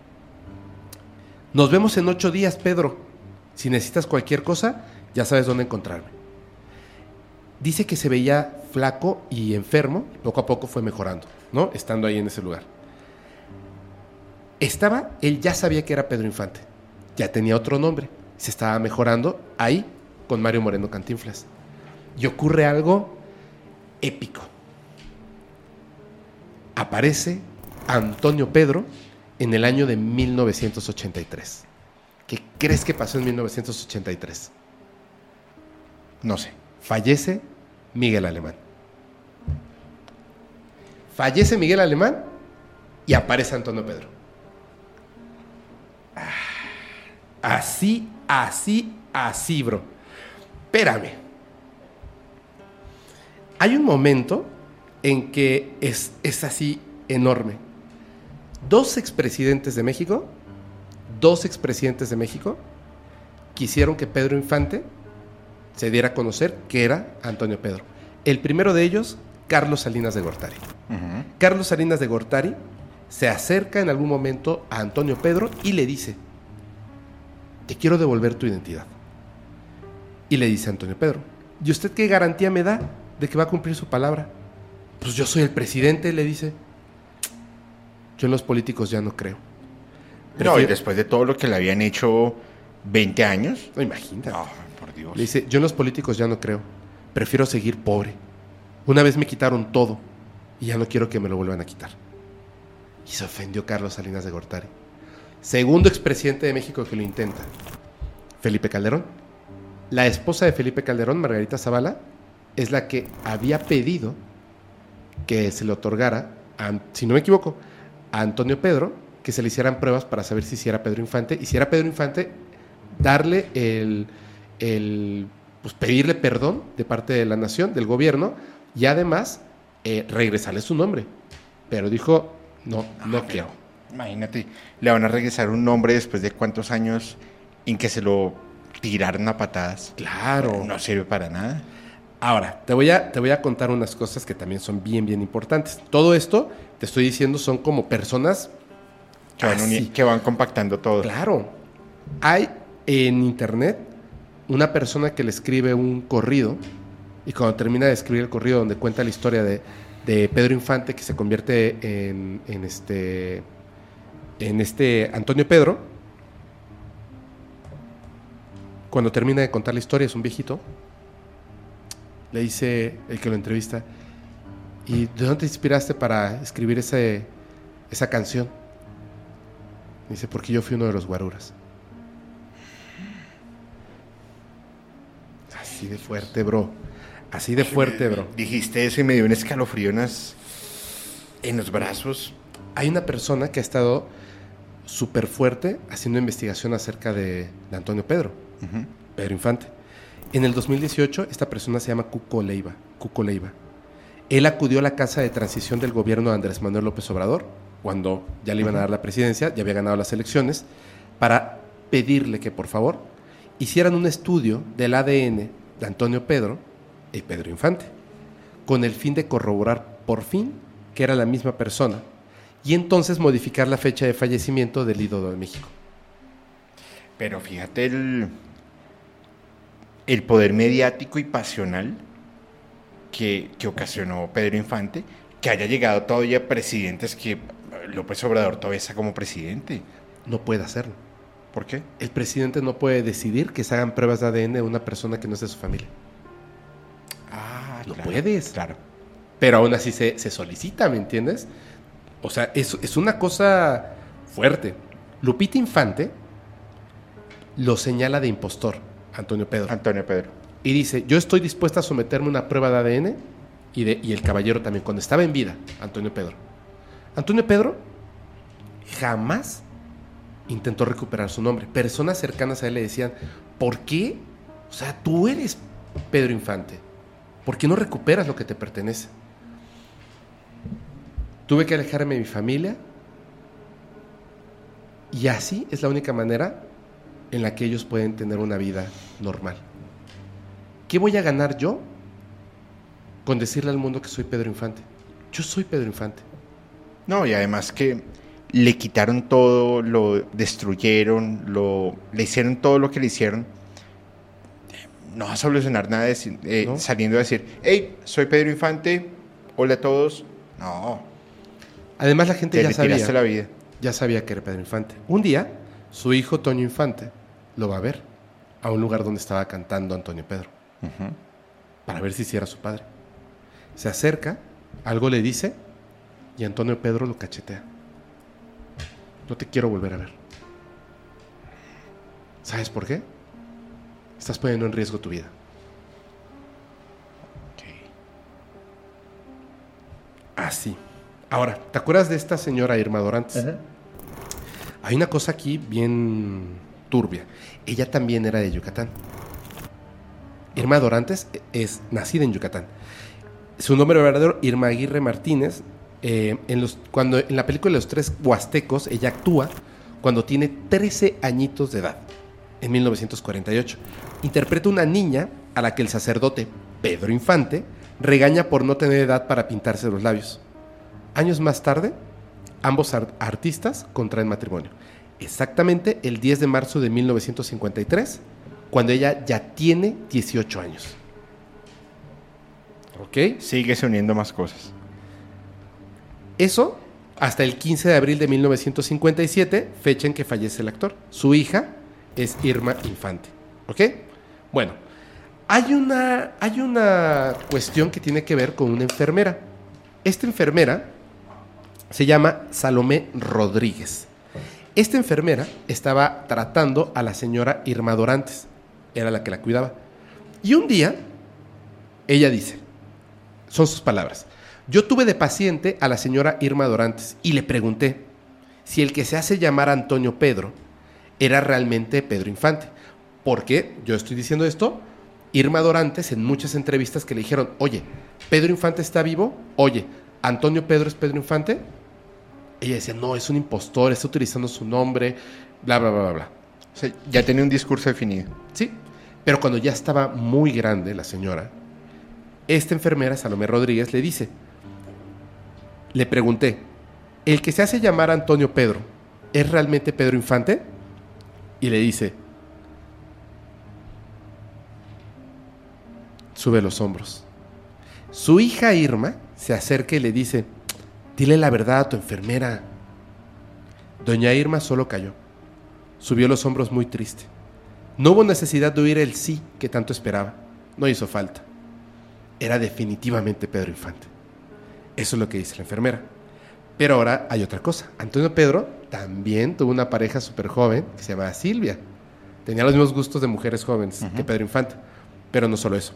nos vemos en 8 días, Pedro. Si necesitas cualquier cosa, ya sabes dónde encontrarme. Dice que se veía flaco y enfermo. Poco a poco fue mejorando, ¿no? Estando ahí en ese lugar. Él ya sabía que era Pedro Infante. Ya tenía otro nombre. Se estaba mejorando ahí con Mario Moreno Cantinflas. Y ocurre algo épico. Aparece Antonio Pedro en el año de 1983. ¿Qué crees que pasó en 1983? No sé. Fallece Miguel Alemán. Fallece Miguel Alemán y aparece Antonio Pedro. Así, bro. Espérame. Hay un momento en que es así enorme. Dos expresidentes de México quisieron que Pedro Infante se diera a conocer que era Antonio Pedro. El primero de ellos, Carlos Salinas de Gortari. Carlos Salinas de Gortari se acerca en algún momento a Antonio Pedro y le dice: te quiero devolver tu identidad. Y le dice a Antonio Pedro: ¿y usted qué garantía me da de que va a cumplir su palabra? Pues yo soy el presidente, le dice. Yo en los políticos ya no creo. No, y después de todo lo que le habían hecho 20 años. No, imagínate. No, por Dios. Le dice: yo en los políticos ya no creo. Prefiero seguir pobre. Una vez me quitaron todo y ya no quiero que me lo vuelvan a quitar. Y se ofendió Carlos Salinas de Gortari. Segundo expresidente de México que lo intenta. Felipe Calderón. La esposa de Felipe Calderón, Margarita Zavala, es la que había pedido que se le otorgara, si no me equivoco, a Antonio Pedro, que se le hicieran pruebas para saber si era Pedro Infante, y si era Pedro Infante, darle pues pedirle perdón de parte de la nación, del gobierno, y además regresarle su nombre. Pero dijo: no quiero. Imagínate, le van a regresar un nombre después de cuántos años en que se lo tiraron a patadas. Claro. No sirve para nada. Ahora, te voy a contar unas cosas que también son bien, bien importantes. Todo esto, te estoy diciendo, son como personas que van compactando todo. Claro. Hay en internet una persona que le escribe un corrido, y cuando termina de escribir el corrido donde cuenta la historia de Pedro Infante, que se convierte en este Antonio Pedro, cuando termina de contar la historia, es un viejito, le dice el que lo entrevista: ¿y de dónde te inspiraste para escribir esa canción? Dice: porque yo fui uno de los guaruras. Así de fuerte, bro. Así de fuerte, bro. Dijiste eso y me dio un escalofrío en los brazos. Hay una persona que ha estado súper fuerte haciendo investigación acerca de Antonio Pedro, Pedro Infante. En el 2018, esta persona se llama Cuco Leiva. Él acudió a la casa de transición del gobierno de Andrés Manuel López Obrador, cuando ya le iban a dar la presidencia, ya había ganado las elecciones, para pedirle que, por favor, hicieran un estudio del ADN de Antonio Pedro y Pedro Infante, con el fin de corroborar por fin que era la misma persona, y entonces modificar la fecha de fallecimiento del ídolo de México. Pero fíjate el poder mediático y pasional que ocasionó Pedro Infante, que haya llegado todavía presidentes que López Obrador todavía está como presidente. No puede hacerlo. ¿Por qué? El presidente no puede decidir que se hagan pruebas de ADN de una persona que no es de su familia. No puedes. Claro. Pero aún así se solicita, ¿me entiendes? O sea, es una cosa fuerte. Lupita Infante lo señala de impostor, Antonio Pedro. Y dice, yo estoy dispuesta a someterme a una prueba de ADN y el caballero también, cuando estaba en vida, Antonio Pedro. Antonio Pedro jamás intentó recuperar su nombre. Personas cercanas a él le decían, ¿por qué? O sea, tú eres Pedro Infante. ¿Por qué no recuperas lo que te pertenece? Tuve que alejarme de mi familia y así es la única manera en la que ellos pueden tener una vida normal. ¿Qué voy a ganar yo con decirle al mundo que soy Pedro Infante? Yo soy Pedro Infante. No, y además que le quitaron todo, lo destruyeron, le hicieron todo lo que le hicieron. No va a solucionar nada ¿no? Saliendo a decir, hey, soy Pedro Infante, hola a todos. No. Además la gente ya sabía. La vida. Ya sabía que era Pedro Infante. Un día, su hijo Toño Infante lo va a ver a un lugar donde estaba cantando Antonio Pedro. Para ver si era su padre. Se acerca, algo le dice y Antonio Pedro lo cachetea. No te quiero volver a ver. ¿Sabes por qué? Estás poniendo en riesgo tu vida. Así. Ahora, ¿te acuerdas de esta señora Irma Dorantes? Uh-huh. Hay una cosa aquí bien turbia. Ella también era de Yucatán. Irma Dorantes es nacida en Yucatán. Su nombre verdadero, Irma Aguirre Martínez. Cuando en la película de Los Tres Huastecos, ella actúa cuando tiene 13 añitos de edad, en 1948. Interpreta una niña a la que el sacerdote Pedro Infante regaña por no tener edad para pintarse los labios. Años más tarde, ambos artistas contraen matrimonio. Exactamente el 10 de marzo de 1953, cuando ella ya tiene 18 años. ¿Ok? Sigues uniendo más cosas. Eso hasta el 15 de abril de 1957, fecha en que fallece el actor. Su hija es Irma Infante. ¿Ok? Bueno, hay una cuestión que tiene que ver con una enfermera. Esta enfermera se llama Salomé Rodríguez. Esta enfermera estaba tratando a la señora Irma Dorantes. Era la que la cuidaba. Y un día, ella dice, son sus palabras, yo tuve de paciente a la señora Irma Dorantes y le pregunté si el que se hace llamar Antonio Pedro era realmente Pedro Infante. ¿Por qué yo estoy diciendo esto? Irma Dorantes, en muchas entrevistas que le dijeron, oye, ¿Pedro Infante está vivo? Oye, ¿Antonio Pedro es Pedro Infante? Ella decía, no, es un impostor, está utilizando su nombre, bla, bla, bla, bla, bla. O sea, ya tenía un discurso definido. Sí, pero cuando ya estaba muy grande la señora, esta enfermera, Salomé Rodríguez, le dice, le pregunté, ¿el que se hace llamar Antonio Pedro es realmente Pedro Infante? Y le dice, sube los hombros. Su hija Irma se acerca y le dice, dile la verdad a tu enfermera. Doña Irma solo cayó. Subió los hombros muy triste. No hubo necesidad de oír el sí que tanto esperaba. No hizo falta. Era definitivamente Pedro Infante. Eso es lo que dice la enfermera. Pero ahora hay otra cosa. Antonio Pedro también tuvo una pareja súper joven que se llamaba Silvia. Tenía los mismos gustos de mujeres jóvenes que Pedro Infante. Pero no solo eso.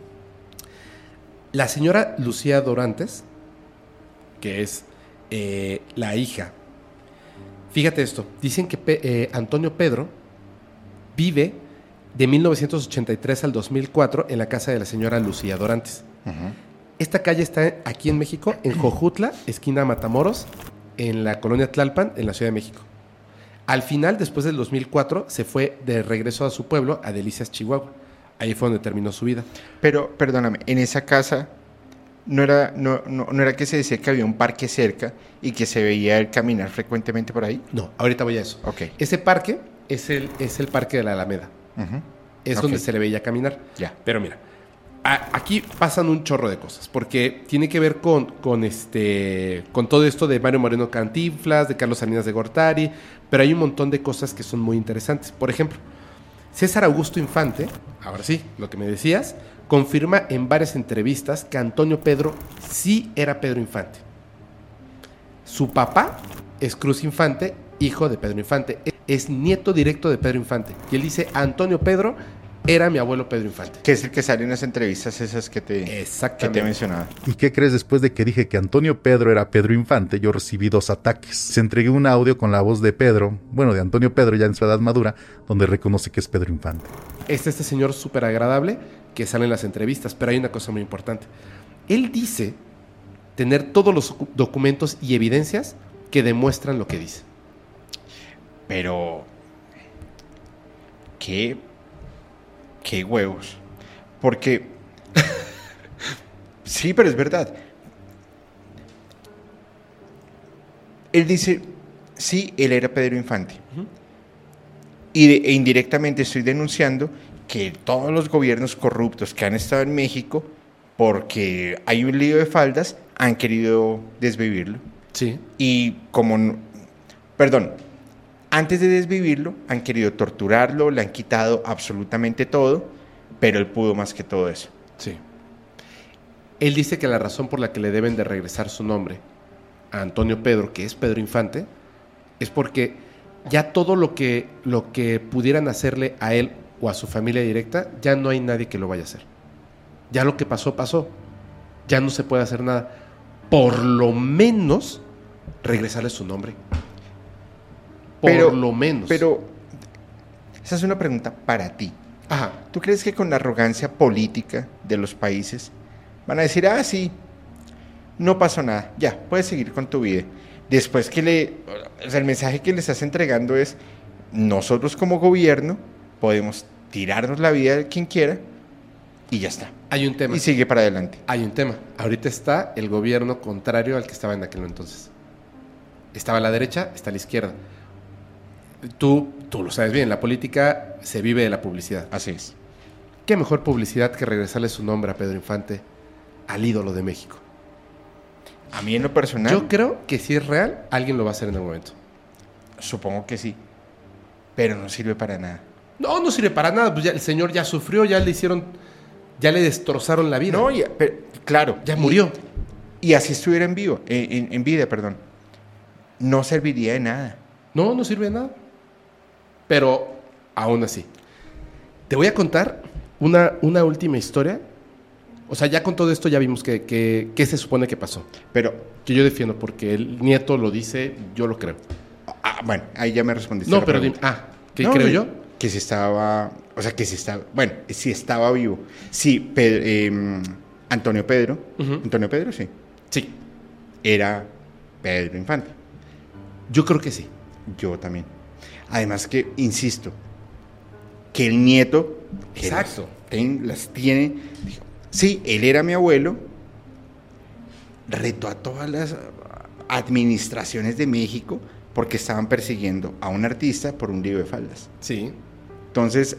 La señora Lucía Dorantes, que es la hija. Fíjate esto. Dicen que Antonio Pedro vive de 1983 al 2004 en la casa de la señora Lucía Dorantes. Esta calle está aquí en México, en Jojutla, esquina Matamoros, en la colonia Tlalpan, en la Ciudad de México. Al final, después del 2004, se fue de regreso a su pueblo, a Delicias, Chihuahua. Ahí fue donde terminó su vida. Pero, perdóname, en esa casa no era que se decía que había un parque cerca y que se veía él caminar frecuentemente por ahí. No, ahorita voy a eso. Okay. Ese parque es el parque de la Alameda. Es donde se le veía caminar. Ya. Pero mira, aquí pasan un chorro de cosas, porque tiene que ver con todo esto de Mario Moreno Cantinflas, de Carlos Salinas de Gortari, pero hay un montón de cosas que son muy interesantes. Por ejemplo, César Augusto Infante, ahora sí, lo que me decías, confirma en varias entrevistas que Antonio Pedro sí era Pedro Infante. Su papá es Cruz Infante, hijo de Pedro Infante. Es nieto directo de Pedro Infante. Y él dice, Antonio Pedro era mi abuelo Pedro Infante. Que es el que sale en las entrevistas esas que te mencionaba. ¿Y qué crees? Después de que dije que Antonio Pedro era Pedro Infante, yo recibí 2 ataques. Se entregué un audio con la voz de Pedro, bueno, de Antonio Pedro ya en su edad madura, donde reconoce que es Pedro Infante. Este señor súper agradable que sale en las entrevistas, pero hay una cosa muy importante. Él dice tener todos los documentos y evidencias que demuestran lo que dice. Pero... ¿Qué huevos? Porque... sí, pero es verdad. Él dice, sí, él era Pedro Infante. Uh-huh. E indirectamente estoy denunciando que todos los gobiernos corruptos que han estado en México, porque hay un lío de faldas, han querido desvivirlo. Sí. Y como... Perdón. Antes de desvivirlo, han querido torturarlo, le han quitado absolutamente todo, pero él pudo más que todo eso. Sí. Él dice que la razón por la que le deben de regresar su nombre a Antonio Pedro, que es Pedro Infante, es porque ya todo lo que pudieran hacerle a él o a su familia directa, ya no hay nadie que lo vaya a hacer. Ya lo que pasó, pasó. Ya no se puede hacer nada. Por lo menos, regresarle su nombre. Por lo menos. Pero, esa es una pregunta para ti. Ajá. ¿Tú crees que con la arrogancia política de los países van a decir, sí, no pasó nada, ya, puedes seguir con tu vida? Después el mensaje que le estás entregando es, nosotros como gobierno podemos tirarnos la vida de quien quiera y ya está. Hay un tema. Y sigue para adelante. Hay un tema. Ahorita está el gobierno contrario al que estaba en aquel entonces. Estaba a la derecha, está a la izquierda. Tú lo sabes bien, la política se vive de la publicidad. Así es. ¿Qué mejor publicidad que regresarle su nombre a Pedro Infante, al ídolo de México? A mí en lo personal... Yo creo que si es real, alguien lo va a hacer en algún momento. Supongo que sí, pero no sirve para nada. No sirve para nada. Pues ya, el señor ya sufrió, ya le destrozaron la vida. No, claro. Ya murió. Y así estuviera en vida, perdón. No serviría de nada. No sirve de nada. Pero aún así. Te voy a contar una última historia. O sea, ya con todo esto ya vimos que se supone que pasó. Pero que yo defiendo porque el nieto lo dice, yo lo creo. Bueno, ahí ya me respondiste. No, pero dime, ¿qué creo yo? Que si estaba, si estaba vivo. Sí, Antonio Pedro. Uh-huh. Antonio Pedro, sí. Sí. Era Pedro Infante. Yo creo que sí. Yo también. Además que, insisto, que el nieto... Exacto. Las tiene... Dijo, sí, él era mi abuelo. Retó a todas las administraciones de México porque estaban persiguiendo a un artista por un lío de faldas. Sí. Entonces,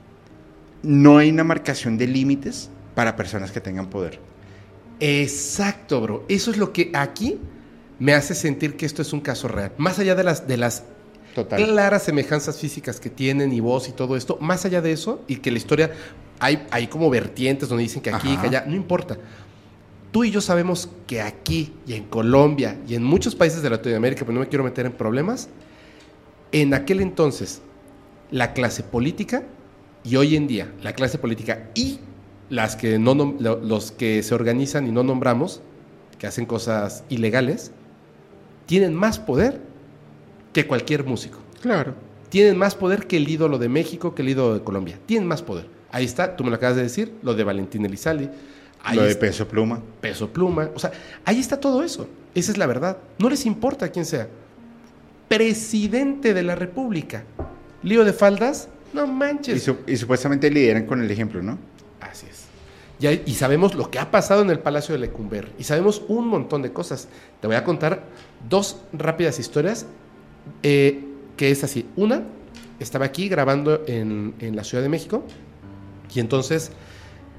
no hay una marcación de límites para personas que tengan poder. Exacto, bro. Eso es lo que aquí me hace sentir que esto es un caso real. Más allá de las Total. Claras semejanzas físicas que tienen y voz y todo esto, más allá de eso, y que la historia, hay como vertientes donde dicen que aquí y que allá, no importa. Tú y yo sabemos que aquí y en Colombia y en muchos países de Latinoamérica, pero no me quiero meter en problemas, en aquel entonces la clase política y hoy en día la clase política y los que se organizan y no nombramos, que hacen cosas ilegales, tienen más poder que cualquier músico. Claro. Tienen más poder que el ídolo de México, que el ídolo de Colombia. Tienen más poder. Ahí está, tú me lo acabas de decir, lo de Valentín Elizalde. Lo de Peso Pluma. Peso Pluma. O sea, ahí está todo eso. Esa es la verdad. No les importa quién sea. Presidente de la República. Lío de faldas, no manches. Y supuestamente lideran con el ejemplo, ¿no? Así es. Y sabemos lo que ha pasado en el Palacio de Lecumberri. Y sabemos un montón de cosas. Te voy a contar 2 rápidas historias. Que es así. Una, estaba aquí grabando en la Ciudad de México y entonces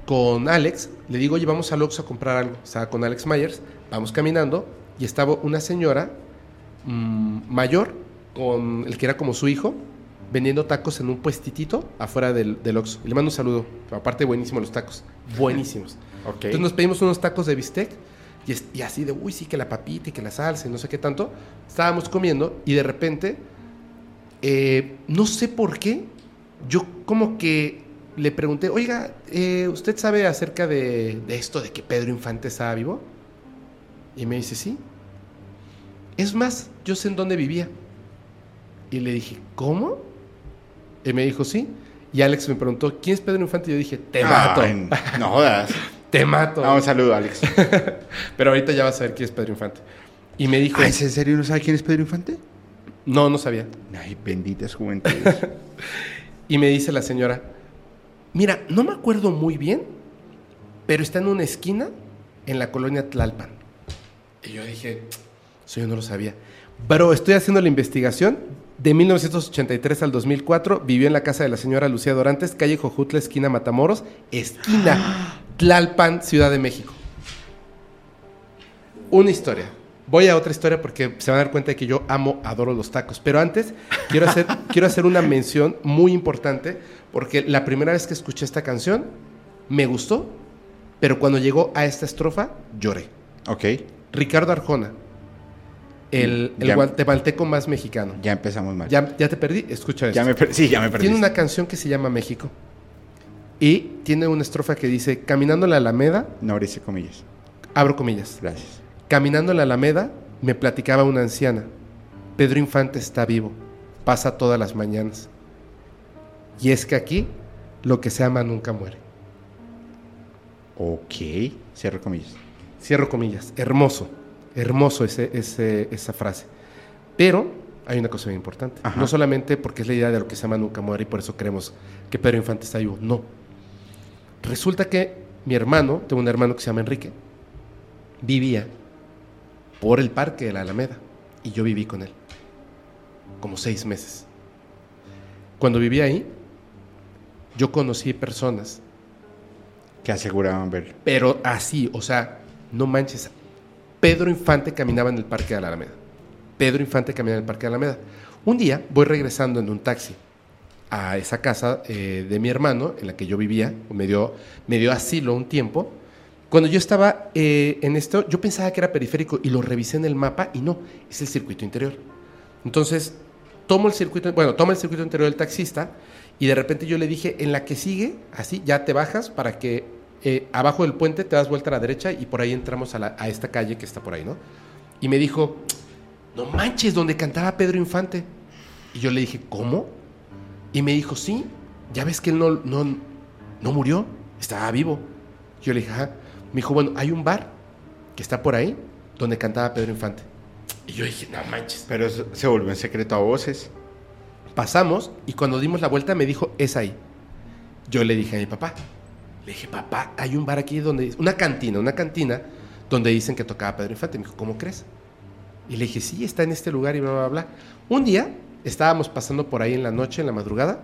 con Alex, le digo, oye, vamos al Oxxo a comprar algo. Estaba con Alex Myers, vamos caminando y estaba una señora mayor con el que era como su hijo, vendiendo tacos en un puestitito afuera del Oxxo. Y le mando un saludo. Aparte, buenísimos los tacos. Buenísimos. Okay. Entonces nos pedimos unos tacos de bistec y así de, uy, sí, que la papita y que la salsa y no sé qué tanto. Estábamos comiendo y de repente, no sé por qué, yo como que le pregunté, oiga, ¿usted sabe acerca de esto de que Pedro Infante estaba vivo? Y me dice, sí. Es más, yo sé en dónde vivía. Y le dije, ¿cómo? Y me dijo, sí. Y Alex me preguntó, ¿quién es Pedro Infante? Y yo dije, te mato. No jodas. Te mato. Un saludo, Alex. Pero ahorita ya vas a ver quién es Pedro Infante. Y me dijo... ¿Es en serio no sabe quién es Pedro Infante? No sabía. Ay, benditas juventudes. Y me dice la señora, mira, no me acuerdo muy bien, pero está en una esquina en la colonia Tlalpan. Y yo dije, eso yo no lo sabía. Pero estoy haciendo la investigación. De 1983 al 2004 vivió en la casa de la señora Lucía Dorantes, calle Jojutla, esquina Matamoros, esquina Tlalpan, Ciudad de México. Una historia. Voy a otra historia porque se van a dar cuenta de que yo adoro los tacos. Pero antes quiero hacer una mención muy importante porque la primera vez que escuché esta canción me gustó, pero cuando llegó a esta estrofa lloré. Ok. Ricardo Arjona. El guatemalteco más mexicano. Ya empezamos mal. ¿Ya te perdí? Escucha esto. Ya me perdí. Tiene una canción que se llama México. Y tiene una estrofa que dice, caminando la Alameda... No abriste comillas. Abro comillas. Gracias. Caminando la Alameda, me platicaba una anciana. Pedro Infante está vivo. Pasa todas las mañanas. Y es que aquí, lo que se ama nunca muere. Ok. Cierro comillas. Cierro comillas. Hermoso. Hermoso esa frase. Pero hay una cosa muy importante. Ajá. No solamente porque es la idea de lo que se ama nunca muere y por eso creemos que Pedro Infante está vivo. No. Resulta que mi hermano, tengo un hermano que se llama Enrique, vivía por el parque de la Alameda y yo viví con él como 6 meses. Cuando vivía ahí, yo conocí personas Que aseguraban ver. pero así, o sea, no manches. Pedro Infante caminaba en el parque de la Alameda. Pedro Infante caminaba en el parque de la Alameda. Un día voy regresando en un taxi a esa casa de mi hermano, en la que yo vivía, me dio asilo un tiempo. Cuando yo estaba en esto, yo pensaba que era periférico y lo revisé en el mapa y no, es el circuito interior. Entonces, toma el circuito interior del taxista y de repente yo le dije, en la que sigue, así, ya te bajas para que abajo del puente te das vuelta a la derecha y por ahí entramos a esta calle que está por ahí, ¿no? Y me dijo, no manches, donde cantaba Pedro Infante. Y yo le dije, ¿cómo? Y me dijo, sí, ya ves que él no murió, estaba vivo. Yo le dije, ajá. Me dijo, bueno, hay un bar que está por ahí donde cantaba Pedro Infante. Y yo dije, no manches. Pero eso se volvió en secreto a voces. Pasamos y cuando dimos la vuelta me dijo, es ahí. Yo le dije a mi papá, le dije, papá, hay un bar aquí donde... Una cantina donde dicen que tocaba Pedro Infante. Me dijo, ¿cómo crees? Y le dije, sí, está en este lugar y bla, bla, bla. Un día estábamos pasando por ahí en la noche, en la madrugada,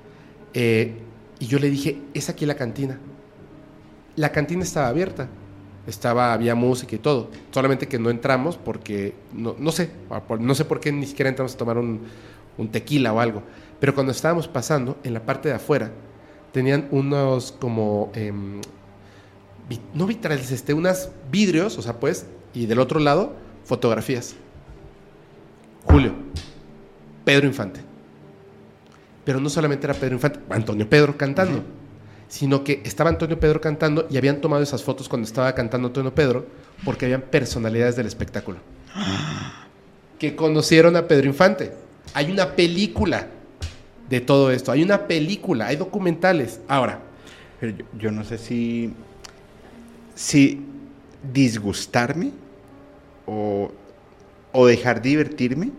y yo le dije, es aquí la cantina. La cantina estaba abierta, había música y todo, solamente que no entramos porque, no sé por qué ni siquiera entramos a tomar un tequila o algo, pero cuando estábamos pasando, en la parte de afuera, tenían unos como, no vitrales, unos vidrios, o sea, pues, y del otro lado, fotografías. Julio, Pedro Infante. Pero no solamente era Pedro Infante, Antonio Pedro cantando, sino que estaba Antonio Pedro cantando y habían tomado esas fotos cuando estaba cantando Antonio Pedro porque habían personalidades del espectáculo que conocieron a Pedro Infante. Hay una película de todo esto, hay documentales. Ahora, Pero yo no sé si disgustarme o dejar divertirme.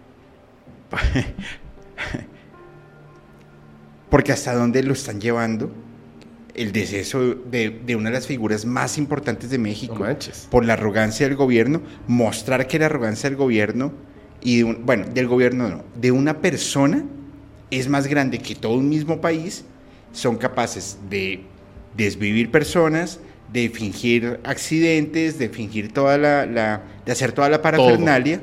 Porque hasta dónde lo están llevando el deceso de una de las figuras más importantes de México. No manches. Por la arrogancia del gobierno, mostrar que la arrogancia del gobierno y del gobierno no, de una persona es más grande que todo un mismo país, son capaces de desvivir personas, de fingir accidentes, de fingir de hacer toda la parafernalia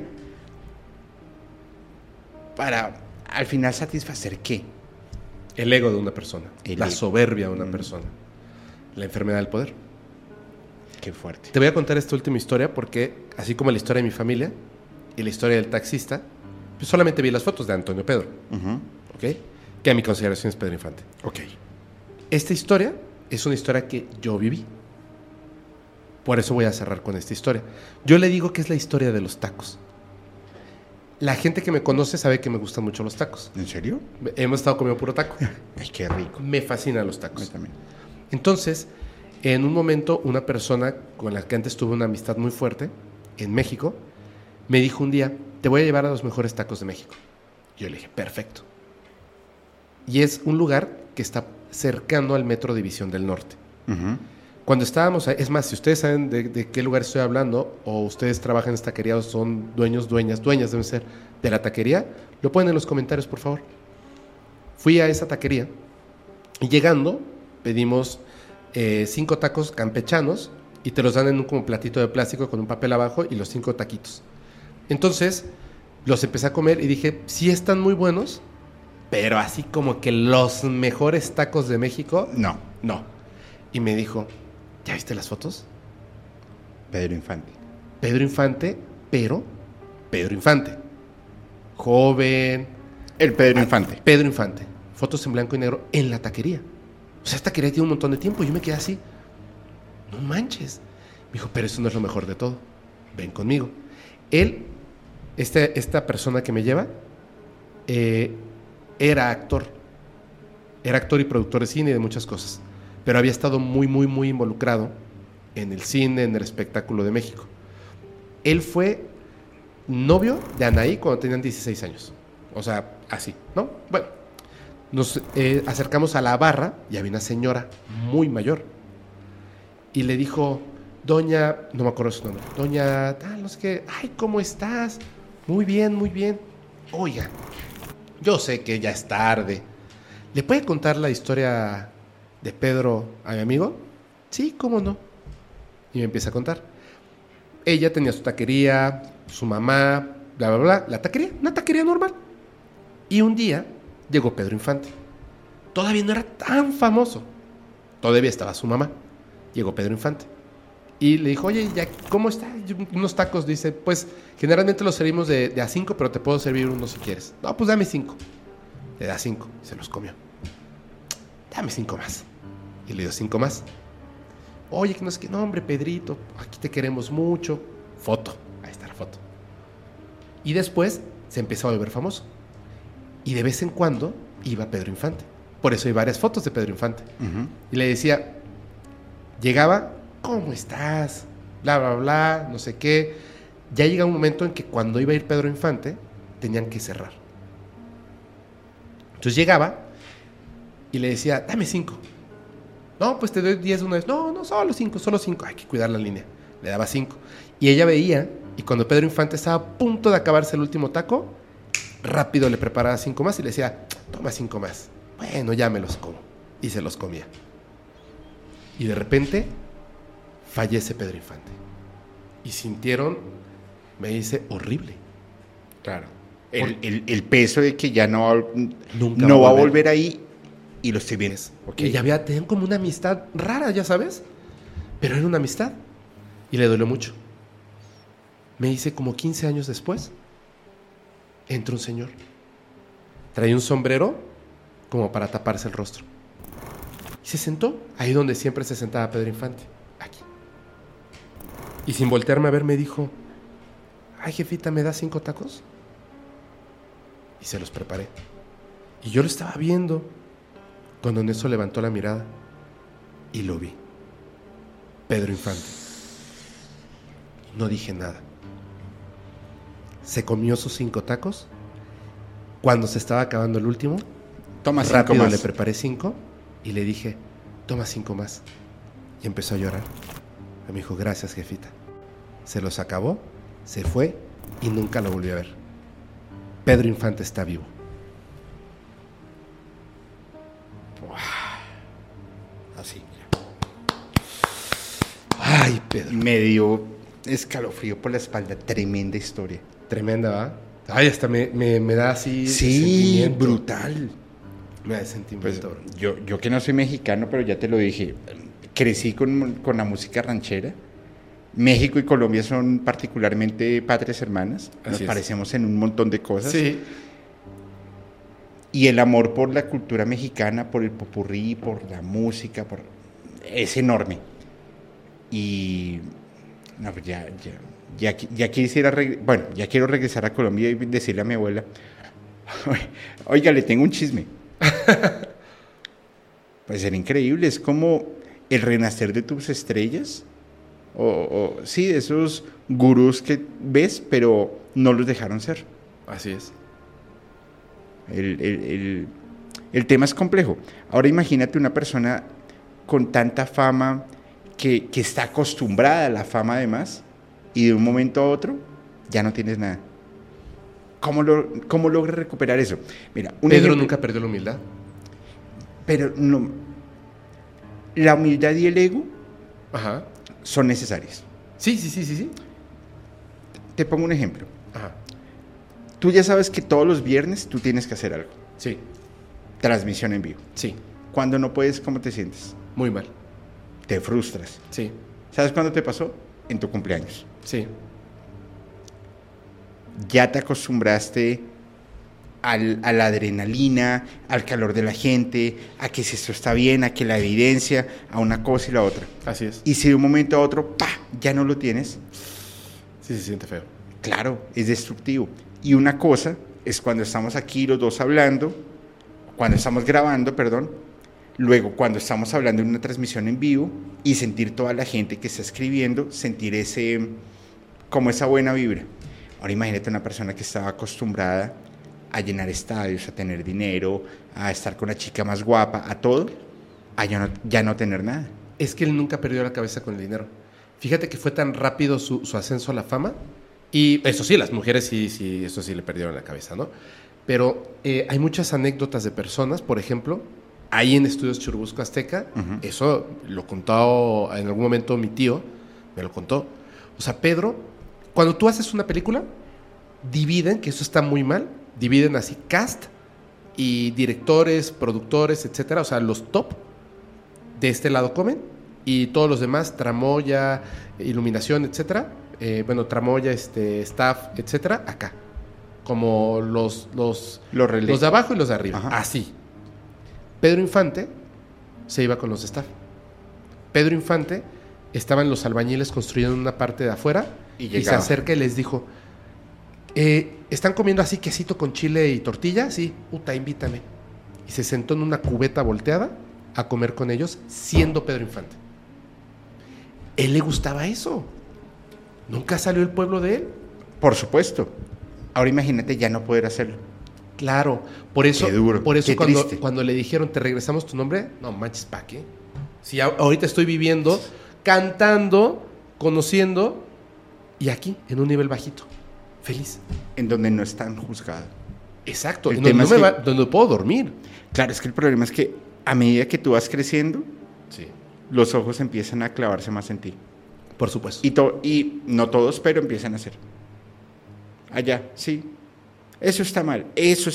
para al final satisfacer ¿qué? El ego de una persona, El la ego. soberbia de una persona, la enfermedad del poder. Qué fuerte. Te voy a contar esta última historia porque, así como la historia de mi familia y la historia del taxista, pues solamente vi las fotos de Antonio Pedro, ¿ok? Que a mi consideración es Pedro Infante. Ok. Esta historia es una historia que yo viví. Por eso voy a cerrar con esta historia. Yo le digo que es la historia de los tacos. La gente que me conoce sabe que me gustan mucho los tacos. ¿En serio? Hemos estado comiendo puro taco. Ay, qué rico. Me fascinan los tacos. A mí también. Entonces, en un momento, una persona con la que antes tuve una amistad muy fuerte, en México, me dijo un día, te voy a llevar a los mejores tacos de México. Yo le dije, perfecto. Y es un lugar que está cercano al Metro División del Norte. Cuando estábamos ahí, es más, si ustedes saben de qué lugar estoy hablando, o ustedes trabajan en esta taquería, o son dueñas deben ser, de la taquería, lo ponen en los comentarios, por favor. Fui a esa taquería y llegando pedimos 5 tacos campechanos y te los dan en un como platito de plástico con un papel abajo y los 5 taquitos. Entonces los empecé a comer y dije, sí están muy buenos, pero así como que los mejores tacos de México, No. no. Y me dijo, ¿ya viste las fotos? Pedro Infante. Pedro Infante, pero Pedro Infante. Joven. El Pedro Infante. Pedro Infante. Fotos en blanco y negro en la taquería. O sea, esta taquería tiene un montón de tiempo. Yo me quedé así. No manches. Me dijo, pero eso no es lo mejor de todo. Ven conmigo. Él, esta persona que me lleva, era actor. Era actor y productor de cine y de muchas cosas. Pero había estado muy, muy, muy involucrado en el cine, en el espectáculo de México. Él fue novio de Anaí cuando tenían 16 años. O sea, así, ¿no? Bueno, nos acercamos a la barra y había una señora muy mayor. Y le dijo, doña, no me acuerdo su nombre, doña, no sé qué, ay, ¿cómo estás? Muy bien, muy bien. Oiga, yo sé que ya es tarde. ¿Le puede contar la historia de Pedro a mi amigo? Sí, ¿cómo no? Y me empieza a contar. Ella tenía su taquería, su mamá, bla, bla, bla. La taquería, una taquería normal. Y un día llegó Pedro Infante. Todavía no era tan famoso. Todavía estaba su mamá. Llegó Pedro Infante. Y le dijo, oye, ya, ¿cómo está? Unos tacos, dice, pues generalmente los servimos de a 5, pero te puedo servir uno si quieres. No, pues dame 5. Le da 5 y se los comió. Dame 5 más. Y le dio 5 más. Oye, que no sé qué, no, hombre, Pedrito, aquí te queremos mucho. Foto, ahí está la foto. Y después se empezó a volver famoso. Y de vez en cuando iba Pedro Infante. Por eso hay varias fotos de Pedro Infante. Y le decía, llegaba, ¿cómo estás? Bla, bla, bla, no sé qué. Ya llega un momento en que cuando iba a ir Pedro Infante, tenían que cerrar. Entonces llegaba y le decía, dame 5. No, pues te doy 10 de una vez. No, solo 5, solo 5. Hay que cuidar la línea. Le daba 5. Y ella veía, y cuando Pedro Infante estaba a punto de acabarse el último taco, rápido le preparaba 5 más y le decía, toma 5 más. Bueno, ya me los como. Y se los comía. Y de repente, fallece Pedro Infante. Y sintieron, me dice, horrible. Claro. El peso de que ya Nunca no va a volver ahí y lo estoy viendo. Okay. Y tenían como una amistad rara, ya sabes. Pero era una amistad. Y le dolió mucho. Me dice, como 15 años después, entra un señor. Traía un sombrero como para taparse el rostro. Y se sentó ahí donde siempre se sentaba Pedro Infante. Aquí. Y sin voltearme a ver me dijo, ay, jefita, ¿me das 5 tacos? Y se los preparé. Y yo lo estaba viendo cuando en eso levantó la mirada y lo vi. Pedro Infante. No dije nada. Se comió sus 5 tacos. Cuando se estaba acabando el último, toma 5 rápido más. Le preparé 5 y le dije, toma 5 más. Y empezó a llorar. Y me dijo, gracias, jefita. Se los acabó, se fue y nunca lo volví a ver. Pedro Infante está vivo. Así, mira. Ay, Pedro. Me dio escalofrío por la espalda. Tremenda historia. Tremenda, ¿va? Ay, hasta me da así Sí, sentimiento. brutal. Me da Pues sentimiento. yo que no soy mexicano, pero ya te lo dije, crecí con la música ranchera. México y Colombia son particularmente patrias hermanas. Nos Así es. parecemos en un montón de cosas. Sí. Y el amor por la cultura mexicana, por el popurrí, por la música, es enorme. Y no, pues ya quisiera, bueno, ya quiero regresar a Colombia y decirle a mi abuela, oiga, le tengo un chisme. Pues era increíble, es como el renacer de tus estrellas, sí, de esos gurús que ves, pero no los dejaron ser. Así es. El tema es complejo. Ahora imagínate una persona con tanta fama que está acostumbrada a la fama además y de un momento a otro ya no tienes nada. ¿Cómo logra recuperar eso? Mira, Pedro nunca perdió la humildad. Pero no, la humildad y el ego Ajá. son necesarias. Sí. Te pongo un ejemplo. Ajá. Tú ya sabes que todos los viernes tú tienes que hacer algo. Sí. Transmisión en vivo. Sí. Cuando no puedes, ¿cómo te sientes? Muy mal. Te frustras. Sí. ¿Sabes cuándo te pasó? En tu cumpleaños. Sí. Ya te acostumbraste a la adrenalina, al calor de la gente, a que si esto está bien, a que la evidencia, a una cosa y la otra. Así es. Y si de un momento a otro, ¡pah!, ya no lo tienes, Sí, se siente feo. claro, es destructivo. Y una cosa es cuando estamos aquí los dos hablando, cuando estamos grabando, perdón, luego cuando estamos hablando en una transmisión en vivo y sentir toda la gente que está escribiendo, sentir como esa buena vibra. Ahora imagínate una persona que estaba acostumbrada a llenar estadios, a tener dinero, a estar con la chica más guapa, a todo, a ya no tener nada. Es que él nunca perdió la cabeza con el dinero. Fíjate que fue tan rápido su ascenso a la fama. Y eso sí, las mujeres sí, eso sí le perdieron la cabeza, ¿no? Pero hay muchas anécdotas de personas, por ejemplo, ahí en Estudios Churubusco Azteca, eso lo contó en algún momento mi tío, me lo contó. O sea, Pedro, cuando tú haces una película, dividen, que eso está muy mal, dividen así cast y directores, productores, etcétera, o sea, los top de este lado comen y todos los demás, tramoya, iluminación, etcétera, tramoya, staff, etcétera, acá. Como los de abajo y los de arriba. Ajá. Así. Pedro Infante se iba con los de staff. Pedro Infante estaban los albañiles construyendo una parte de afuera y se acerca y les dijo, ¿están comiendo así quesito con chile y tortilla? Sí, invítame. Y se sentó en una cubeta volteada a comer con ellos, siendo Pedro Infante. Él le gustaba eso. Nunca salió el pueblo de él. Por supuesto. Ahora imagínate ya no poder hacerlo. Claro, por eso, qué duro, por eso qué cuando le dijeron, ¿te regresamos tu nombre? No manches, ¿pa' qué? Si ahorita estoy viviendo, cantando, conociendo, y aquí, en un nivel bajito, feliz. En donde no es tan juzgado. Exacto, en donde, donde puedo dormir. Claro, es que el problema es que a medida que tú vas creciendo, sí, los ojos empiezan a clavarse más en ti. Por supuesto. Y no todos, pero empiezan a hacer. Allá, sí. Eso está mal, eso.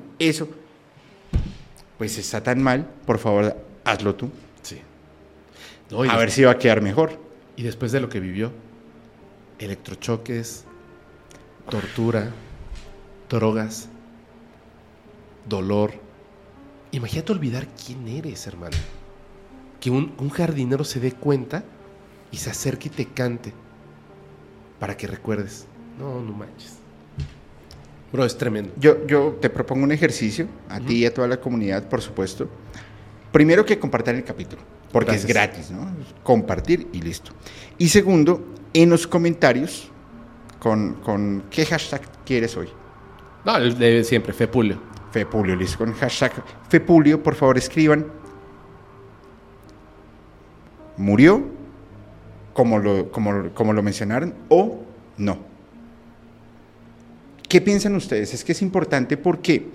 Pues está tan mal, por favor, hazlo tú. Sí. No, a ver si va a quedar mejor. Y después de lo que vivió, electrochoques, tortura, drogas, dolor. Imagínate olvidar quién eres, hermano. Que un jardinero se dé cuenta y se acerque y te cante para que recuerdes. No manches. Bro, es tremendo. Yo te propongo un ejercicio, a ti y a toda la comunidad, por supuesto. Primero, que compartan el capítulo, porque gracias. Es gratis, ¿no? Compartir y listo. Y segundo, en los comentarios, con ¿qué hashtag quieres hoy? No, el de siempre, Fepulio. Fepulio, listo. Con hashtag Fepulio, por favor, escriban. ¿Murió? Como lo mencionaron, o no. ¿Qué piensan ustedes? Es que es importante porque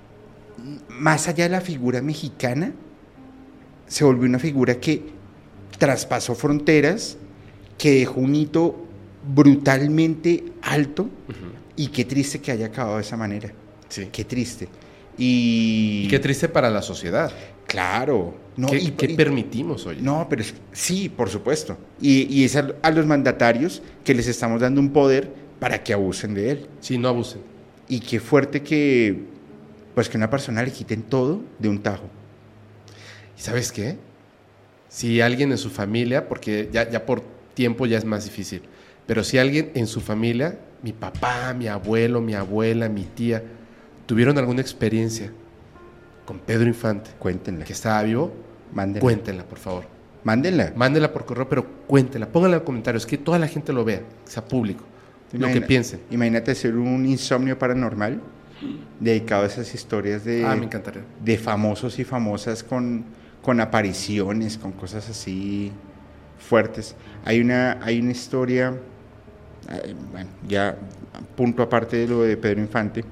más allá de la figura mexicana, se volvió una figura que traspasó fronteras, que dejó un hito brutalmente alto, y qué triste que haya acabado de esa manera. Sí. Qué triste. Y qué triste para la sociedad. Claro. No, ¿Qué permitimos hoy? No, pero sí, por supuesto. Y es a los mandatarios que les estamos dando un poder para que abusen de él. Sí, no abusen. Y qué fuerte que una persona le quiten todo de un tajo. ¿Y sabes qué? Si alguien en su familia, porque ya por tiempo ya es más difícil, pero si alguien en su familia, mi papá, mi abuelo, mi abuela, mi tía, tuvieron alguna experiencia con Pedro Infante, Cuéntenla. que estaba vivo, Mándenla. cuéntenla, por favor. Mándenla. Mándenla por correo, pero cuéntenla, pónganla en los comentarios, que toda la gente lo vea, que sea público, lo que piensen. Imagínate hacer un insomnio paranormal dedicado a esas historias Me encantaría. de famosos y famosas con apariciones, con cosas así fuertes. Hay una historia, bueno, ya punto aparte de lo de Pedro Infante,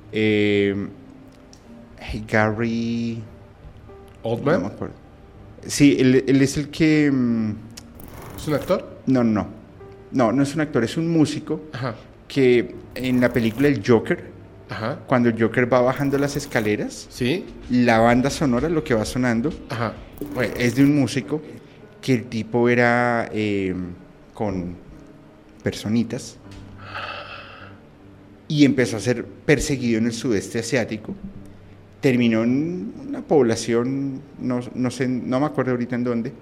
Gary ¿Oldman? no me acuerdo. Sí, él es el que ¿Es un actor? no es un actor, es un músico. Ajá. Que en la película El Joker, Ajá. cuando el Joker va bajando las escaleras, ¿Sí? la banda sonora, lo que va sonando, Ajá. bueno, es de un músico que el tipo era con personitas y empezó a ser perseguido en el sudeste asiático. Terminó en una población, no sé, no me acuerdo ahorita en dónde,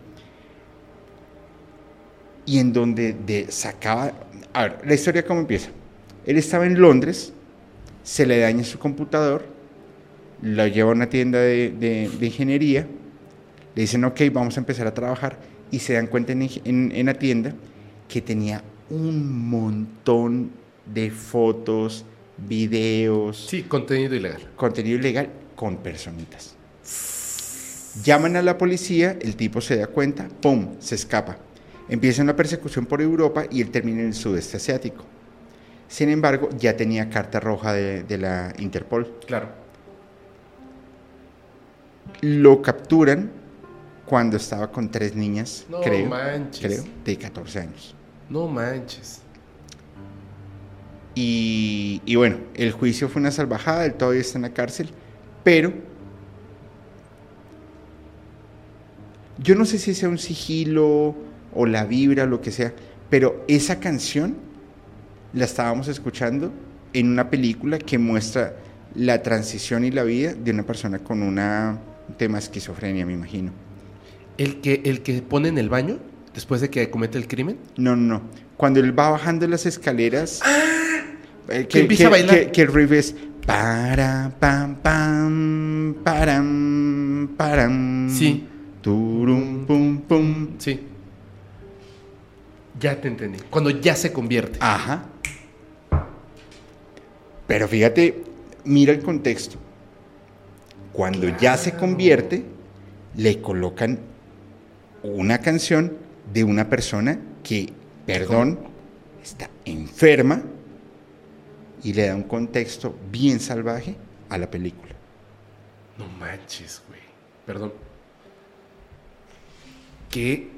y en donde sacaba... A ver, la historia cómo empieza. Él estaba en Londres, se le daña su computador, lo lleva a una tienda de ingeniería, le dicen, ok, vamos a empezar a trabajar, y se dan cuenta en la tienda que tenía un montón de fotos, videos, Sí, contenido ilegal. contenido ilegal con personitas. Llaman a la policía, el tipo se da cuenta, ¡pum!, se escapa. Empieza una persecución por Europa y él termina en el sudeste asiático. Sin embargo, ya tenía carta roja de la Interpol. Claro. Lo capturan cuando estaba con 3 niñas, No creo, manches. de 14 años. No manches. Y bueno, el juicio fue una salvajada, él todavía está en la cárcel, pero yo no sé si sea un sigilo o la vibra, lo que sea, pero esa canción la estábamos escuchando en una película que muestra la transición y la vida de una persona con un tema de esquizofrenia, me imagino. ¿El que pone en el baño después de que comete el crimen? No. Cuando él va bajando las escaleras, que empieza a bailar. Que el riff es para, pam, pam, param, param. Sí. Turum, pum, pum. Sí. Ya te entendí. Cuando ya se convierte. Ajá. Pero fíjate, mira el contexto. Cuando ya se convierte, le colocan una canción de una persona que, perdón, está enferma y le da un contexto bien salvaje a la película. No manches, güey. Perdón. ¿Qué?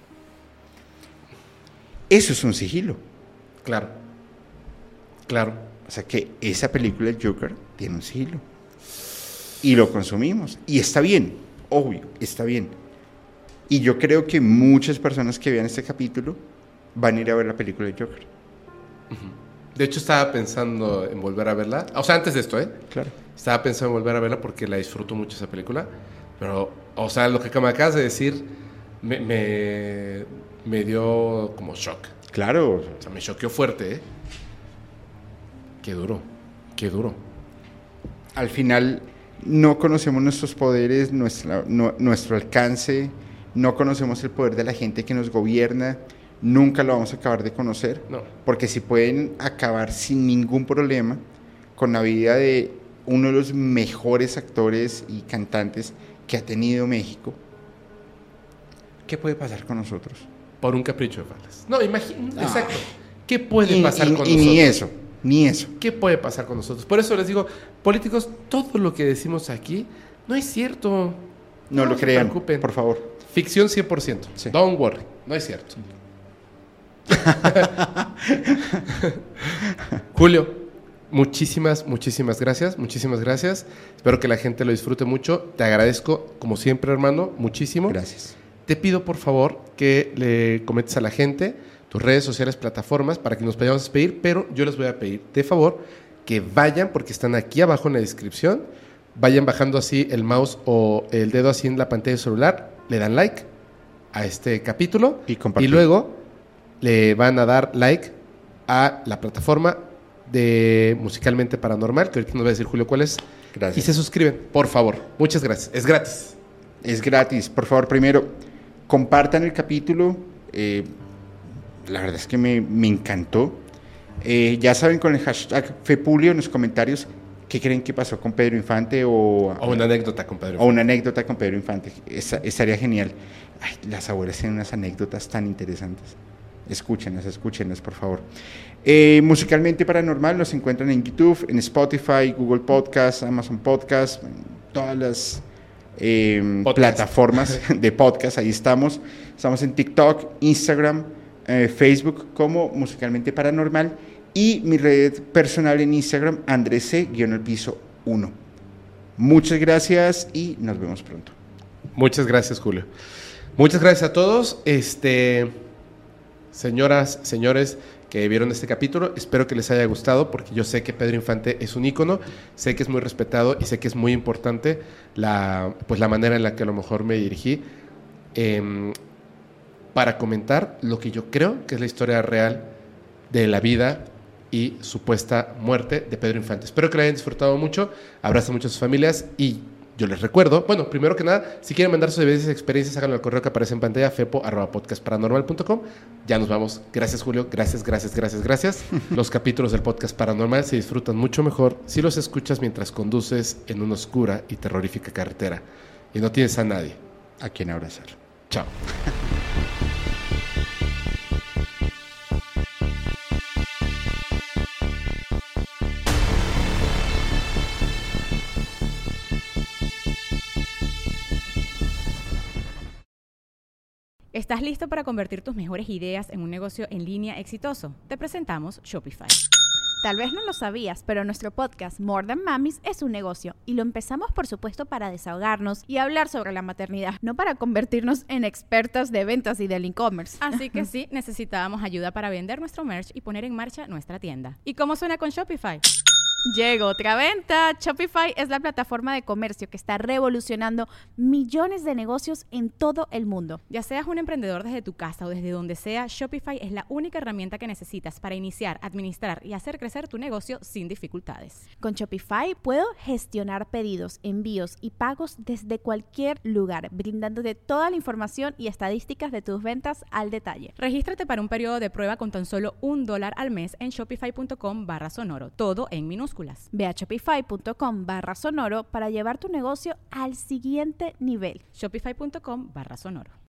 Eso es un sigilo. Claro. Claro. O sea que esa película, el Joker, tiene un sigilo. Y lo consumimos. Y está bien, obvio, está bien. Y yo creo que muchas personas que vean este capítulo van a ir a ver la película de Joker. De hecho, estaba pensando en volver a verla. O sea, antes de esto, Claro. Estaba pensando en volver a verla porque la disfruto mucho esa película. Pero, o sea, lo que me acabas de decir me dio como shock. Claro. O sea, me choqueó fuerte, Qué duro, qué duro. Al final no conocemos nuestros poderes, nuestro alcance, no conocemos el poder de la gente que nos gobierna, nunca lo vamos a acabar de conocer, No. porque si pueden acabar sin ningún problema con la vida de uno de los mejores actores y cantantes que ha tenido México, ¿qué puede pasar con nosotros? Por un capricho de faldas. No, imagínate. Exacto. ¿Qué puede pasar con y nosotros? ni eso. ¿Qué puede pasar con nosotros? Por eso les digo, políticos, todo lo que decimos aquí no es cierto. No lo se crean, preocupen. por favor. ficción 100%. Sí. Don't worry, no es cierto. Julio, muchísimas gracias. Espero que la gente lo disfrute mucho. Te agradezco, como siempre, hermano, muchísimo. Gracias. Te pido, por favor, que le comentes a la gente tus redes sociales, plataformas, para que nos vayamos a despedir, pero yo les voy a pedir, de favor, que vayan, porque están aquí abajo en la descripción, vayan bajando así el mouse o el dedo así en la pantalla del celular, le dan like a este capítulo Y compartir. y luego le van a dar like a la plataforma de Musicalmente Paranormal, que ahorita nos va a decir Julio cuál es. Gracias. Y se suscriben, por favor. Muchas gracias. Es gratis. Es gratis. Por favor, primero, compartan el capítulo. La verdad es que me encantó. Ya saben, con el hashtag FEPULIO en los comentarios qué creen que pasó con Pedro Infante O una anécdota, compadre. o una anécdota con Pedro Infante. Estaría genial. Ay, las abuelas tienen unas anécdotas tan interesantes. Escúchenlas, por favor. Musicalmente Paranormal nos encuentran en YouTube, en Spotify, Google Podcast, Amazon Podcast, en todas las plataformas de podcast. Ahí estamos. Estamos en TikTok, Instagram, Facebook como Musicalmente Paranormal y mi red personal en Instagram, andrece_1. Muchas gracias y nos vemos pronto. Muchas gracias, Julio. Muchas gracias a todos. Señoras, señores que vieron este capítulo, espero que les haya gustado, porque yo sé que Pedro Infante es un ícono, sé que es muy respetado y sé que es muy importante la manera en la que a lo mejor me dirigí para comentar lo que yo creo que es la historia real de la vida y supuesta muerte de Pedro Infante. Espero que la hayan disfrutado mucho, abrazo mucho a sus familias y yo les recuerdo, bueno, primero que nada, si quieren mandar sus evidencias y experiencias, háganlo al correo que aparece en pantalla, fepo@podcastparanormal.com. Ya nos vamos. Gracias, Julio. Gracias. Los capítulos del Podcast Paranormal se disfrutan mucho mejor si los escuchas mientras conduces en una oscura y terrorífica carretera y no tienes a nadie A quien abrazar. Chao. ¿Estás listo para convertir tus mejores ideas en un negocio en línea exitoso? Te presentamos Shopify. Tal vez no lo sabías, pero nuestro podcast More Than Mamis es un negocio y lo empezamos, por supuesto, para desahogarnos y hablar sobre la maternidad, no para convertirnos en expertas de ventas y del e-commerce. Así que sí, necesitábamos ayuda para vender nuestro merch y poner en marcha nuestra tienda. ¿Y cómo suena con Shopify? Llegó otra venta. Shopify es la plataforma de comercio que está revolucionando millones de negocios en todo el mundo. Ya seas un emprendedor desde tu casa o desde donde sea, Shopify es la única herramienta que necesitas para iniciar, administrar y hacer crecer tu negocio sin dificultades. Con Shopify puedo gestionar pedidos, envíos y pagos desde cualquier lugar, brindándote toda la información y estadísticas de tus ventas al detalle. Regístrate para un periodo de prueba con tan solo $1 al mes en shopify.com/sonoro, todo en minúsculas. Ve a shopify.com/sonoro para llevar tu negocio al siguiente nivel. Shopify.com/sonoro.